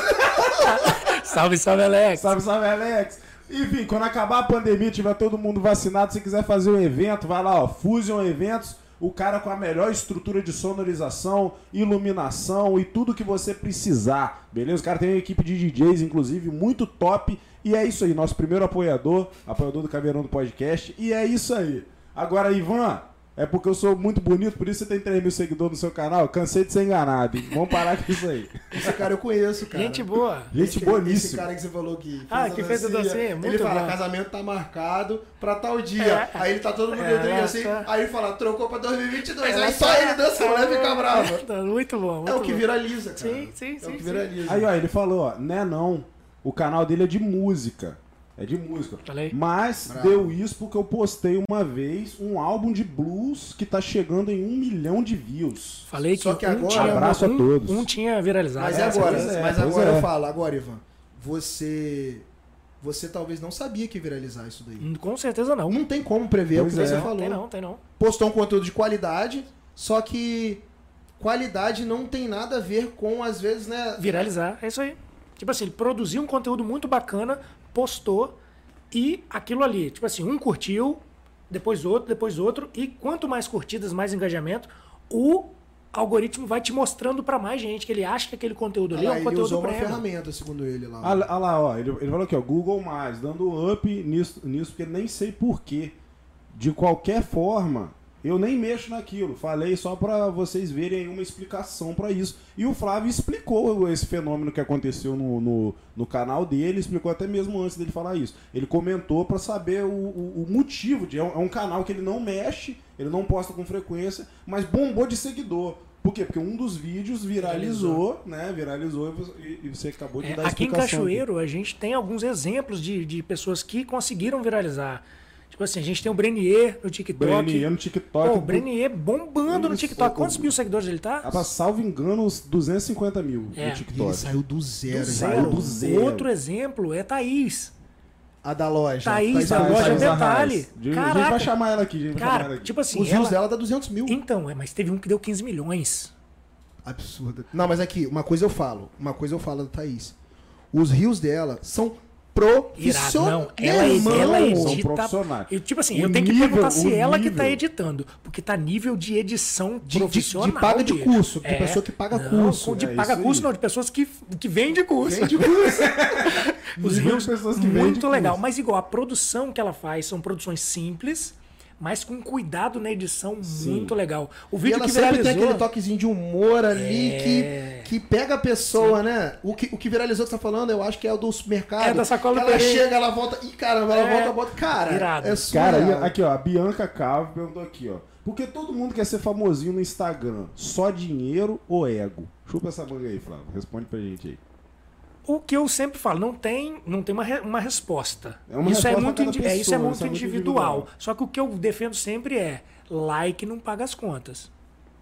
Salve, salve, Alex. Salve, salve, Alex. Enfim, quando acabar a pandemia, tiver todo mundo vacinado, se quiser fazer um evento, vai lá, ó, Fusion Eventos, o cara com a melhor estrutura de sonorização, iluminação e tudo que você precisar, beleza? O cara tem uma equipe de D Js, inclusive, muito top. E é isso aí, nosso primeiro apoiador, apoiador do Caveirão do Podcast. E é isso aí. Agora, Ivan, é porque eu sou muito bonito, por isso você tem três mil seguidores no seu canal. Cansei de ser enganado, hein? Vamos parar com isso aí. Esse cara eu conheço, cara. Gente boa. Gente Esse- Esse boníssima. cara que você falou que fez Ah, a que fez o dancinha, docinho, muito Ele fala, bom. casamento tá marcado pra tal dia. É. Aí ele tá todo mundo É, dentro assim, tá. aí ele fala, trocou pra dois mil e vinte e dois. Mas Aí só ele dança, não é ficar bravo. Tá muito bom, muito É o que bom. viraliza, cara. Sim, sim, É sim, o que sim. viraliza. Aí, ó, ele falou, ó, né não, o canal dele é de música. É de música. Falei. Mas Bravo. deu isso porque eu postei uma vez um álbum de blues que tá chegando em um milhão de views. Falei que, Só que um, agora- tinha, Abraço a um, todos. um tinha viralizado. Mas É, agora, pois é, mas pois agora é. eu falo, agora, Ivan, você. Você talvez não sabia que ia viralizar isso daí. Com certeza não. Não tem como prever é o Pois que é. você Não, falou. tem não, tem não. Postou um conteúdo de qualidade, só que qualidade não tem nada a ver com, às vezes, né? Viralizar, é isso aí. Tipo assim, ele produziu um conteúdo muito bacana, postou, e aquilo ali, tipo assim, um curtiu, depois outro, depois outro, e quanto mais curtidas, mais engajamento, o algoritmo vai te mostrando pra mais gente que ele acha que aquele conteúdo ali Ah, é um ele conteúdo usou uma premium. ferramenta, segundo ele lá. Ah, ah lá, ó, ele, ele falou aqui, ó, Google Mais, dando up nisso, nisso, porque nem sei porquê. De qualquer forma, eu nem mexo naquilo. Falei só pra vocês verem uma explicação pra isso. E o Flávio explicou esse fenômeno que aconteceu no, no, no canal dele, explicou até mesmo antes dele falar isso. Ele comentou pra saber o, o, o motivo. De, é, um, é um canal que ele não mexe, ele não posta com frequência, mas bombou de seguidor. Por quê? Porque um dos vídeos viralizou, né? Viralizou e você, e você acabou de É, dar a aqui em explicação. Cachoeiro, a gente tem alguns exemplos de, de pessoas que conseguiram viralizar. Tipo assim, a gente tem o Brenier no TikTok. Brenier no TikTok. Pô, o Brenier bombando no Isso, TikTok. o- Quantos mil seguidores ele tá? Ah, salvo engano, uns duzentos e cinquenta mil É. no TikTok. Ele saiu do zero. Do gente. saiu do zero. Outro exemplo é Thaís. A da loja. Thaís, Tá da aí, loja Thaís Detalhe. Arraes. A gente Caraca. vai chamar ela aqui, a gente vai chamar ela Cara, aqui. tipo assim, Os views ela... dela dá duzentos mil. Então, é, mas teve um que deu quinze milhões. Absurda. Não, mas aqui, uma coisa eu falo. Uma coisa eu falo da Thaís. Os rios dela são profissionais. Não, ela, ela edita. São profissionais. Eu, tipo assim, O eu tenho que nível, perguntar se o ela nível. que tá editando. Porque tá nível de edição De, de, profissional. de paga de bicho. curso. Tem É. pessoa que paga Não, curso. de é paga isso curso, aí. não, de pessoas que, que vendem curso. Vende curso. Os Nível rios, de pessoas que vendem muito legal. curso. Mas igual, a produção que ela faz são produções simples, mas com cuidado na edição muito legal. O E vídeo ela que sempre viralizou... tem aquele toquezinho de humor ali É. que, que pega a pessoa, né? O que, o que viralizou que você tá falando, eu acho que é o do supermercado. É, da sacola que do ela Pereira. chega, ela volta. Ih, caramba, ela É. volta, volta. Cara, Irado. é Cara, surreal. e aqui ó, a Bianca Cavo perguntou aqui, ó. Porque todo mundo quer ser famosinho no Instagram. Só dinheiro ou ego? Chupa essa manga aí, Flávio. Responde pra gente aí. O que eu sempre falo, não tem, não tem uma, re- uma resposta. É uma isso, é resposta muito pra cada indi- é, isso é pessoa, muito isso é muito individual. individual. Só que o que eu defendo sempre é like não paga as contas.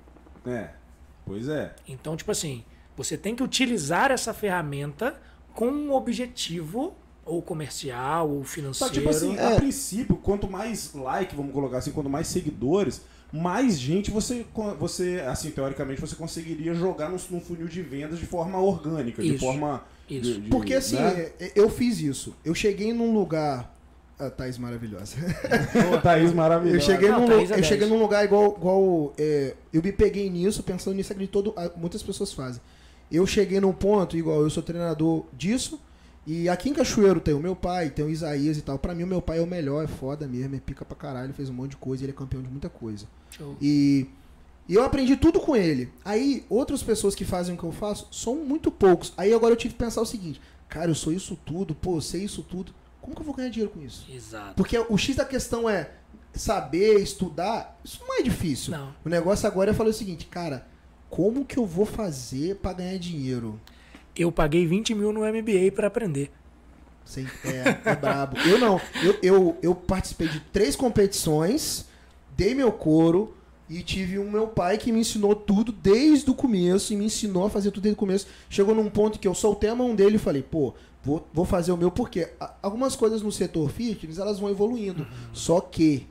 É, pois é. Então, tipo assim, você tem que utilizar essa ferramenta com um objetivo ou comercial ou Só financeiro. que, tipo assim, É. a princípio, quanto mais like, vamos colocar assim, quanto mais seguidores, mais gente você, você assim, teoricamente, você conseguiria jogar num, num funil de vendas de forma orgânica, de Isso, forma... isso. de- de- Porque assim, né? eu fiz isso. Eu cheguei num lugar. A Thaís maravilhosa. Thaís maravilhosa. Eu cheguei, Não, num, Thaís é eu dez. cheguei num lugar igual. igual é, eu me peguei nisso, pensando nisso, acredito todo, ah, muitas pessoas fazem. Eu cheguei num ponto, igual eu sou treinador disso, e aqui em Cachoeiro tem o meu pai, tem o Isaías e tal. Pra mim, o meu pai é o melhor, é foda mesmo, é pica pra caralho, fez um monte de coisa, ele é campeão de muita coisa. Show. E, e eu aprendi tudo com ele. Aí, outras pessoas que fazem o que eu faço são muito poucos. Aí agora eu tive que pensar o seguinte: cara, eu sou isso tudo, pô, eu sei isso tudo. Como que eu vou ganhar dinheiro com isso? Exato. Porque o X da questão é saber, estudar, isso não é difícil. Não. O negócio agora é falar o seguinte, cara, como que eu vou fazer pra ganhar dinheiro? Eu paguei vinte mil no M B A pra aprender. Sem, é, é brabo. Eu não. Eu, eu, eu participei de três competições, dei meu couro e tive um meu pai que me ensinou tudo desde o começo e me ensinou a fazer tudo desde o começo. Chegou num ponto que eu soltei a mão dele e falei, pô, vou, vou fazer o meu, porque a- algumas coisas no setor fitness, elas vão evoluindo. Só que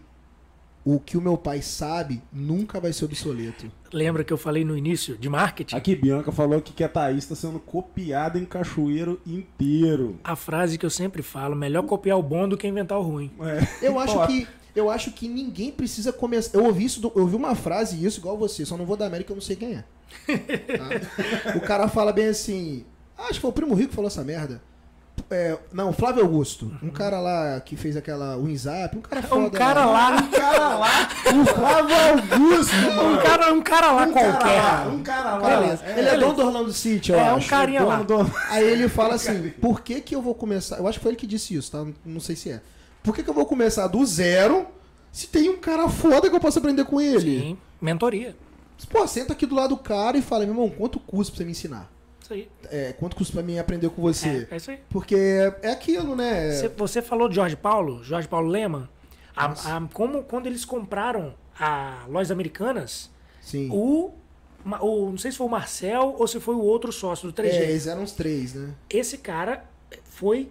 o que o meu pai sabe nunca vai ser obsoleto. Lembra que eu falei no início de marketing? Aqui, Bianca falou que a Thaís está sendo copiada em Cachoeiro inteiro. A frase que eu sempre falo, melhor copiar o bom do que inventar o ruim. É. Eu acho Ó, que eu acho que ninguém precisa começar. Eu ouvi isso, do- eu ouvi uma frase isso igual você, só não vou da América, eu não sei quem é. Tá? O cara fala bem assim, acho que foi o Primo Rico que falou essa merda. É, não, Flávio Augusto, um cara lá que fez aquela WinZap, um cara foda. Um cara lá, Um cara lá, o Flávio Augusto, mano. um cara, um cara lá Um cara qualquer. lá, um cara lá. Beleza. É, Ele é beleza. dono do Orlando City, eu É, um acho. carinha lá. dono do- Aí ele fala assim, por que que eu vou começar... Eu acho que foi ele que disse isso, tá? Não sei se é. Por que que eu vou começar do zero se tem um cara foda que eu posso aprender com ele? Sim, mentoria. Pô, senta aqui do lado do cara e fala, meu irmão, quanto custa pra você me ensinar? Isso aí. É, quanto custa pra mim aprender com você? É, é isso aí. Porque é, é aquilo, né? Você, você falou de Jorge Paulo, Jorge Paulo Lehmann. A, Nossa. a- como quando eles compraram a Lojas Americanas, Sim. o, ma- o. Não sei se foi o Marcel ou se foi o outro sócio do três G. É, eles eram os três, né? Esse cara foi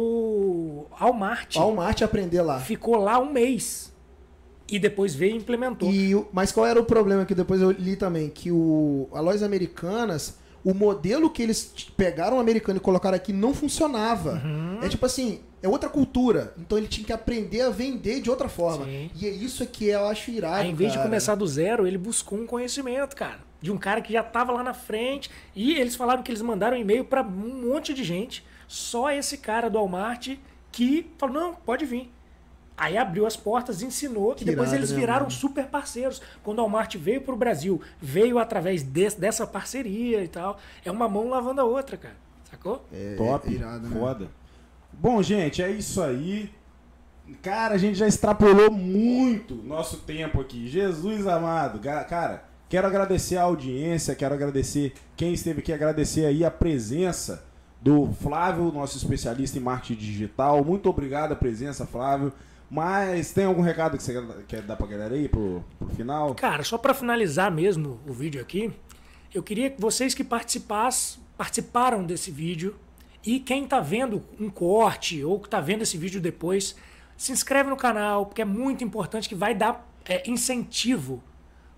pro Walmart. Walmart aprender lá. Ficou lá um mês. E depois veio e implementou. E, o- mas qual era o problema que depois eu li também? Que o, a Lojas Americanas, o modelo que eles t- pegaram o americano e colocaram aqui não funcionava. Uhum. É tipo assim, é outra cultura. Então ele tinha que aprender a vender de outra forma. Sim. E é isso é que eu acho irado, Aí, em vez de cara. começar do zero, ele buscou um conhecimento, cara. De um cara que já estava lá na frente. E eles falaram que eles mandaram um e-mail para um monte de gente. Só esse cara do Walmart que falou, não, pode vir. Aí abriu as portas, ensinou, Que e depois irado, eles né, viraram mano? super parceiros. Quando o Walmart veio pro Brasil, veio através desse- dessa parceria e tal. É uma mão lavando a outra, cara. Sacou? É, Top, é irado, né? foda. Bom, gente, é isso aí. Cara, a gente já extrapolou muito nosso tempo aqui. Jesus amado. Ga- Cara, quero agradecer a audiência, quero agradecer quem esteve aqui, agradecer aí a presença do Flávio, nosso especialista em marketing digital. Muito obrigado a presença, Flávio. Mas tem algum recado que você quer- quer dar pra galera aí pro, pro final? Cara, só para finalizar mesmo o vídeo aqui, eu queria que vocês que participassem, participaram desse vídeo e quem tá vendo um corte ou que tá vendo esse vídeo depois, se inscreve no canal, porque é muito importante que vai dar é, incentivo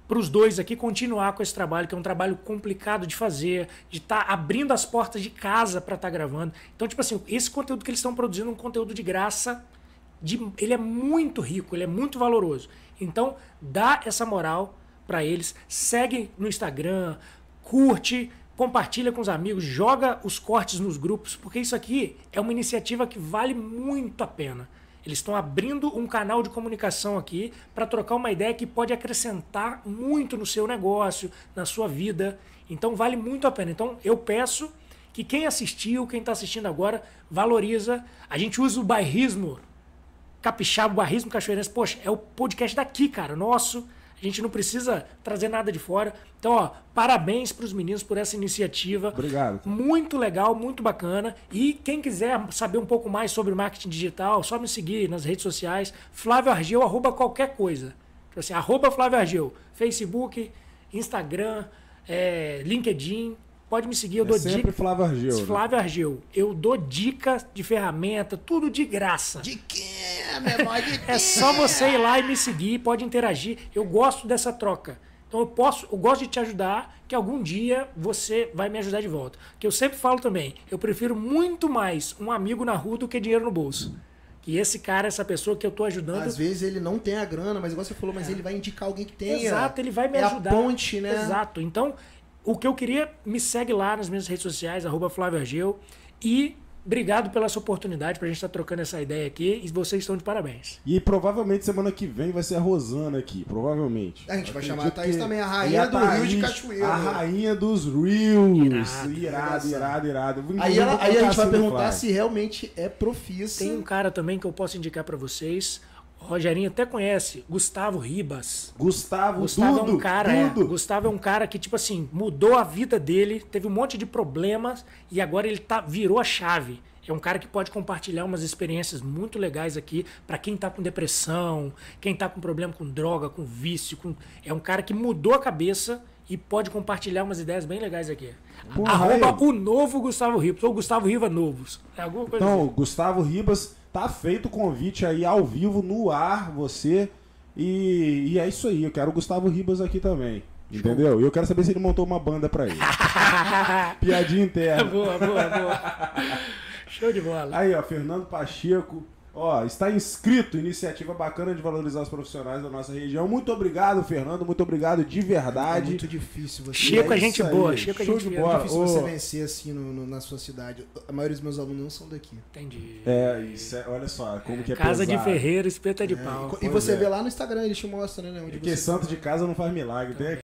para os dois aqui continuar com esse trabalho, que é um trabalho complicado de fazer, de estar tá abrindo as portas de casa para estar tá gravando. Então, tipo assim, esse conteúdo que eles estão produzindo é um conteúdo de graça, de, ele é muito rico, ele é muito valoroso. Então, dá essa moral para eles, segue no Instagram, curte, compartilha com os amigos, joga os cortes nos grupos, porque isso aqui é uma iniciativa que vale muito a pena. Eles estão abrindo um canal de comunicação aqui para trocar uma ideia que pode acrescentar muito no seu negócio, na sua vida. Então vale muito a pena. Então eu peço que quem assistiu, quem está assistindo agora, valoriza. A gente usa o bairrismo capixaba, o bairrismo cachoeirense. Poxa, é o podcast daqui, cara, nosso. A gente não precisa trazer nada de fora. Então, ó, parabéns para os meninos por essa iniciativa. Obrigado. Muito legal, muito bacana. E quem quiser saber um pouco mais sobre marketing digital, só me seguir nas redes sociais. Flávio Argel, arroba qualquer coisa. Então, assim, arroba Flávio Argel. Facebook, Instagram, é, LinkedIn. Pode me seguir, eu é dou sempre dicas. Flávio Argel. Flávio Argel. Eu dou dicas de ferramenta, tudo de graça. De quê, meu irmão? De quê? É só você ir lá e me seguir, pode interagir. Eu gosto dessa troca. Então eu posso, eu gosto de te ajudar, que algum dia você vai me ajudar de volta. Que eu sempre falo também, eu prefiro muito mais um amigo na rua do que dinheiro no bolso. Que esse cara, essa pessoa que eu tô ajudando... Às vezes ele não tem a grana, mas igual você falou, mas é. ele vai indicar alguém que tenha. Exato, ele vai me é ajudar. A ponte, né? Exato. Então, o que eu queria, me segue lá nas minhas redes sociais, arroba Flávio Argel. E obrigado pela sua oportunidade pra gente estar trocando essa ideia aqui. E vocês estão de parabéns. E provavelmente semana que vem vai ser a Rosana aqui, provavelmente. A gente vai Acredito chamar a Thaís que... também, a E rainha a do Thaís, Rio de Cachoeiro. A rainha dos Reels. Irado, Irado, irado, irado. Aí, ela, aí a gente vai Assim, perguntar Flávio. se realmente é profissa. Tem um cara também que eu posso indicar pra vocês. O Rogerinho até conhece, Gustavo Ribas. Gustavo, Gustavo tudo, é um cara, tudo. é, Gustavo é um cara que, tipo assim, mudou a vida dele, teve um monte de problemas e agora ele tá, virou a chave. É um cara que pode compartilhar umas experiências muito legais aqui pra quem tá com depressão, quem tá com problema com droga, com vício. Com... É um cara que mudou a cabeça e pode compartilhar umas ideias bem legais aqui. Porra, Arroba aí. o novo Gustavo Ribas, ou Gustavo Riva Novos. É alguma coisa Então, assim. Gustavo Ribas, tá feito o convite aí ao vivo, no ar, você. E, e é isso aí, eu quero o Gustavo Ribas aqui também. Entendeu? E eu quero saber se ele montou uma banda pra ele. Piadinha interna. Boa, boa, boa. Show de bola. Aí, ó, Fernando Pacheco. Ó, está inscrito, iniciativa bacana de valorizar os profissionais da nossa região. Muito obrigado, Fernando. Muito obrigado de É gente muito difícil você... Chico é É gente isso boa, aí, Chico é show gente de boa. bola. É difícil você Ô. vencer assim no, no- na sua cidade. A maioria dos meus alunos não são daqui. Entendi. É, isso é, olha só, como que é Casa de pesado. Ferreira, espeta de É, pau. e, e Pois você é. vê lá no Instagram, eles te mostram, né? Onde Porque você santo de casa não faz milagre. Tem